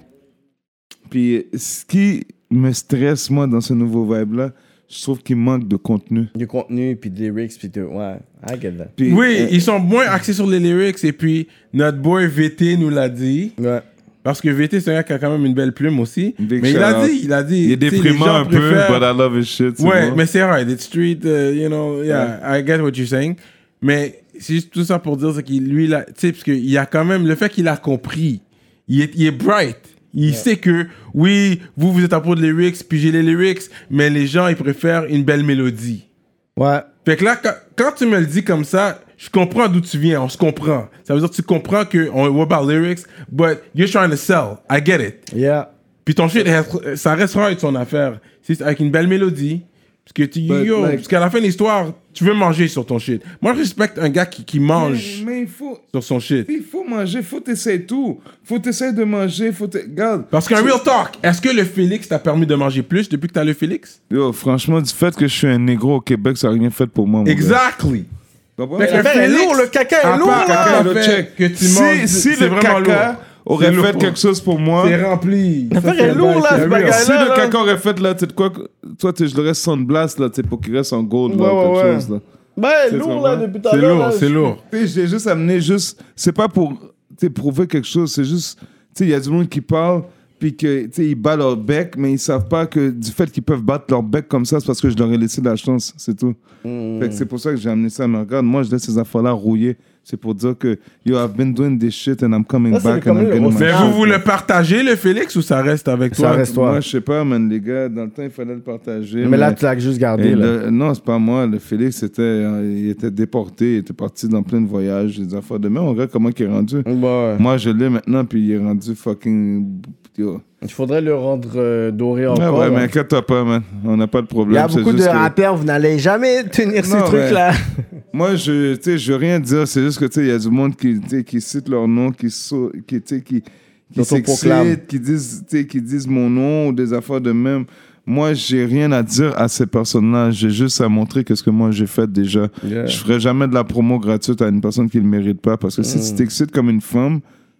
Puis ce qui me stresse, moi, dans ce nouveau vibe-là, je trouve qu'il manque de contenu. Du contenu, puis de lyrics, puis de... Ouais, I get that. Puis, Oui, ils sont moins axés sur les lyrics. Et puis, notre boy VT nous l'a dit. Ouais. Parce que VT, c'est un gars qui a quand même une belle plume aussi. Big Mais shout out. il a dit. il est tu sais, les déprimant gens un peu, préfèrent- but I love his shit. Ouais, bon. mais c'est right. It's street, you know, yeah, I get what you're saying. Mais c'est juste tout ça pour dire, c'est qu'il, lui, là, tu sais, parce qu'il y a quand même le fait qu'il a compris. Il est bright. Il sait que, oui, vous êtes à propos de lyrics, puis j'ai les lyrics, mais les gens, ils préfèrent une belle mélodie. Ouais. Fait que là, quand tu me le dis comme ça, je comprends d'où tu viens, on se comprend. Ça veut dire que tu comprends que on what about lyrics, but you're trying to sell. I get it. Yeah. Puis ton shit, ça restera être son affaire. C'est avec une belle mélodie. Parce que parce qu'à la fin de l'histoire, tu veux manger sur ton shit. Moi, je respecte un gars qui mange Mais il faut sur son shit. manger, il faut t'essayer tout. Il faut t'essayer de manger, regarde. Parce qu'un real talk, est-ce que le Félix t'a permis de manger plus depuis que t'as le Félix? Yo, franchement, du fait que je suis un négro au Québec, ça n'a rien fait pour moi. mon gars. Exactly. Comprends? Fait que L'affaire est Félix, lourd, le caca à est lourd. part- là. à part le le check. fait que tu manges, Si c'est le vraiment caca lourd. aurait C'est fait lourd. quelque chose pour moi, C'est rempli. L'affaire Ça, c'est est lourd, un là, bail, ce c'est bagage-là. si le là. caca aurait fait là, tu sais de quoi, toi, je l'aurais Sunblast là, tu sais, pour qu'il reste en gold là, Ouais, ou quelque ouais, chose là. Ben, C'est lourd, ça, là, ouais. depuis tout à C'est l'heure. lourd, là, c'est je- lourd. Tu sais, j'ai juste amené c'est pas pour tu sais, prouver quelque chose, c'est juste, tu sais, il y a du monde qui parle, puis que, tu sais, ils battent leur bec, mais ils savent pas que du fait qu'ils peuvent battre leur bec comme ça, c'est parce que je leur ai laissé de la chance, c'est tout. Fait que c'est pour ça que j'ai amené ça. Mais regarde, moi, je laisse ces affaires-là rouiller. C'est pour dire que, yo, I've been doing this shit and I'm coming Ça, c'est back comme and I'm le getting my gros Mais shit. vous le partagez, le Félix, ou ça reste avec Ça toi? reste toi. Moi, je sais pas, man, les gars, dans le temps, il fallait le partager. Mais là, tu l'as juste gardé. Et Là. non, c'est pas moi. Le Félix, il était déporté, il était parti dans plein de voyages, des affaires de même. On regarde comment il est rendu. Ouais. Moi, je l'ai maintenant, puis il est rendu fucking. Yo. Il faudrait le rendre doré Ouais, encore. ouais, là. mais inquiète-toi pas, man. On n'a pas de Il problème. y a c'est beaucoup de juste que- rappeurs, vous n'allez jamais tenir ces Non, trucs-là. Moi, tu sais, je veux rien dire. C'est juste que, tu sais, il y a du monde qui, tu sais, qui cite leur nom, qui tu sais, qui S'autoproclame. s'excite, qui disent mon nom ou des affaires de même. Moi, j'ai rien à dire à ces personnes-là. J'ai juste à montrer qu'est-ce que moi j'ai fait déjà. Yeah. Je ferai jamais de la promo gratuite à une personne qui ne le mérite pas. Parce que si tu t'excites comme une femme,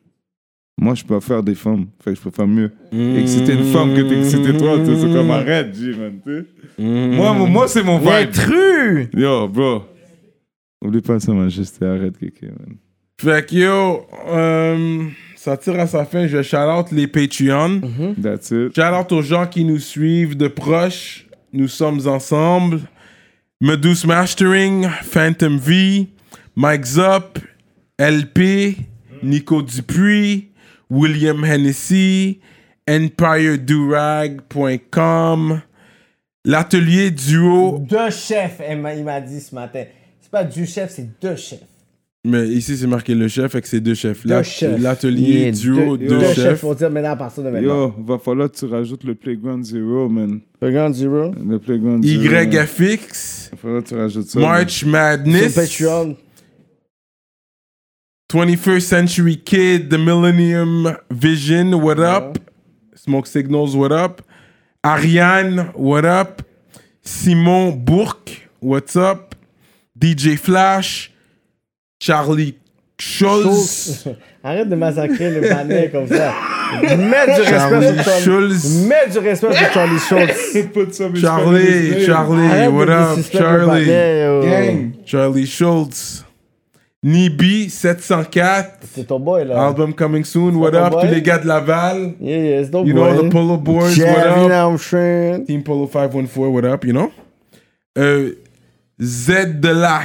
moi, je peux faire des femmes. Fait que je peux faire mieux. Exciter une femme que t'exciter toi, tu sais, c'est comme arrête, G, man. Tu sais. Moi, c'est mon vibe. L'intrus! Yo, bro. Oublie pas ça, majesté. Arrête, kéké, man. Fait que yo, ça tire à sa fin. Je shout-out les Patreons. That's it. Shout-out aux gens qui nous suivent de proche. Nous sommes ensemble. Medus Mastering, Phantom V, Mike Zop, LP, Nico Dupuis, William Hennessy, EmpireDurag.com, l'atelier duo. Deux chefs, il m'a dit ce matin. C'est pas du chef, c'est deux chefs. Mais ici, c'est marqué le chef, fait que c'est 2 chefs. Deux chefs. L'atelier duo, 2 chefs. Faut dire maintenant à partir de maintenant. Yo, va falloir que tu rajoutes le Playground Zero, man. Playground Zero. Le Playground Zero. YFX, Va falloir que tu rajoutes ça. March Sur Madness, Patreon. 21st Century Kid, The Millennium Vision, what up? Smoke Signals, what up? Ariane, what up? Simon Bourque, what's up? DJ Flash, Charlie Schulz, Arrête de massacrer le panel comme ça. Mets du respect sur Schulz. Mets du respect sur Charlie Schultz. Put some respect Charlie, on his name. Charlie, Arrête what de up? disrespect le Charlie, panel, yo. Gang. Charlie Schultz. Nibi 704, C'est ton boy, là. album coming soon, what ton up? boy? Tous les gars de Laval, Yeah, c'est ton you boy. know, the Polo Boys, Jerry, what up? now I'm sure. Team Polo 514, what up, you know? Z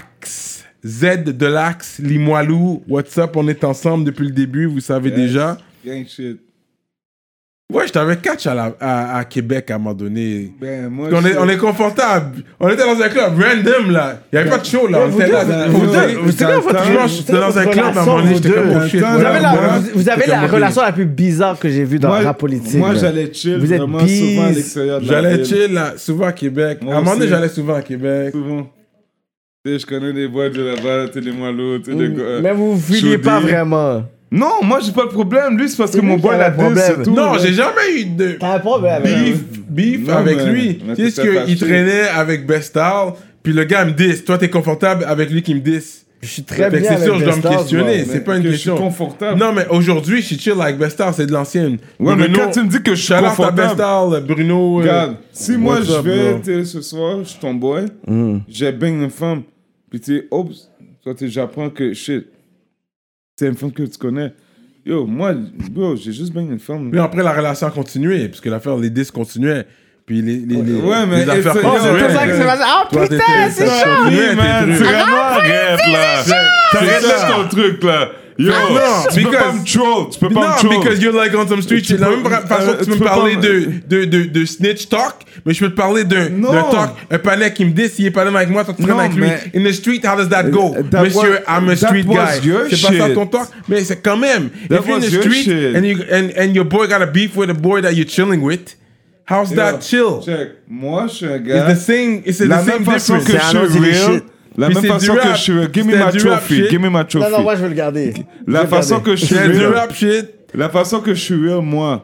de l'Axe, Limoilou, what's up? On est ensemble depuis le début, vous savez déjà. Gang shit. Ouais, je t'avais catch à Québec à un moment donné. Ben, moi, On est confortable. On était dans un club random là. Il n'y avait pas de show là. On était là. C'est quoi votre J'étais dans un club à un moment donné. J'étais comme oh shit. Vous avez la, voilà. vous avez J'étais la comme, relation la plus bizarre que j'ai vue dans le rap politique. Moi, là. j'allais chill Vous êtes vraiment bees. souvent à l'extérieur de la J'allais ville. chill là, souvent à Québec. Moi À un moment donné, aussi. j'allais souvent à Québec. Souvent. Tu sais, je connais des boîtes de là-bas, tu sais, les moineaux, tu sais, les gars. Mais vous filiez pas Chaudis. vraiment. Non, moi, j'ai pas de problème. Lui, c'est parce que C'est mon lui boy qui a l'a le dit, problème. c'est tout. Non, là. j'ai jamais eu de T'as un problème avec beef Non, avec mais- lui. mais Tu sais, t'étais qu'il fâché. traînait avec Bestal, puis le gars me diss. Toi, t'es confortable avec lui qui me diss. Je suis très Fait que bien c'est avec sûr, je dois me Bestars, questionner. moi. C'est pas une Que question. Je suis confortable. Non, mais aujourd'hui, je suis chill avec Bestar, c'est de l'ancienne. Ouais, mais quand tu me dis que je suis shout out à confortable- Bestar, Bruno. Regarde, si moi what's je up, vais, bro? tu sais, ce soir, je suis ton boy, j'ai bang une femme, puis tu sais, oups, toi, tu sais, j'apprends que shit, c'est une femme que tu connais. Yo, moi, bro, j'ai juste bang une femme. Puis après, la relation a continué, parce que l'affaire, les disques continuaient. Puis les Ouais, mais les affaires c'est- Oh, c'est continuaient. tout ça qui s'est passé. Ah, Toi, putain, t'étais- c'est ça chaud! continuait, Oui, man, t'es c'est truc. vraiment arrête là. T'arrêtes là ton truc là. Yo, Non, tu peux pas because- me troll, tu peux pas Non, me troll. because you're like on some street shit. De la même façon que tu tu peux me peux parler pas de snitch talk, mais je peux te parler d'un Non. talk, un panel qui me dit s'il est pas avec moi, toi tu traînes Non, avec lui. mais- In the street, how does that go? That Monsieur, was- I'm a street that was guy. your C'est pas ça shit. ton talk, mais c'est quand même. That If you're in was the your street shit. and your boy got a beef with a boy that you're chilling with, how's that chill? Check, moi je suis un gars. It's the same, it's La the même same façon difference. que je C'est un autre suis shit. real. La Puis même c'est façon du que rap. je suis real. Give me C'était my du rap trophy. shit. Give me my Non, trophy. non, moi, je veux le garder. La façon que je suis C'est du real. rap shit. La façon que je suis real, moi,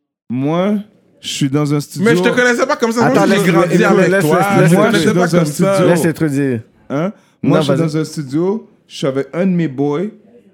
je suis dans un studio. Mais je te connaissais pas comme ça. Attends, Moi, j'ai grandi laisse- avec laisse- toi. laisse- Je te moi, connaissais j'étais pas dans un comme ça. studio. Laisse les trucs dire. Hein? Moi, Non, je suis vas-y. dans un studio, je suis avec un de mes boys.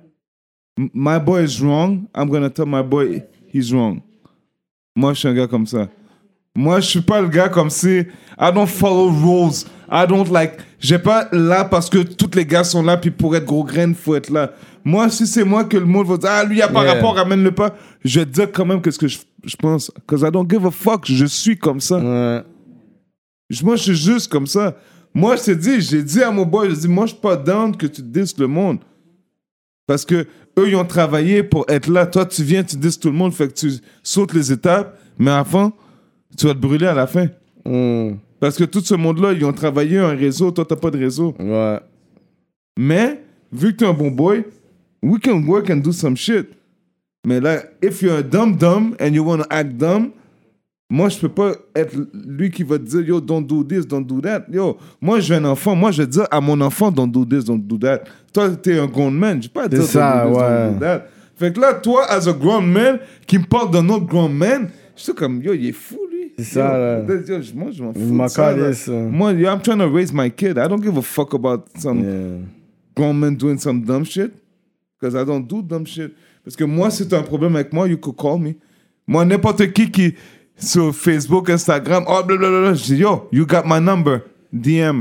My boy is wrong. I'm gonna tell my boy he's wrong. Moi, je suis un gars comme ça. Moi, je suis pas le gars comme si I don't follow rules. I don't like. J'ai pas là parce que tous les gars sont là, puis pour être gros grain, faut être là. Moi, si c'est moi que le monde va dire, ah, lui, il a pas Yeah. rapport, ramène-le pas. Je vais te dire quand même qu'est-ce que je pense. Because I don't give a fuck. Je suis comme ça. Ouais. Moi, je suis juste comme ça. Moi, j'ai dit à mon boy, moi, je suis pas down que tu disses le monde. Parce que eux, ils ont travaillé pour être là. Toi, tu viens, tu dis tout le monde, fait que tu sautes les étapes, mais avant, tu vas te brûler à la fin. Parce que tout ce monde-là, ils ont travaillé un réseau, toi, t'as pas de réseau. Ouais. Mais, vu que t'es un bon boy, we can work and do some shit. Mais là, if you're a dumb and you want to act dumb, moi, je peux pas être lui qui va te dire, yo, don't do this, don't do that. Yo, moi, j'ai un enfant, moi, je vais dire à mon enfant, don't do this, don't do that. Toi, t'es un grown man, je vais pas dire, C'est ça, don't do this, ouais. don't do that. Fait que là, toi, as a grown man, qui me parle d'un autre grown man, je suis comme, yo, il est fou, lui. C'est ça, là. Yo, moi, je m'en Je fous m'en de ça, là. calisse, ça. Moi, yo, I'm trying to raise my kid. I don't give a fuck about some Yeah. grown men doing some dumb shit. Because I don't do dumb shit. Parce que moi, si t'as un problème avec moi, you could call me. Moi, n'importe qui sur Facebook, Instagram, oh, blablabla, je dis, yo, you got my number. DM.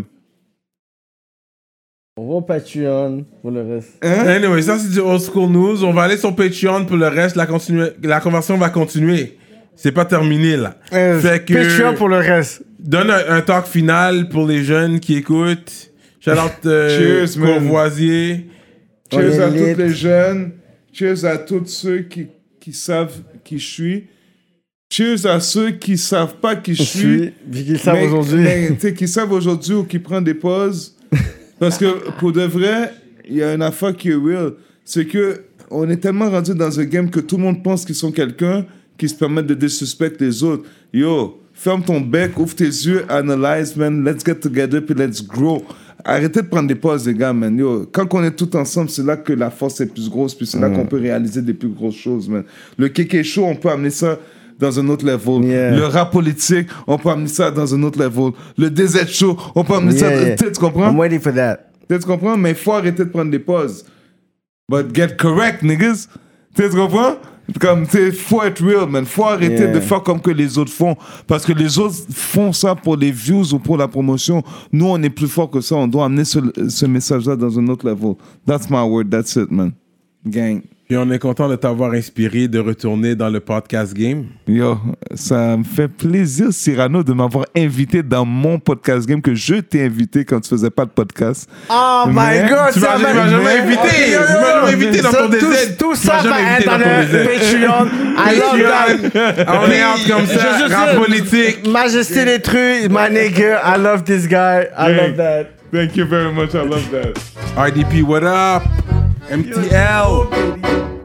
On va au Patreon pour le reste. Anyway, ça c'est du old school news. On va aller sur Patreon pour le reste. La conversation va continuer. C'est pas terminé là. Fait que Patreon pour le reste. donne un talk final pour les jeunes qui écoutent. Shout out Cheers, man. Courvoisier. Cheers On à est tous lit. les jeunes. Cheers à tous ceux qui savent qui je suis. Cheers à ceux qui savent pas qui je suis. Vu qu'ils savent aujourd'hui. Mais, tu sais, qui savent aujourd'hui ou qui prennent des pauses. Parce que pour de vrai, il y a une affaire qui est real. C'est que on est tellement rendu dans un game que tout le monde pense qu'ils sont quelqu'un qui se permettent de disrespecter les autres. Yo, ferme ton bec, ouvre tes yeux, analyse, man. Let's get together, puis let's grow. Arrêtez de prendre des pauses, les gars, man. Yo, quand on est tous ensemble, c'est là que la force est plus grosse, puis c'est là qu'on peut réaliser des plus grosses choses, man. Le Kéké Show, on peut amener ça dans un autre level. Yeah. Le rap politique, on peut amener ça dans un autre level. Le DZ Show, on peut amener ça... Tu comprends? I'm waiting for that. Tu comprends? Mais il faut arrêter de prendre des pauses. But get correct, niggas. Tu comprends? Comme, tu faut être real, man. Faut arrêter de faire comme que les autres font. Parce que les autres font ça pour les views ou pour la promotion. Nous, on est plus fort que ça. On doit amener ce message-là dans un autre level. That's my word. That's it, man. Gang. Puis on est content de t'avoir inspiré de retourner dans le podcast game. Yo, ça me fait plaisir, Cyrano, de m'avoir invité dans mon podcast game, que je t'ai invité quand tu faisais pas de podcast. Oh my God, Tu m'as jamais invité. Tu m'as jamais invité dans ton DZ. Tout ça va être dans le Patreon. I love that. On est out comme ça. Rap politique. Majesté des trucs, my nigga. I love this guy. I love that. Thank you very much. I love that. RDP, what up? MTL.